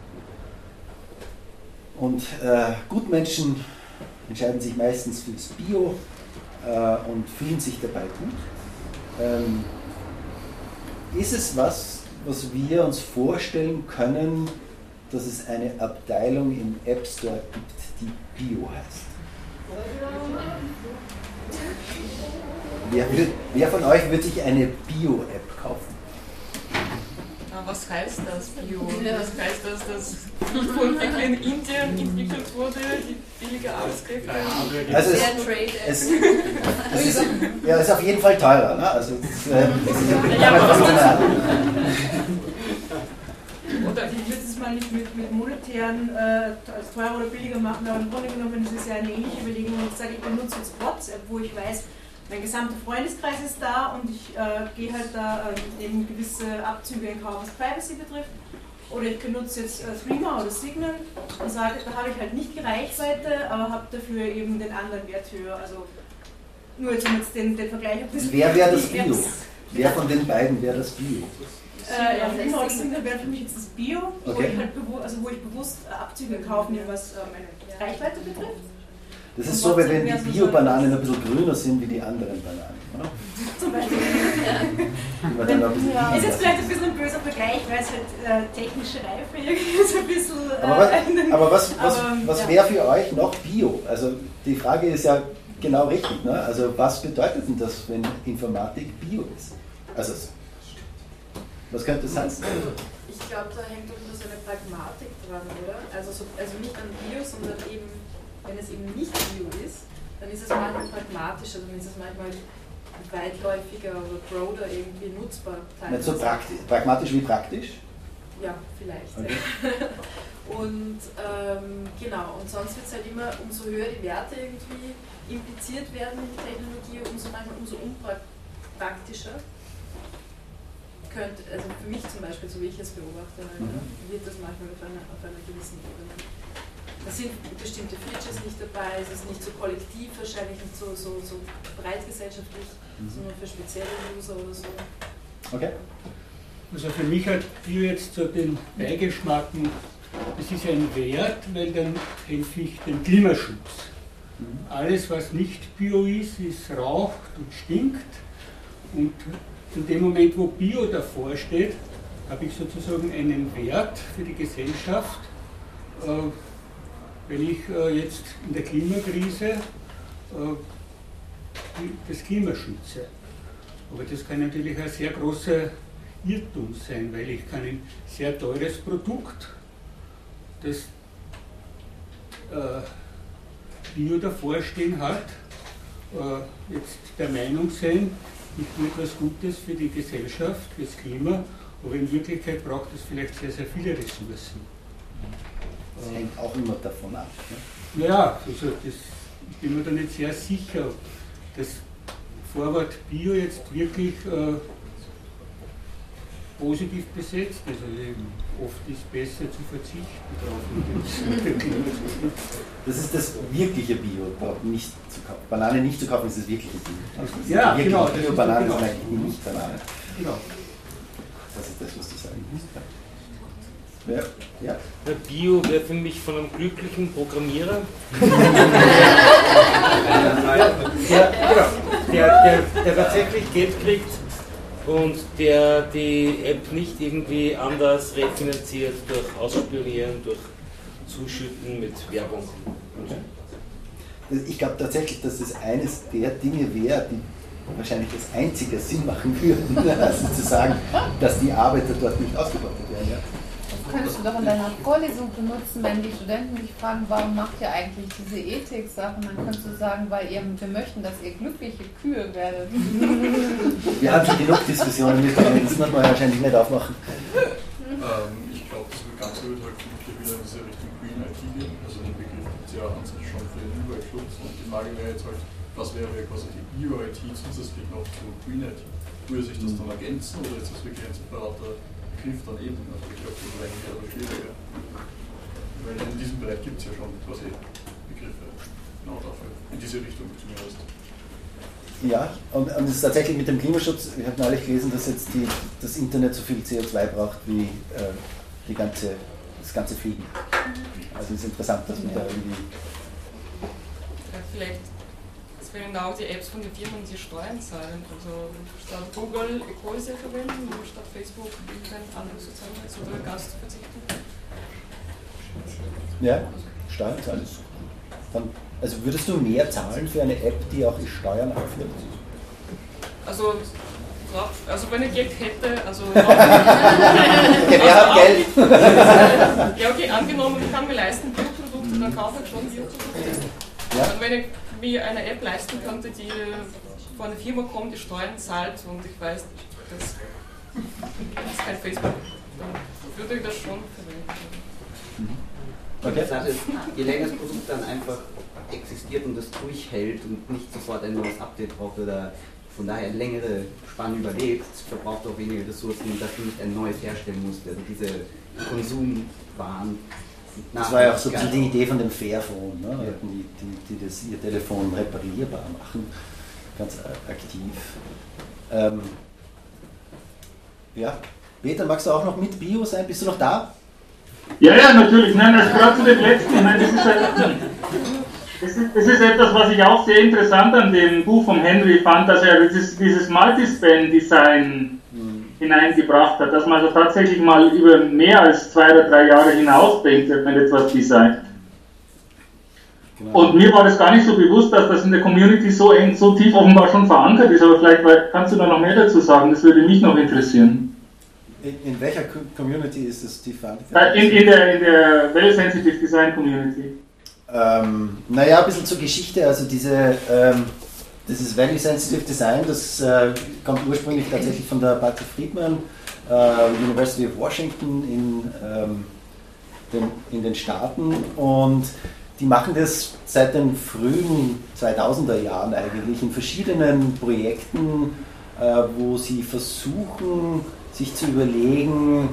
Und Gutmenschen entscheiden sich meistens fürs Bio und fühlen sich dabei gut. Ist es was wir uns vorstellen können, dass es eine Abteilung im App Store gibt, die Bio heißt? Wer von euch würde sich eine Bio-App kaufen? Was heißt das, Bio? Was heißt das, dass nicht von Entwicklern in Indien entwickelt wurde, die billige Arbeitskräfte? Also es ist auf jeden Fall teurer. Ne? Also oder ich würde es mal nicht mit monetären als teurer oder billiger machen, aber im Grunde genommen ist es ja eine ähnliche Überlegung, wenn ich sage, ich benutze jetzt WhatsApp, wo ich weiß, mein gesamter Freundeskreis ist da und ich gehe halt da eben gewisse Abzüge in Kauf, was Privacy betrifft. Oder ich benutze jetzt Threema oder Signal und sage, da habe ich halt nicht die Reichweite, aber habe dafür eben den anderen Wert höher. Also nur jetzt den Vergleich. Wer wäre das Bio? Wer von den beiden wäre das Bio? Threema oder Signal wäre für mich jetzt das Bio, okay. wo ich bewusst Abzüge kaufe, was meine Reichweite betrifft. Das ist so, wie wenn die Bio-Bananen ein bisschen grüner sind wie die anderen Bananen, oder? Zum Beispiel. Ist jetzt vielleicht ein bisschen ein böser Vergleich, weil es halt technische Reife irgendwie so ein bisschen... Aber was wäre für euch noch Bio? Also die Frage ist ja genau richtig, ne? Also was bedeutet denn das, wenn Informatik Bio ist? Also was könnte es heißen? Ich glaube, da hängt doch immer so eine Pragmatik dran, oder? Also nicht an Bio, sondern eben, wenn es eben nicht Bio ist, dann ist es manchmal pragmatischer, dann ist es manchmal weitläufiger oder broader irgendwie nutzbar. Nicht so pragmatisch wie praktisch? Ja, vielleicht. Okay. Und genau, und sonst wird es halt immer, umso höher die Werte irgendwie impliziert werden in die Technologie, umso unpraktischer könnte, also für mich zum Beispiel, so wie ich es beobachte, wird das manchmal auf einer gewissen Ebene. Da sind bestimmte Features nicht dabei, es ist nicht so kollektiv, wahrscheinlich nicht so breit gesellschaftlich, sondern für spezielle User oder so. Okay. Also für mich hat Bio jetzt so den Beigeschmack, es ist ein Wert, weil dann helfe ich dem Klimaschutz. Alles, was nicht Bio ist, raucht und stinkt. Und in dem Moment, wo Bio davor steht, habe ich sozusagen einen Wert für die Gesellschaft. Wenn ich jetzt in der Klimakrise das Klima schütze. Aber das kann natürlich ein sehr großer Irrtum sein, weil ich kann ein sehr teures Produkt, das Bio davor stehen hat, jetzt der Meinung sein, ich tue etwas Gutes für die Gesellschaft, fürs Klima, aber in Wirklichkeit braucht es vielleicht sehr, sehr viele Ressourcen. Das hängt auch immer davon ab. Ne? Ja, also ich bin mir da nicht sehr sicher, ob das Vorwort Bio jetzt wirklich positiv besetzt ist. Also oft ist es besser zu verzichten darauf. Das ist das wirkliche Bio, nicht zu kaufen. Banane nicht zu kaufen ist das wirkliche Bio. Also das ja, ist genau. Bio-Banane ist eigentlich nicht Banane. Genau. Das ist das, was du sagen musst. Ja. Ja. Der Bio wäre für mich von einem glücklichen Programmierer, der tatsächlich Geld kriegt und der die App nicht irgendwie anders refinanziert durch Ausspionieren, durch Zuschütten mit Werbung. Ich glaube tatsächlich, dass das eines der Dinge wäre, die wahrscheinlich das einzige Sinn machen würden, also zu sagen, dass die Arbeiter dort nicht ausgebeutet werden. Ja? Das könntest du doch in deiner Vorlesung benutzen, wenn die Studenten dich fragen, warum macht ihr eigentlich diese Ethik-Sachen, dann könntest du sagen, weil wir möchten, dass ihr glückliche Kühe werdet. Wir haben schon genug Diskussionen, das muss man wahrscheinlich nicht aufmachen. Ich glaube, das Ganze wird halt wieder in diese Richtung Green IT gehen. Also der Begriff gibt es ja an sich schon für den Umweltschutz. Und die Frage wäre jetzt halt, was wäre quasi die Bio-IT zusätzlich noch zu Green IT? Würde sich das dann ergänzen oder ist das wirklich ein separater Begriff dann eben? Also ich glaube, das ist eigentlich eher schwieriger. Weil in diesem Bereich gibt es ja schon quasi Begriffe genau dafür, in diese Richtung zumindest. Ja, und es ist tatsächlich mit dem Klimaschutz, ich habe neulich gelesen, dass jetzt das Internet so viel CO2 braucht wie das ganze Fliegen. Also es ist interessant, dass man da irgendwie... Vielleicht, das wären genau die Apps von den Firmen, die Steuern zahlen. Also statt Google Equality verwenden oder statt Facebook irgendein anderes soziales oder ganz zu verzichten. Ja, Steuern zahlen ist dann. Also würdest du mehr zahlen für eine App, die auch Steuern abführt? Also wenn ich Geld hätte, also... Okay, wer hat Geld? Ja, okay, angenommen, ich kann mir leisten Bioprodukte, dann kaufe ich schon Bioprodukte. Ja. Und wenn ich mir eine App leisten könnte, die von einer Firma kommt, die Steuern zahlt und ich weiß, das ist kein Facebook, dann würde ich das schon verwenden. Okay. Die Sache ist, je länger das Produkt dann einfach existiert und das durchhält und nicht sofort ein neues Update braucht oder von daher eine längere Spanne überlebt, verbraucht auch weniger Ressourcen, dass du nicht ein neues herstellen musst. Also diese Konsumwaren. Das war ja auch so die Idee von dem Fairphone, ne? Ja. Die das ihr Telefon reparierbar machen, ganz aktiv. Ja, Peter, magst du auch noch mit Bio sein? Bist du noch da? Ja, natürlich. Nein, das gerade zu dem letzten. Nein, das ist etwas, was ich auch sehr interessant an dem Buch von Henry fand, dass er dieses Multispan-Design hineingebracht hat, dass man also tatsächlich mal über mehr als 2 oder 3 Jahre hinausdenkt, wenn man etwas designt. Genau. Und mir war das gar nicht so bewusst, dass das in der Community so tief offenbar schon verankert ist, aber vielleicht kannst du da noch mehr dazu sagen, das würde mich noch interessieren. In welcher Community ist es tief verankert? In der Well-Sensitive Design Community. Naja, ein bisschen zur Geschichte, also diese Dieses Value Sensitive Design, das kommt ursprünglich tatsächlich von der Barclay Friedman University of Washington in den Staaten, und die machen das seit den frühen 2000er Jahren eigentlich in verschiedenen Projekten, wo sie versuchen, sich zu überlegen,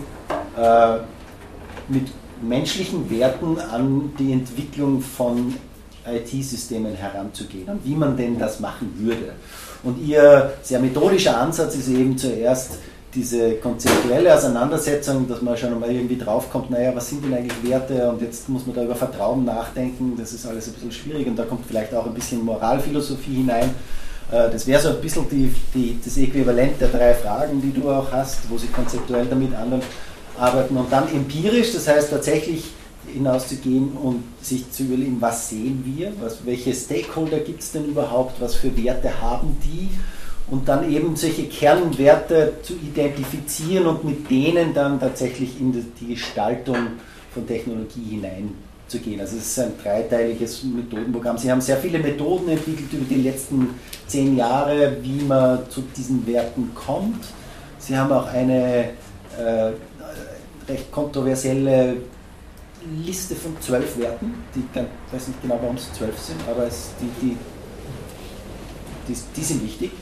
mit menschlichen Werten an die Entwicklung von IT-Systemen heranzugehen und wie man denn das machen würde. Und ihr sehr methodischer Ansatz ist eben zuerst diese konzeptuelle Auseinandersetzung, dass man schon einmal irgendwie draufkommt, naja, was sind denn eigentlich Werte, und jetzt muss man da über Vertrauen nachdenken, das ist alles ein bisschen schwierig, und da kommt vielleicht auch ein bisschen Moralphilosophie hinein. Das wäre so ein bisschen das Äquivalent der 3 Fragen, die du auch hast, wo sie konzeptuell damit arbeiten, und dann empirisch, das heißt tatsächlich hinauszugehen und sich zu überlegen, was sehen wir, welche Stakeholder gibt es denn überhaupt, was für Werte haben die, und dann eben solche Kernwerte zu identifizieren und mit denen dann tatsächlich in die Gestaltung von Technologie hineinzugehen. Also es ist ein 3-teiliges Methodenprogramm. Sie haben sehr viele Methoden entwickelt über die letzten 10 Jahre, wie man zu diesen Werten kommt. Sie haben auch eine recht kontroversielle Liste von 12 Werten, ich weiß nicht genau, warum es 12 sind, aber die sind wichtig.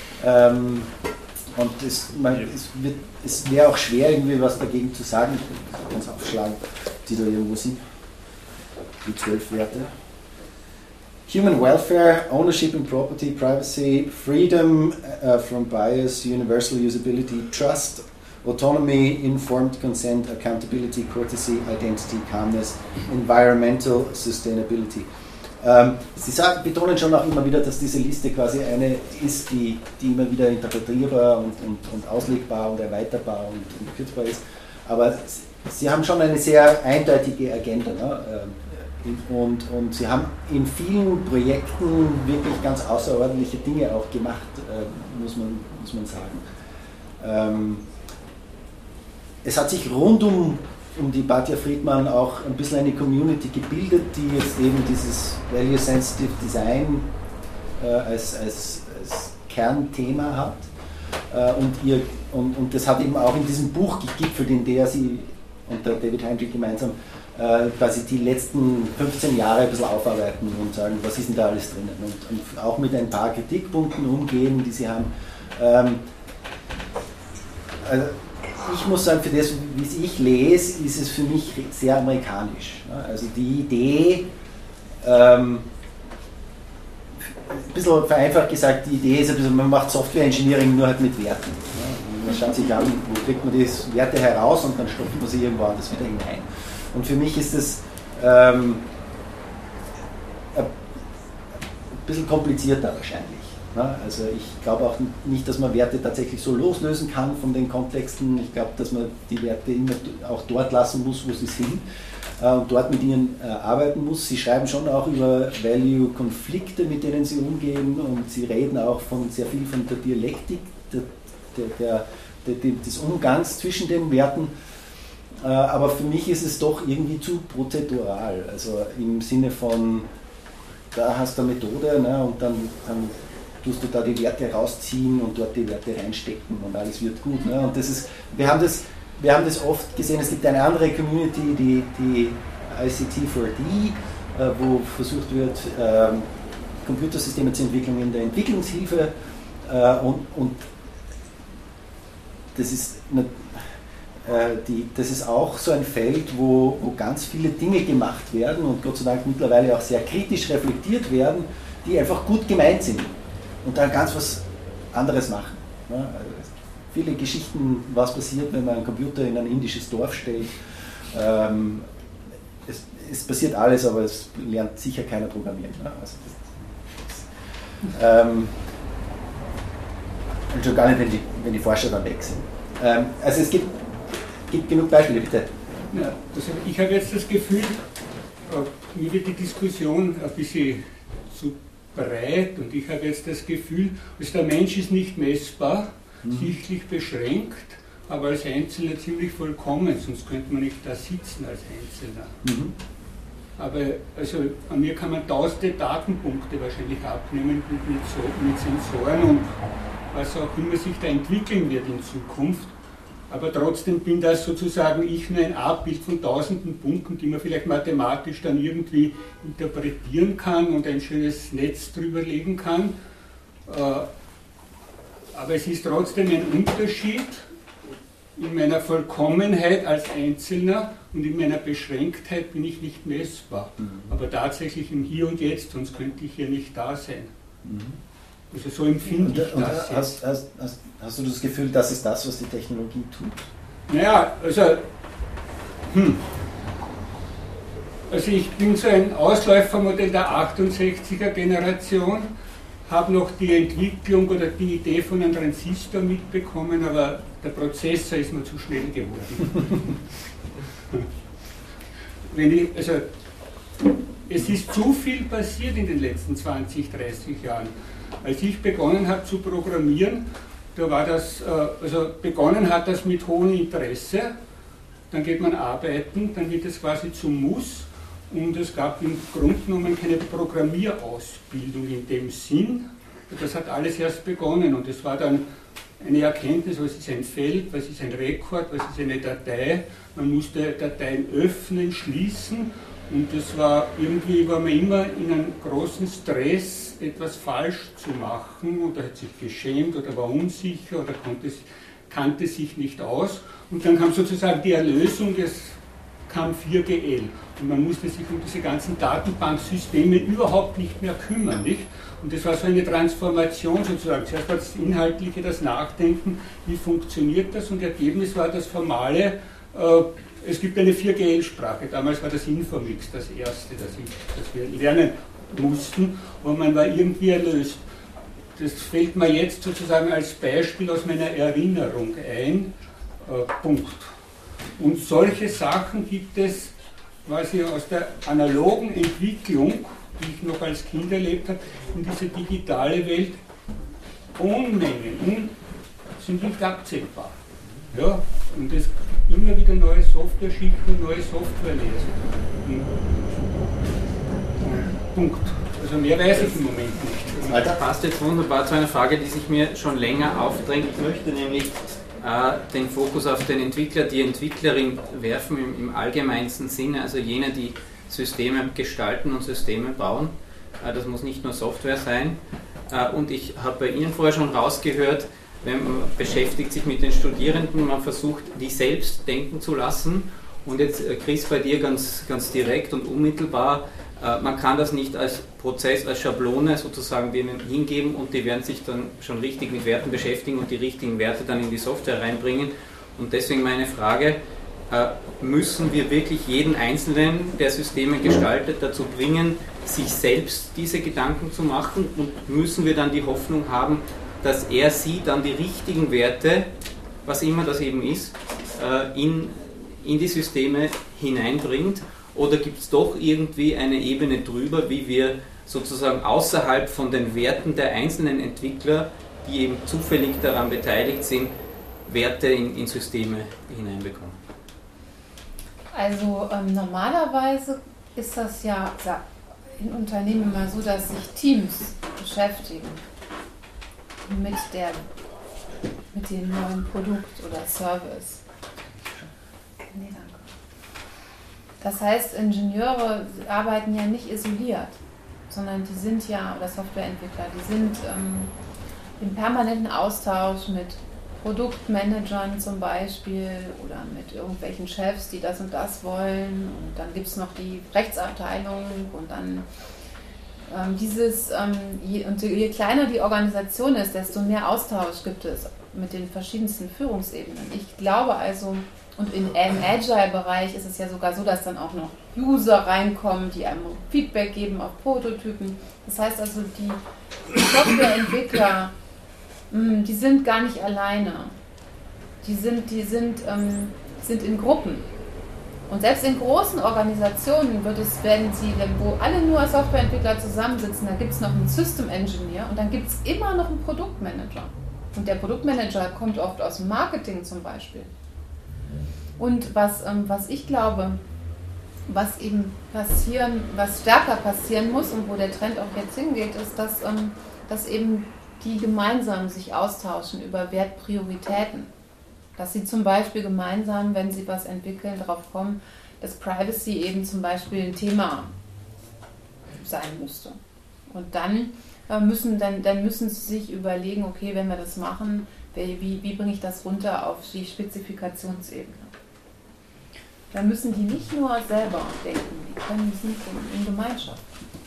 Und es wäre auch schwer, irgendwie was dagegen zu sagen. Ich kann es aufschlagen, die da irgendwo sind. Die 12 Werte. Human Welfare, Ownership and Property, Privacy, Freedom from Bias, Universal Usability, Trust, Autonomy, Informed Consent, Accountability, Courtesy, Identity, Calmness, Environmental Sustainability. Sie betonen schon auch immer wieder, dass diese Liste quasi eine ist, die immer wieder interpretierbar und auslegbar und erweiterbar und kürzbar ist. Aber Sie haben schon eine sehr eindeutige Agenda. Ne? Und Sie haben in vielen Projekten wirklich ganz außerordentliche Dinge auch gemacht, muss man sagen. Es hat sich rund um die Barclay Friedman auch ein bisschen eine Community gebildet, die jetzt eben dieses Value Sensitive Design als Kernthema hat. Und das hat eben auch in diesem Buch gegipfelt, in der Sie und der David Heinrich gemeinsam quasi die letzten 15 Jahre ein bisschen aufarbeiten und sagen, was ist denn da alles drinnen, und auch mit ein paar Kritikpunkten umgehen, die Sie haben. Ich muss sagen, für das, wie es ich lese, ist es für mich sehr amerikanisch. Also die Idee, ein bisschen vereinfacht gesagt, die Idee ist ein bisschen, man macht Software Engineering nur halt mit Werten. Man schaut sich an, wo kriegt man die Werte heraus, und dann stopft man sie irgendwo anders wieder hinein. Und für mich ist das ein bisschen komplizierter wahrscheinlich. Also ich glaube auch nicht, dass man Werte tatsächlich so loslösen kann von den Kontexten. Ich glaube, dass man die Werte immer auch dort lassen muss, wo sie sind, und dort mit ihnen arbeiten muss. Sie schreiben schon auch über Value-Konflikte, mit denen sie umgehen, und sie reden auch sehr viel von der Dialektik, des Umgangs zwischen den Werten. Aber für mich ist es doch irgendwie zu prozedural. Also im Sinne von, da hast du eine Methode, ne, und dann tust du da die Werte rausziehen und dort die Werte reinstecken und alles wird gut. Ne? Und das ist, wir haben das oft gesehen, es gibt eine andere Community, die ICT4D, wo versucht wird, Computersysteme zu entwickeln in der Entwicklungshilfe, und das ist auch so ein Feld, wo ganz viele Dinge gemacht werden und Gott sei Dank mittlerweile auch sehr kritisch reflektiert werden, die einfach gut gemeint sind und dann ganz was anderes machen. Ja, also viele Geschichten, was passiert, wenn man einen Computer in ein indisches Dorf stellt. Es passiert alles, aber es lernt sicher keiner programmieren. Ja, also und schon gar nicht, wenn die Forscher dann weg sind. Also es gibt genug Beispiele, bitte. Ja, ich habe jetzt das Gefühl, mir wird die Diskussion ein bisschen zu breit, und ich habe jetzt das Gefühl, dass der Mensch ist nicht messbar, sichtlich beschränkt, aber als Einzelner ziemlich vollkommen, sonst könnte man nicht da sitzen als Einzelner. Aber also an mir kann man tausende Datenpunkte wahrscheinlich abnehmen mit Sensoren und was auch immer sich da entwickeln wird in Zukunft. Aber trotzdem bin das sozusagen ich nur ein Abbild von tausenden Punkten, die man vielleicht mathematisch dann irgendwie interpretieren kann und ein schönes Netz drüber legen kann. Aber es ist trotzdem ein Unterschied in meiner Vollkommenheit als Einzelner und in meiner Beschränktheit bin ich nicht messbar. Aber tatsächlich im Hier und Jetzt, sonst könnte ich hier nicht da sein. Also so empfinde ich das. Hast du das Gefühl, das ist das, was die Technologie tut? Naja, also ich bin so ein Ausläufermodell der 68er Generation, habe noch die Entwicklung oder die Idee von einem Transistor mitbekommen, aber der Prozessor ist mir zu schnell geworden. Es ist zu viel passiert in den letzten 20, 30 Jahren. Als ich begonnen habe zu programmieren, da war das, begonnen hat das mit hohem Interesse, dann geht man arbeiten, dann wird es quasi zum Muss und es gab im Grunde genommen keine Programmierausbildung in dem Sinn. Das hat alles erst begonnen und es war dann eine Erkenntnis, was ist ein Feld, was ist ein Rekord, was ist eine Datei. Man musste Dateien öffnen, schließen und das war man immer in einem großen Stress, etwas falsch zu machen oder hat sich geschämt oder war unsicher oder kannte sich nicht aus. Und dann kam sozusagen die Erlösung, es kam 4GL. Und man musste sich um diese ganzen Datenbanksysteme überhaupt nicht mehr kümmern. Nicht? Und das war so eine Transformation sozusagen. Zuerst war das Inhaltliche, das Nachdenken, wie funktioniert das? Und Ergebnis war das Formale, es gibt eine 4GL-Sprache. Damals war das Infomix das erste, das wir lernen mussten. Und man war irgendwie erlöst. Das fällt mir jetzt sozusagen als Beispiel aus meiner Erinnerung ein. Punkt. Und solche Sachen gibt es quasi aus der analogen Entwicklung, die ich noch als Kind erlebt habe, in diese digitale Welt Unmengen sind nicht abzählbar. Ja, und es immer wieder neue Software-Schichten, neue Software-Lesen. Punkt. Also mehr weiß ich im Moment nicht. Das passt jetzt wunderbar zu einer Frage, die sich mir schon länger aufdrängt. Ich möchte nämlich den Fokus auf den Entwickler, die Entwicklerin werfen im allgemeinsten Sinne, also jene, die Systeme gestalten und Systeme bauen. Das muss nicht nur Software sein. Und ich habe bei Ihnen vorher schon rausgehört, man beschäftigt sich mit den Studierenden, man versucht, die selbst denken zu lassen. Und jetzt, Chris, bei dir ganz direkt und unmittelbar, man kann das nicht als Prozess, als Schablone sozusagen denen hingeben und die werden sich dann schon richtig mit Werten beschäftigen und die richtigen Werte dann in die Software reinbringen. Und deswegen meine Frage, müssen wir wirklich jeden Einzelnen, der Systeme gestaltet, dazu bringen, sich selbst diese Gedanken zu machen und müssen wir dann die Hoffnung haben, dass er sie dann die richtigen Werte, was immer das eben ist, in die Systeme hineinbringt? Oder gibt es doch irgendwie eine Ebene drüber, wie wir sozusagen außerhalb von den Werten der einzelnen Entwickler, die eben zufällig daran beteiligt sind, Werte in Systeme hineinbekommen? Also normalerweise ist das ja in Unternehmen immer so, dass sich Teams beschäftigen mit dem neuen Produkt oder Service. Nee, danke. Das heißt, Ingenieure arbeiten ja nicht isoliert, sondern die sind ja, oder Softwareentwickler, die sind im permanenten Austausch mit Produktmanagern zum Beispiel oder mit irgendwelchen Chefs, die das und das wollen. Und dann gibt es noch die Rechtsabteilung und dann je kleiner die Organisation ist, desto mehr Austausch gibt es mit den verschiedensten Führungsebenen. Ich glaube also, und im Agile-Bereich ist es ja sogar so, dass dann auch noch User reinkommen, die einem Feedback geben auf Prototypen. Das heißt also, die Softwareentwickler, die sind gar nicht alleine. Die sind in Gruppen. Und selbst in großen Organisationen werden sie, wo alle nur Softwareentwickler zusammensitzen, da gibt es noch einen System Engineer und dann gibt es immer noch einen Produktmanager. Und der Produktmanager kommt oft aus dem Marketing zum Beispiel. Und was ich glaube, was eben was stärker passieren muss und wo der Trend auch jetzt hingeht, ist, dass eben die gemeinsam sich austauschen über Wertprioritäten. Dass sie zum Beispiel gemeinsam, wenn sie was entwickeln, darauf kommen, dass Privacy eben zum Beispiel ein Thema sein müsste. Und dann müssen sie sich überlegen, okay, wenn wir das machen, wie bringe ich das runter auf die Spezifikationsebene. Da müssen die nicht nur selber denken, die können es in Gemeinschaft.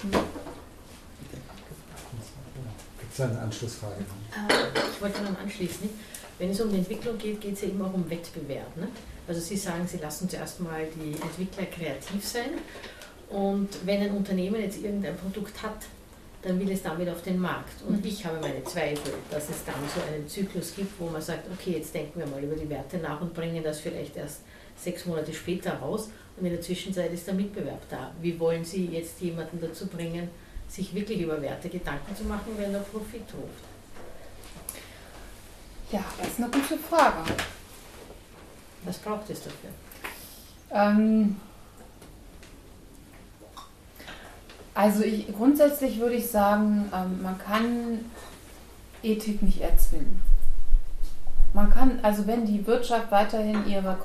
Gibt es eine Anschlussfrage? Ich wollte noch anschließen. Wenn es um die Entwicklung geht, geht es ja immer auch um Wettbewerb. Ne? Also Sie sagen, Sie lassen zuerst mal die Entwickler kreativ sein. Und wenn ein Unternehmen jetzt irgendein Produkt hat, dann will es damit auf den Markt. Und ich habe meine Zweifel, dass es dann so einen Zyklus gibt, wo man sagt, okay, jetzt denken wir mal über die Werte nach und bringen das vielleicht erst 6 Monate später raus. Und in der Zwischenzeit ist der Mitbewerb da. Wie wollen Sie jetzt jemanden dazu bringen, sich wirklich über Werte Gedanken zu machen, wenn er Profit ruft? Ja, das ist eine gute Frage. Was braucht es dafür? Also grundsätzlich würde ich sagen, man kann Ethik nicht erzwingen. Man kann, also wenn die Wirtschaft weiterhin ihre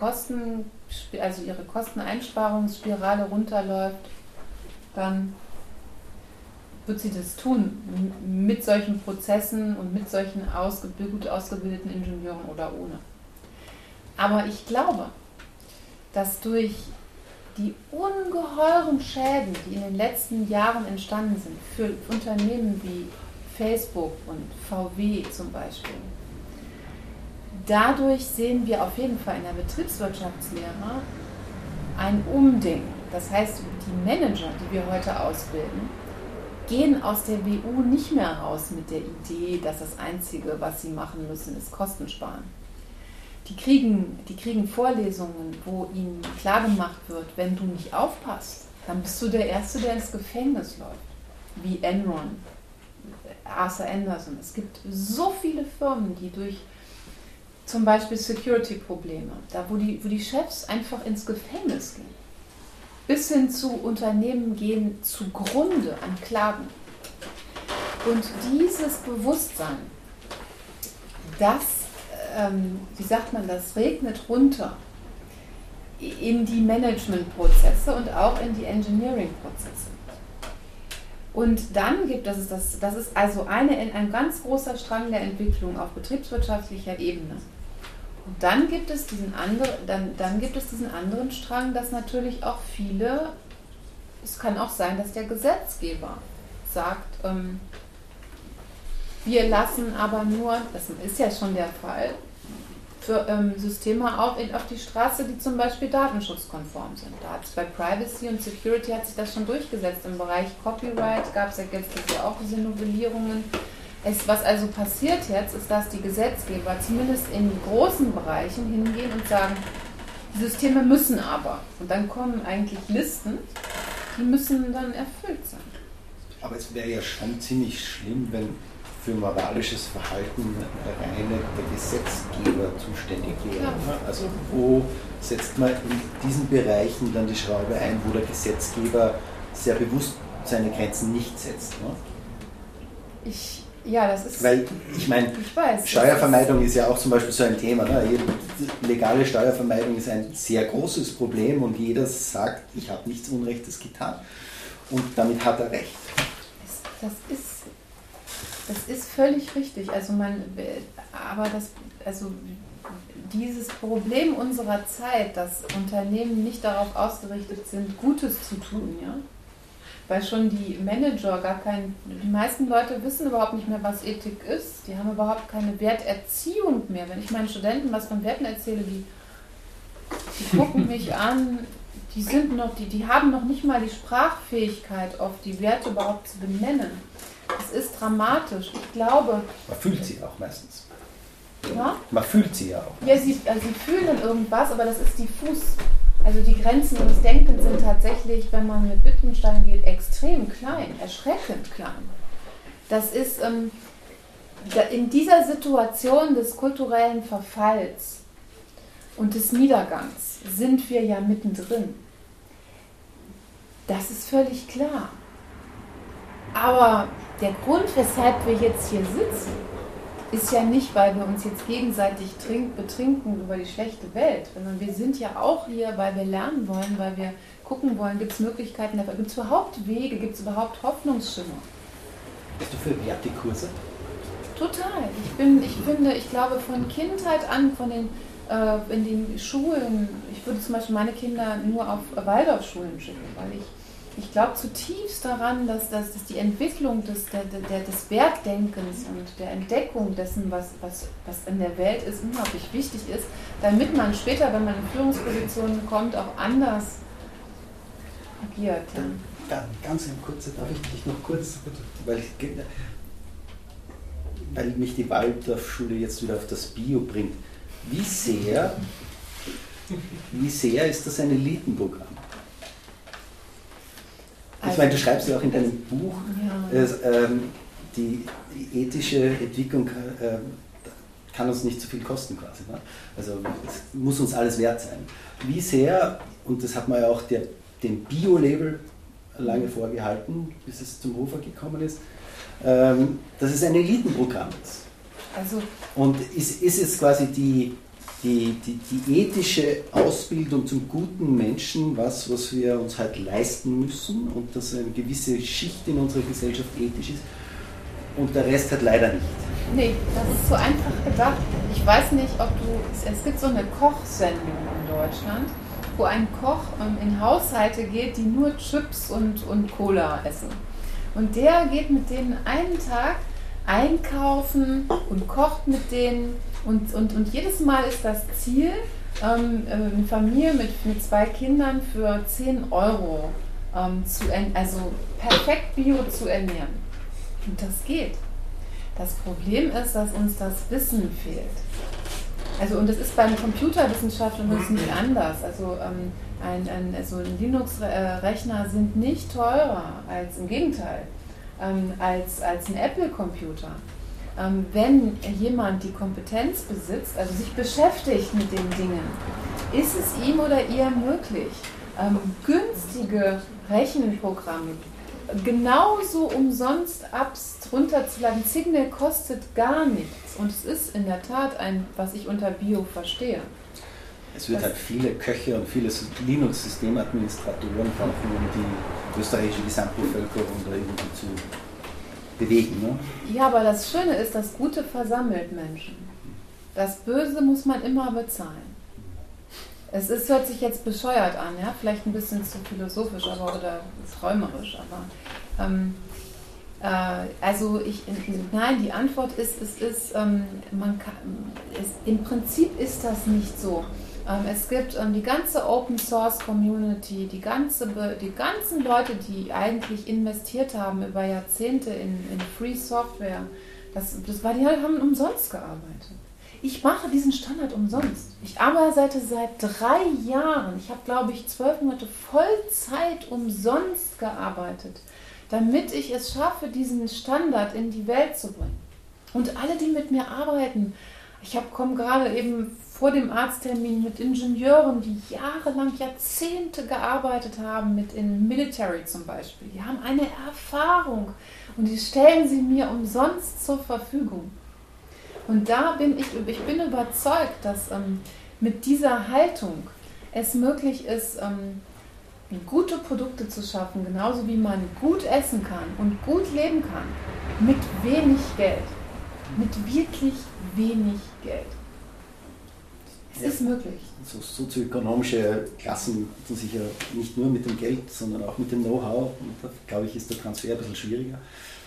Kosteneinsparungsspirale runterläuft, dann wird sie das tun, mit solchen Prozessen und mit solchen gut ausgebildeten Ingenieuren oder ohne. Aber ich glaube, dass durch die ungeheuren Schäden, die in den letzten Jahren entstanden sind, für Unternehmen wie Facebook und VW zum Beispiel, dadurch sehen wir auf jeden Fall in der Betriebswirtschaftslehre ein Umdenken. Das heißt, die Manager, die wir heute ausbilden, gehen aus der WU nicht mehr raus mit der Idee, dass das Einzige, was sie machen müssen, ist Kosten sparen. Die kriegen Vorlesungen, wo ihnen klargemacht wird, wenn du nicht aufpasst, dann bist du der Erste, der ins Gefängnis läuft. Wie Enron, Arthur Andersen. Es gibt so viele Firmen, die durch zum Beispiel Security-Probleme, da wo die Chefs einfach ins Gefängnis gehen, bis hin zu Unternehmen gehen zugrunde an Klagen. Und dieses Bewusstsein, das, wie sagt man das, regnet runter in die Managementprozesse und auch in die Engineering-Prozesse. Und dann gibt es, das ist also ein ganz großer Strang der Entwicklung auf betriebswirtschaftlicher Ebene. Und dann gibt es diesen anderen Strang, dass natürlich auch viele, es kann auch sein, dass der Gesetzgeber sagt, wir lassen aber nur, das ist ja schon der Fall, für Systeme auf die Straße, die zum Beispiel datenschutzkonform sind. Da hat es bei Privacy und Security hat sich das schon durchgesetzt. Im Bereich Copyright gab es ja jetzt auch diese Novellierungen. Was also passiert jetzt, ist, dass die Gesetzgeber zumindest in die großen Bereichen hingehen und sagen, die Systeme müssen aber. Und dann kommen eigentlich Listen, die müssen dann erfüllt sein. Aber es wäre ja schon ziemlich schlimm, wenn für moralisches Verhalten reine der Gesetzgeber zuständig wäre. Ja. Also wo setzt man in diesen Bereichen dann die Schraube ein, wo der Gesetzgeber sehr bewusst seine Grenzen nicht setzt? Ne? Ja, das ist... Weil, ich meine, Steuervermeidung ist ja auch zum Beispiel so ein Thema. Ne? Legale Steuervermeidung ist ein sehr großes Problem und jeder sagt, ich habe nichts Unrechtes getan. Und damit hat er recht. Das ist völlig richtig. Dieses Problem unserer Zeit, dass Unternehmen nicht darauf ausgerichtet sind, Gutes zu tun, ja? Weil schon die Manager die meisten Leute wissen überhaupt nicht mehr, was Ethik ist. Die haben überhaupt keine Werterziehung mehr. Wenn ich meinen Studenten was von Werten erzähle, die gucken mich an, die haben noch nicht mal die Sprachfähigkeit, oft die Werte überhaupt zu benennen. Das ist dramatisch. Ich glaube... Man fühlt sie auch meistens. Ja? Man fühlt sie ja auch. Ja, sie fühlen dann irgendwas, aber das ist diffus. Also die Grenzen des Denkens sind tatsächlich, wenn man mit Wittgenstein geht, extrem klein, erschreckend klein. Das ist in dieser Situation des kulturellen Verfalls und des Niedergangs sind wir ja mittendrin. Das ist völlig klar. Aber der Grund, weshalb wir jetzt hier sitzen, ist ja nicht, weil wir uns jetzt gegenseitig betrinken über die schlechte Welt, sondern wir sind ja auch hier, weil wir lernen wollen, weil wir gucken wollen, gibt es Möglichkeiten dafür, gibt es überhaupt Wege, gibt es überhaupt Hoffnungsschimmer? Bist du für Wertekurse? Total. Ich glaube von Kindheit an, in den Schulen, ich würde zum Beispiel meine Kinder nur auf Waldorfschulen schicken, weil ich glaube zutiefst daran, dass die Entwicklung des Werkdenkens und der Entdeckung dessen, was in der Welt ist, unglaublich wichtig ist, damit man später, wenn man in Führungspositionen kommt, auch anders agiert. Dann ganz kurz, darf ich dich noch kurz, weil mich die Waldorfschule jetzt wieder auf das Bio bringt. Wie sehr ist das ein Elitenprogramm? Ich meine, du schreibst ja auch in deinem Buch, die ethische Entwicklung kann uns nicht zu viel kosten quasi. Ne? Also es muss uns alles wert sein. Wie sehr, und das hat man ja auch dem Bio-Label lange vorgehalten, bis es zum Hofer gekommen ist, dass es ein Elitenprogramm ist. Und ist jetzt quasi die ethische Ausbildung zum guten Menschen was wir uns halt leisten müssen und dass eine gewisse Schicht in unserer Gesellschaft ethisch ist und der Rest halt leider nicht? Nee, das ist so einfach gedacht. Ich weiß nicht, es gibt so eine Kochsendung in Deutschland, wo ein Koch in Haushalte geht, die nur Chips und Cola essen. Und der geht mit denen einen Tag einkaufen und kocht mit denen und jedes Mal ist das Ziel, eine Familie mit 2 Kindern für 10 €, also perfekt bio zu ernähren. Und das geht. Das Problem ist, dass uns das Wissen fehlt. Und das ist beim Computerwissenschaftlern nicht anders. Ein Linux-Rechner sind nicht teurer als im Gegenteil, als ein Apple-Computer. Wenn jemand die Kompetenz besitzt, also sich beschäftigt mit den Dingen, ist es ihm oder ihr möglich, günstige Rechenprogramme genauso umsonst runterzuladen. Signal kostet gar nichts und es ist in der Tat was ich unter Bio verstehe. Es wird halt viele Köche und viele Linux-Systemadministratoren brauchen, um die österreichische Gesamtbevölkerung da irgendwie zu bewegen. Ne? Ja, aber das Schöne ist, das Gute versammelt Menschen. Das Böse muss man immer bezahlen. Es hört sich jetzt bescheuert an, ja? Vielleicht ein bisschen zu philosophisch oder träumerisch, aber nein, die Antwort ist, im Prinzip ist das nicht so. Es gibt die ganze Open Source Community, die ganzen Leute, die eigentlich investiert haben über Jahrzehnte in Free Software, die haben umsonst gearbeitet. Ich mache diesen Standard umsonst. Ich arbeite seit 3 Jahren. Ich habe, glaube ich, 12 Monate Vollzeit umsonst gearbeitet, damit ich es schaffe, diesen Standard in die Welt zu bringen. Und alle, die mit mir arbeiten, komme gerade eben vor dem Arzttermin mit Ingenieuren, die jahrelang, Jahrzehnte gearbeitet haben, in Military zum Beispiel. Die haben eine Erfahrung und die stellen sie mir umsonst zur Verfügung. Und da bin ich bin überzeugt, dass mit dieser Haltung es möglich ist, gute Produkte zu schaffen, genauso wie man gut essen kann und gut leben kann, mit wenig Geld. Mit wirklich wenig Geld. Es ist möglich. So sozioökonomische Klassen tun sich ja nicht nur mit dem Geld, sondern auch mit dem Know-how. Und da, glaube ich, ist der Transfer ein bisschen schwieriger.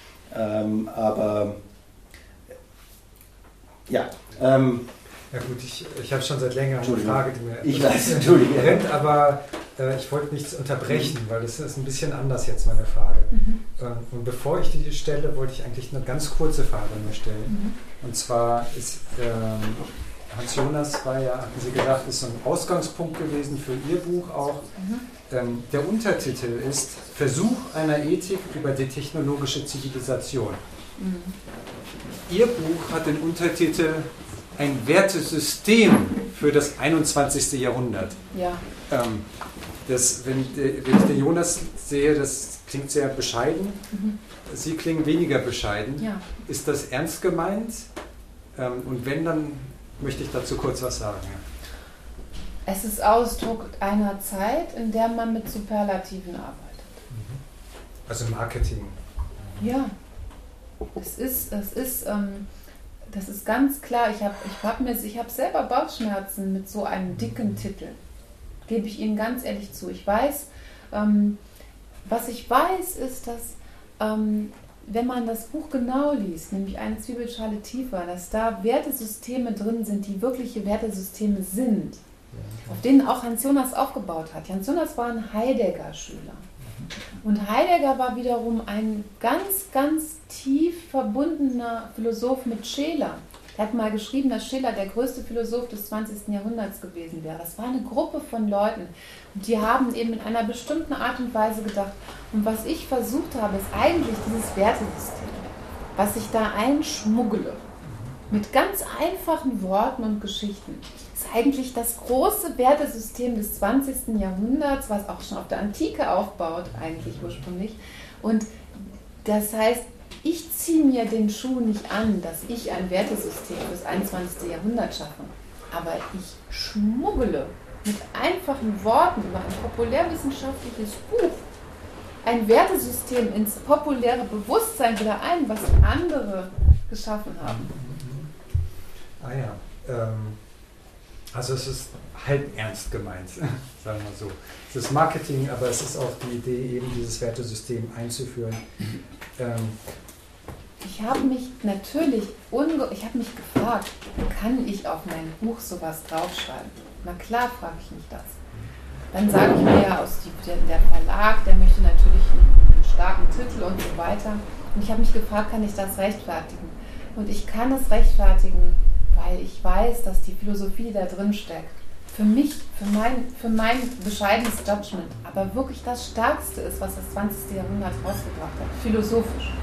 Ja gut, ich habe schon seit längerem eine Frage, die mir brennt, aber ich wollte nichts unterbrechen, weil das ist ein bisschen anders jetzt meine Frage. Und bevor ich die stelle, wollte ich eigentlich eine ganz kurze Frage mir stellen. Und zwar ist Hans Jonas hatten Sie gesagt, ist so ein Ausgangspunkt gewesen für Ihr Buch auch. Der Untertitel ist Versuch einer Ethik über die technologische Zivilisation. Ihr Buch hat den Untertitel Ein Wertesystem für das 21. Jahrhundert. Ja. Wenn ich den Jonas sehe, das klingt sehr bescheiden. Sie klingen weniger bescheiden. Ja. Ist das ernst gemeint? Und wenn, dann möchte ich dazu kurz was sagen. Es ist Ausdruck einer Zeit, in der man mit Superlativen arbeitet. Also Marketing. Ja, das ist ganz klar. Ich habe selber Bauchschmerzen mit so einem dicken Titel. Gebe ich Ihnen ganz ehrlich zu. Ich weiß, was ich weiß, ist, dass wenn man das Buch genau liest, nämlich eine Zwiebelschale tiefer, dass da Wertesysteme drin sind, die wirkliche Wertesysteme sind, auf denen auch Hans Jonas aufgebaut hat. Hans Jonas war ein Heidegger-Schüler. Und Heidegger war wiederum ein ganz, ganz tief verbundener Philosoph mit Scheler. Er hat mal geschrieben, dass Scheler der größte Philosoph des 20. Jahrhunderts gewesen wäre. Das war eine Gruppe von Leuten. Und die haben eben in einer bestimmten Art und Weise gedacht. Und was ich versucht habe, ist eigentlich dieses Wertesystem, was ich da einschmuggle, mit ganz einfachen Worten und Geschichten, ist eigentlich das große Wertesystem des 20. Jahrhunderts, was auch schon auf der Antike aufbaut, eigentlich ursprünglich. Und das heißt, ich ziehe mir den Schuh nicht an, dass ich ein Wertesystem des 21. Jahrhunderts schaffe. Aber ich schmuggle mit einfachen Worten über ein populärwissenschaftliches Buch ein Wertesystem ins populäre Bewusstsein wieder ein, was andere geschaffen haben. Ah ja, also es ist halb ernst gemeint, sagen wir so. Es ist Marketing, aber es ist auch die Idee, eben dieses Wertesystem einzuführen. Ich habe mich natürlich gefragt, kann ich auf mein Buch sowas draufschreiben? Na klar, frage ich mich das. Dann sage ich mir ja, der Verlag, der möchte natürlich einen starken Titel und so weiter. Und ich habe mich gefragt, kann ich das rechtfertigen? Und ich kann es rechtfertigen, weil ich weiß, dass die Philosophie, die da drin steckt, für mich, für mein bescheidenes Judgment, aber wirklich das Stärkste ist, was das 20. Jahrhundert rausgebracht hat, philosophisch.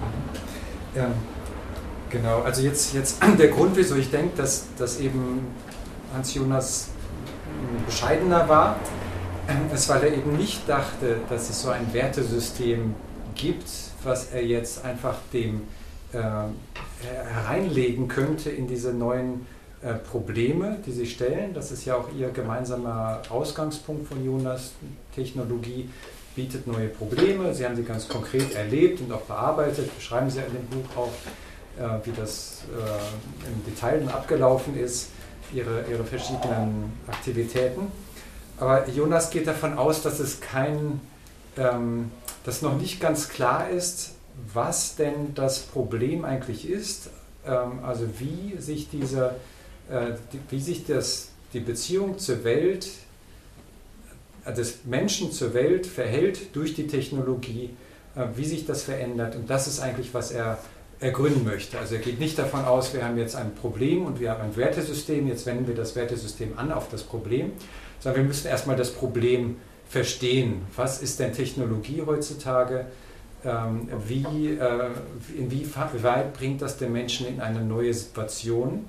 Genau, also jetzt der Grund, wieso ich denke, dass eben Hans Jonas bescheidener war, ist, weil er eben nicht dachte, dass es so ein Wertesystem gibt, was er jetzt einfach dem hereinlegen könnte in diese neuen Probleme, die sich stellen. Das ist ja auch ihr gemeinsamer Ausgangspunkt von Jonas. Technologie bietet neue Probleme. Sie haben sie ganz konkret erlebt und auch bearbeitet. Beschreiben Sie in dem Buch auch, wie das im Detail abgelaufen ist, ihre verschiedenen Aktivitäten. Aber Jonas geht davon aus, dass es dass noch nicht ganz klar ist, was denn das Problem eigentlich ist, also wie sich die Beziehung zur Welt, des Menschen zur Welt verhält durch die Technologie, wie sich das verändert. Und das ist eigentlich, was er ergründen möchte. Also er geht nicht davon aus, wir haben jetzt ein Problem und wir haben ein Wertesystem, jetzt wenden wir das Wertesystem an auf das Problem, sondern wir müssen erstmal das Problem verstehen. Was ist denn Technologie heutzutage? Inwieweit bringt das den Menschen in eine neue Situation,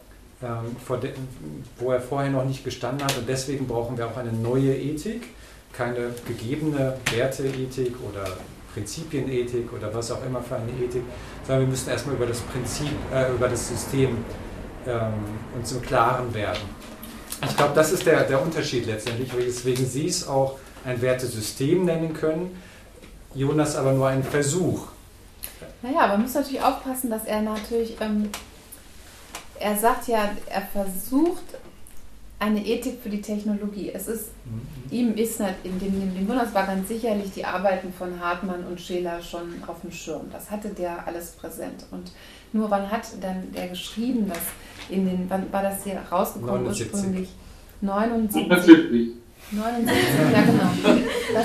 wo er vorher noch nicht gestanden hat? Und deswegen brauchen wir auch eine neue Ethik, keine gegebene Werteethik oder Prinzipienethik oder was auch immer für eine Ethik, sondern wir müssen erstmal über das Prinzip, über das System uns im Klaren werden. Ich glaube, das ist der Unterschied letztendlich, weswegen Sie es auch ein Wertesystem nennen können, Jonas aber nur einen Versuch. Naja, man muss natürlich aufpassen, dass er natürlich, er sagt ja, er versucht eine Ethik für die Technologie. Ihm ist in dem Jonas war ganz sicherlich die Arbeiten von Hartmann und Scheler schon auf dem Schirm. Das hatte der alles präsent. Und nur wann hat dann der geschrieben, dass wann war das hier rausgekommen 79. ursprünglich? 79, ja genau.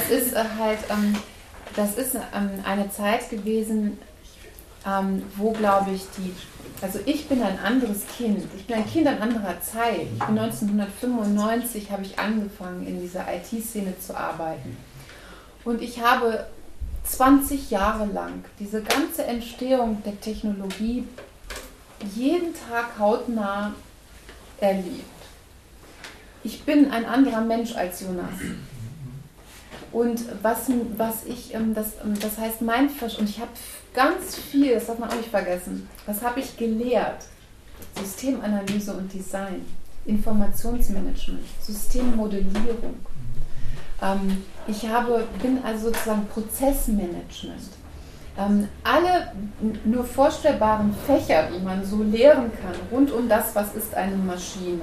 Das ist eine Zeit gewesen, wo, glaube ich, also ich bin ein anderes Kind. Ich bin ein Kind an anderer Zeit. Ich bin 1995, habe ich angefangen, in dieser IT-Szene zu arbeiten. Und ich habe 20 Jahre lang diese ganze Entstehung der Technologie jeden Tag hautnah erlebt. Ich bin ein anderer Mensch als Jonas. Und das heißt mein Verständnis, und ich habe ganz viel, das darf man auch nicht vergessen, was habe ich gelehrt? Systemanalyse und Design, Informationsmanagement, Systemmodellierung. Ich bin also sozusagen Prozessmanagement. Alle nur vorstellbaren Fächer, die man so lehren kann, rund um das, was ist eine Maschine,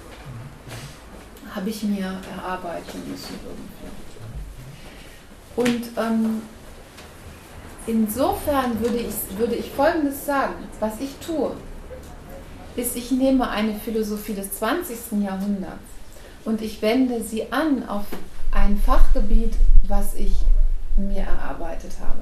habe ich mir erarbeiten müssen irgendwie. Und insofern würde ich Folgendes sagen: Was ich tue, ist, ich nehme eine Philosophie des 20. Jahrhunderts und ich wende sie an auf ein Fachgebiet, was ich mir erarbeitet habe.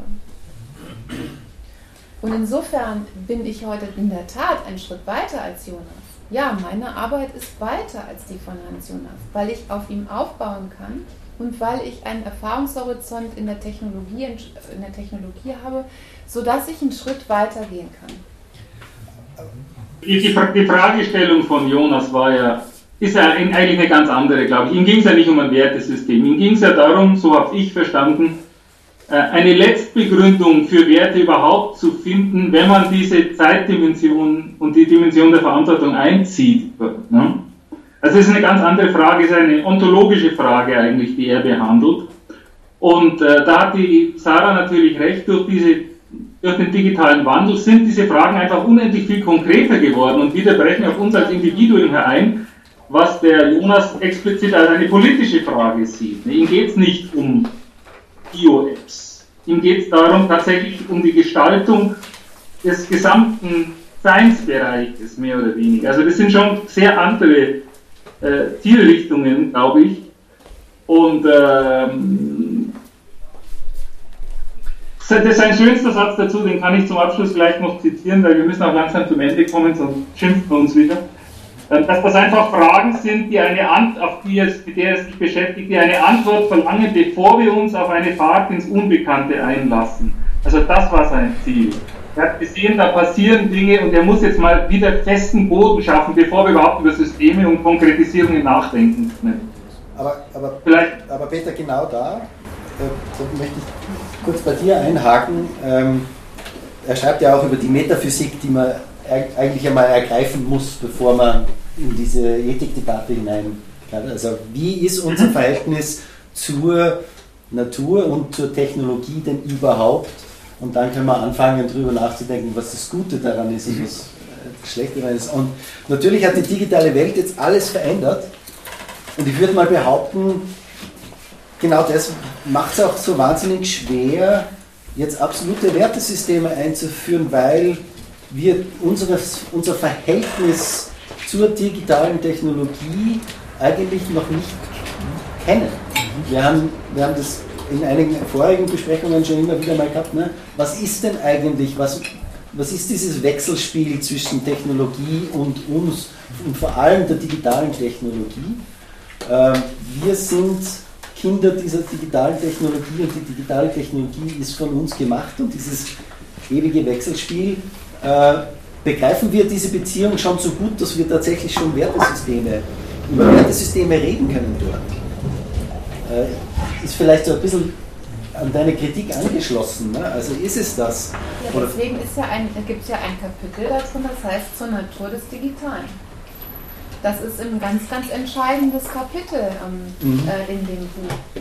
Und insofern bin ich heute in der Tat einen Schritt weiter als Jonas. Ja, meine Arbeit ist weiter als die von Hans Jonas, weil ich auf ihm aufbauen kann und weil ich einen Erfahrungshorizont in der Technologie habe, sodass ich einen Schritt weiter gehen kann. Die Fragestellung von Jonas ist ja eigentlich eine ganz andere, glaube ich. Ihm ging es ja nicht um ein Wertesystem. Ihm ging es ja darum, so habe ich verstanden, eine Letztbegründung für Werte überhaupt zu finden, wenn man diese Zeitdimension und die Dimension der Verantwortung einzieht. Also es ist eine ganz andere Frage, es ist eine ontologische Frage eigentlich, die er behandelt. Und da hat die Sarah natürlich recht, durch den digitalen Wandel sind diese Fragen einfach unendlich viel konkreter geworden und widerbrechen auf uns als Individuen herein, was der Jonas explizit als eine politische Frage sieht. Ihm geht es nicht um Bio-Apps. Ihm geht es darum, tatsächlich um die Gestaltung des gesamten Science-Bereiches, mehr oder weniger. Also das sind schon sehr andere Zielrichtungen, glaube ich. Und das ist ein schönster Satz dazu, den kann ich zum Abschluss gleich noch zitieren, weil wir müssen auch langsam zum Ende kommen, sonst schimpfen wir uns wieder. Dass das einfach Fragen sind, mit der es sich beschäftigt, die eine Antwort verlangen, bevor wir uns auf eine Fahrt ins Unbekannte einlassen. Also das war sein Ziel. Er hat gesehen, da passieren Dinge und er muss jetzt mal wieder festen Boden schaffen, bevor wir überhaupt über Systeme und Konkretisierungen nachdenken können. Aber Peter, genau da möchte ich kurz bei dir einhaken. Er schreibt ja auch über die Metaphysik, die man eigentlich einmal ergreifen muss, bevor man in diese Ethikdebatte hinein kann. Also wie ist unser Verhältnis zur Natur und zur Technologie denn überhaupt? Und dann können wir anfangen, darüber nachzudenken, was das Gute daran ist und was das Schlechte daran ist. Und natürlich hat die digitale Welt jetzt alles verändert. Und ich würde mal behaupten, genau das macht es auch so wahnsinnig schwer, jetzt absolute Wertesysteme einzuführen, weil wir unser Verhältnis zur digitalen Technologie eigentlich noch nicht kennen. Wir haben das in einigen vorigen Besprechungen schon immer wieder mal gehabt. Ne? Was ist denn eigentlich, was ist dieses Wechselspiel zwischen Technologie und uns und vor allem der digitalen Technologie? Wir sind Kinder dieser digitalen Technologie und die digitale Technologie ist von uns gemacht und dieses ewige Wechselspiel. Begreifen wir diese Beziehung schon so gut, dass wir tatsächlich schon über Wertesysteme reden können dort? Ist vielleicht so ein bisschen an deine Kritik angeschlossen, ne? Also ist es das? Ja, deswegen gibt es ja ein Kapitel dazu, das heißt zur Natur des Digitalen. Das ist ein ganz, ganz entscheidendes Kapitel in dem Buch.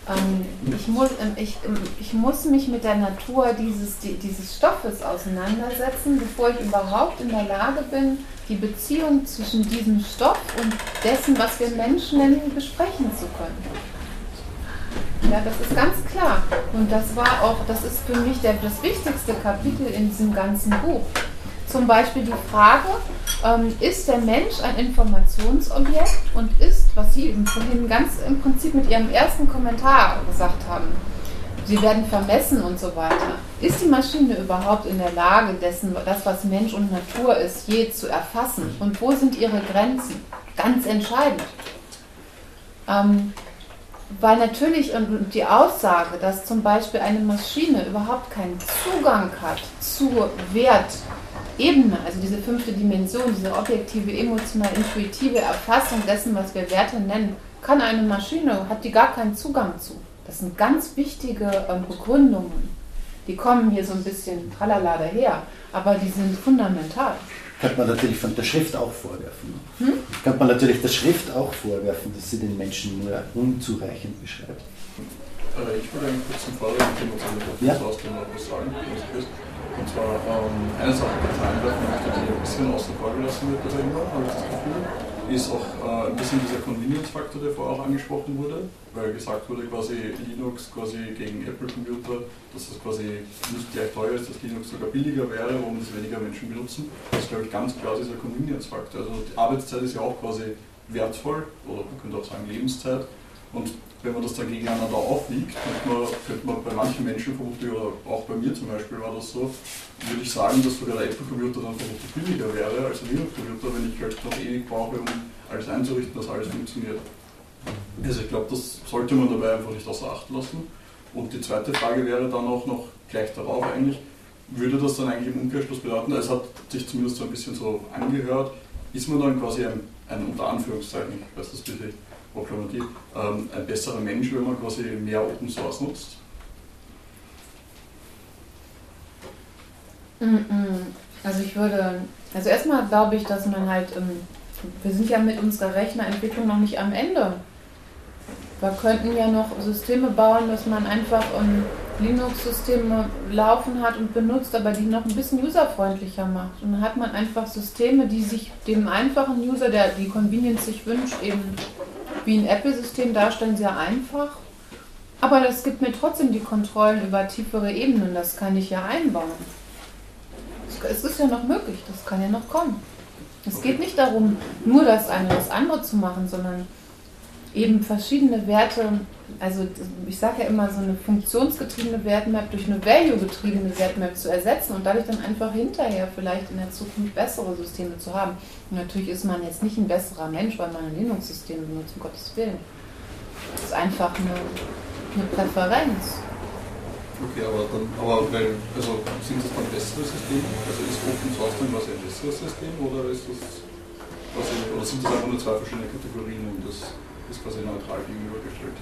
Ich muss mich mit der Natur dieses Stoffes auseinandersetzen, bevor ich überhaupt in der Lage bin, die Beziehung zwischen diesem Stoff und dessen, was wir Menschen nennen, besprechen zu können. Ja, das ist ganz klar. Und das ist für mich das wichtigste Kapitel in diesem ganzen Buch. Zum Beispiel die Frage, ist der Mensch ein Informationsobjekt und ist, was Sie vorhin ganz im Prinzip mit Ihrem ersten Kommentar gesagt haben, sie werden vermessen und so weiter. Ist die Maschine überhaupt in der Lage, das, was Mensch und Natur ist, je zu erfassen? Und wo sind ihre Grenzen? Ganz entscheidend. Weil natürlich die Aussage, dass zum Beispiel eine Maschine überhaupt keinen Zugang hat zur Wertebene, also diese 5. Dimension, diese objektive, emotional, intuitive Erfassung dessen, was wir Werte nennen, hat die gar keinen Zugang zu. Das sind ganz wichtige Begründungen. Die kommen hier so ein bisschen tralala daher, aber die sind fundamental. Könnte man natürlich von der Schrift auch vorwerfen. Könnte man natürlich der Schrift auch vorwerfen, dass sie den Menschen nur unzureichend beschreibt. Ich würde eigentlich kurz zum vorigen Thema was sagen. Und zwar eine Sache, die einwerfen möchte, die ein bisschen außen vor gelassen wird, dabei immer, habe ich das Gefühl, ist auch ein bisschen dieser Convenience-Faktor, der vorher auch angesprochen wurde, weil gesagt wurde, quasi Linux quasi gegen Apple-Computer, dass das quasi nicht gleich teuer ist, dass Linux sogar billiger wäre, warum das weniger Menschen benutzen. Das ist, glaube ich, ganz klar dieser Convenience-Faktor. Also die Arbeitszeit ist ja auch quasi wertvoll, oder man könnte auch sagen Lebenszeit. Und wenn man das dann gegeneinander aufwiegt, könnte man bei manchen Menschen vermutlich, oder auch bei mir zum Beispiel war das so, würde ich sagen, dass sogar der Apple-Computer dann vermutlich billiger wäre als ein Linux-Computer, wenn ich halt noch ewig brauche, um alles einzurichten, dass alles funktioniert. Also ich glaube, das sollte man dabei einfach nicht außer Acht lassen. Und die zweite Frage wäre dann auch noch gleich darauf eigentlich, würde das dann eigentlich im Umkehrschluss bedeuten, es hat sich zumindest so ein bisschen so angehört, ist man dann quasi ein unter Anführungszeichen, ich weiß das ein bisschen proklamativ, ein besserer Mensch, wenn man quasi mehr Open Source nutzt? Also erstmal glaube ich, dass man halt, wir sind ja mit unserer Rechnerentwicklung noch nicht am Ende. Wir könnten ja noch Systeme bauen, dass man einfach Linux-Systeme laufen hat und benutzt, aber die noch ein bisschen userfreundlicher macht. Und dann hat man einfach Systeme, die sich dem einfachen User, der die Convenience sich wünscht, eben wie ein Apple-System darstellen, sehr einfach. Aber das gibt mir trotzdem die Kontrollen über tiefere Ebenen, das kann ich ja einbauen. Es ist ja noch möglich, das kann ja noch kommen. Es geht nicht darum, nur das eine oder das andere zu machen, sondern eben verschiedene Werte, also ich sage ja immer, so eine funktionsgetriebene Wertmap durch eine value-getriebene Wertmap zu ersetzen und dadurch dann einfach hinterher vielleicht in der Zukunft bessere Systeme zu haben. Und natürlich ist man jetzt nicht ein besserer Mensch, weil man ein Linux-System benutzt, um Gottes Willen. Das ist einfach eine Präferenz. Okay, also sind das dann bessere Systeme? Also ist Open Source dann quasi ein besseres System oder ist das quasi, oder sind das einfach nur zwei verschiedene Kategorien und das ist quasi neutral gegenübergestellt?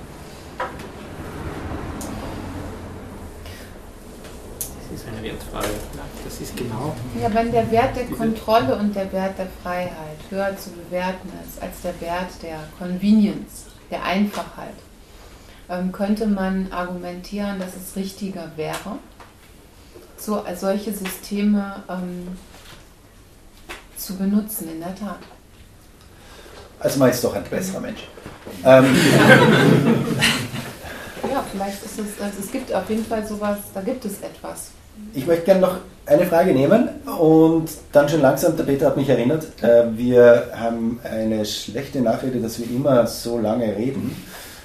Das ist eine Wertfrage. Das ist genau. Ja, wenn der Wert der Kontrolle und der Wert der Freiheit höher zu bewerten ist als der Wert der Convenience, der Einfachheit, könnte man argumentieren, dass es richtiger wäre, solche Systeme zu benutzen, in der Tat. Also man ist doch ein besserer Mensch. Ja, vielleicht ist es gibt auf jeden Fall sowas, da gibt es etwas. Ich möchte gerne noch eine Frage nehmen und dann schon langsam, der Peter hat mich erinnert, wir haben eine schlechte Nachrede, dass wir immer so lange reden.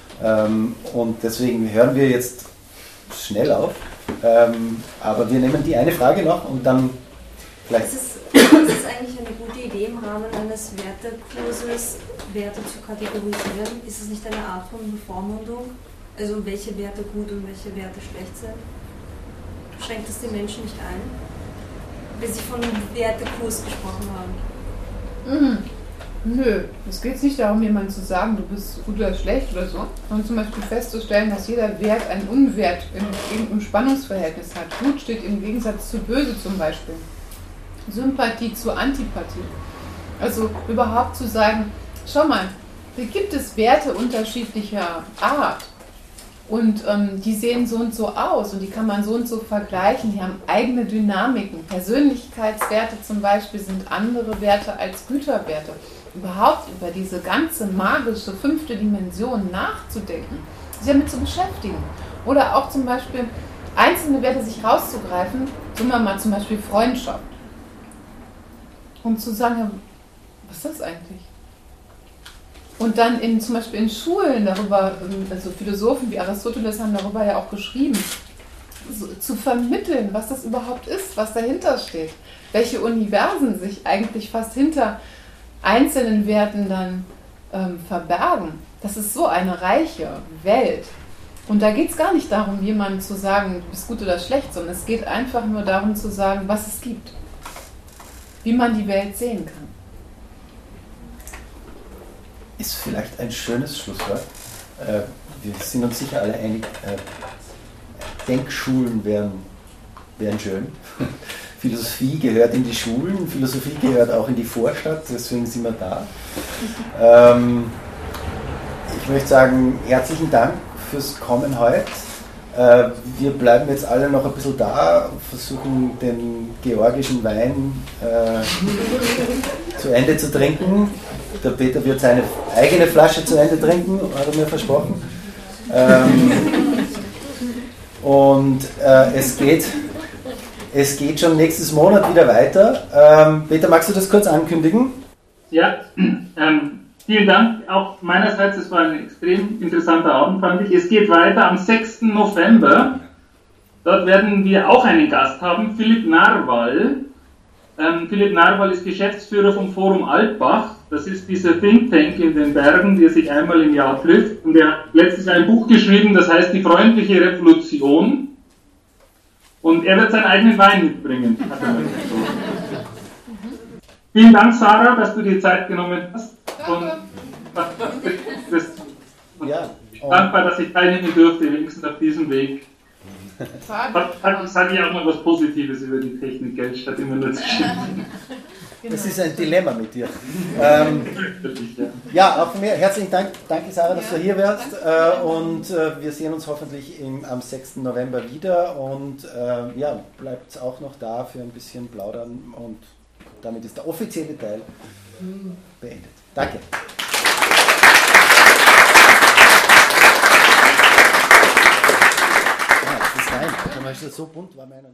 Und deswegen hören wir jetzt schnell auf. Aber wir nehmen die eine Frage noch und dann vielleicht. Es ist eigentlich eine gute Idee, im Rahmen eines Wertekurses Werte zu kategorisieren. Ist es nicht eine Art von Bevormundung? Also welche Werte gut und welche Werte schlecht sind? Schränkt es die Menschen nicht ein? Wenn Sie von Wertekurs gesprochen haben. Nö, es geht nicht darum, jemandem zu sagen, du bist gut oder schlecht oder so, sondern zum Beispiel festzustellen, dass jeder Wert einen Unwert im Spannungsverhältnis hat. Gut steht im Gegensatz zu böse zum Beispiel. Sympathie zu Antipathie. Also überhaupt zu sagen, schau mal, hier gibt es Werte unterschiedlicher Art und die sehen so und so aus und die kann man so und so vergleichen, die haben eigene Dynamiken. Persönlichkeitswerte zum Beispiel sind andere Werte als Güterwerte. Überhaupt über diese ganze magische 5. Dimension nachzudenken, sich damit zu beschäftigen. Oder auch zum Beispiel einzelne Werte sich rauszugreifen, sagen wir mal zum Beispiel Freundschaft. Und zu sagen, was ist das eigentlich? Und dann zum Beispiel in Schulen darüber, also Philosophen wie Aristoteles haben darüber ja auch geschrieben, zu vermitteln, was das überhaupt ist, was dahinter steht. Welche Universen sich eigentlich fast hinter einzelnen Werten dann verbergen. Das ist so eine reiche Welt. Und da geht es gar nicht darum, jemandem zu sagen, du bist gut oder schlecht, sondern es geht einfach nur darum zu sagen, was es gibt. Wie man die Welt sehen kann. Ist vielleicht ein schönes Schlusswort. wir sind uns sicher alle einig, Denkschulen wären schön. Philosophie gehört in die Schulen, Philosophie gehört auch in die Vorstadt, deswegen sind wir da. Ich möchte sagen, herzlichen Dank fürs Kommen heute. Wir bleiben jetzt alle noch ein bisschen da, versuchen den georgischen Wein zu Ende zu trinken. Der Peter wird seine eigene Flasche zu Ende trinken, hat er mir versprochen. Und es geht schon nächstes Monat wieder weiter. Peter, magst du das kurz ankündigen? Ja, vielen Dank auch meinerseits. Es war ein extrem interessanter Abend, fand ich. Es geht weiter am 6. November. Dort werden wir auch einen Gast haben, Philipp Narwal. Philipp Narwal ist Geschäftsführer vom Forum Altbach. Das ist dieser Think Tank in den Bergen, der sich einmal im Jahr trifft. Und er hat letztes Jahr ein Buch geschrieben, das heißt Die freundliche Revolution. Und er wird seinen eigenen Wein mitbringen. Vielen Dank, Sarah, dass du dir Zeit genommen hast. Und dankbar, dass ich teilnehmen durfte, wenigstens auf diesem Weg. Sage ich auch mal was Positives über die Technik, gell, statt immer nur zu schimpfen. Das ist ein Dilemma mit dir. Ja, auch von mir herzlichen Dank. Danke, Sarah, dass du hier wärst. Und wir sehen uns hoffentlich am 6. November wieder. Und ja, bleibt auch noch da für ein bisschen Plaudern. Und damit ist der offizielle Teil beendet. Danke. Ja, das ist rein. So bunt war meiner.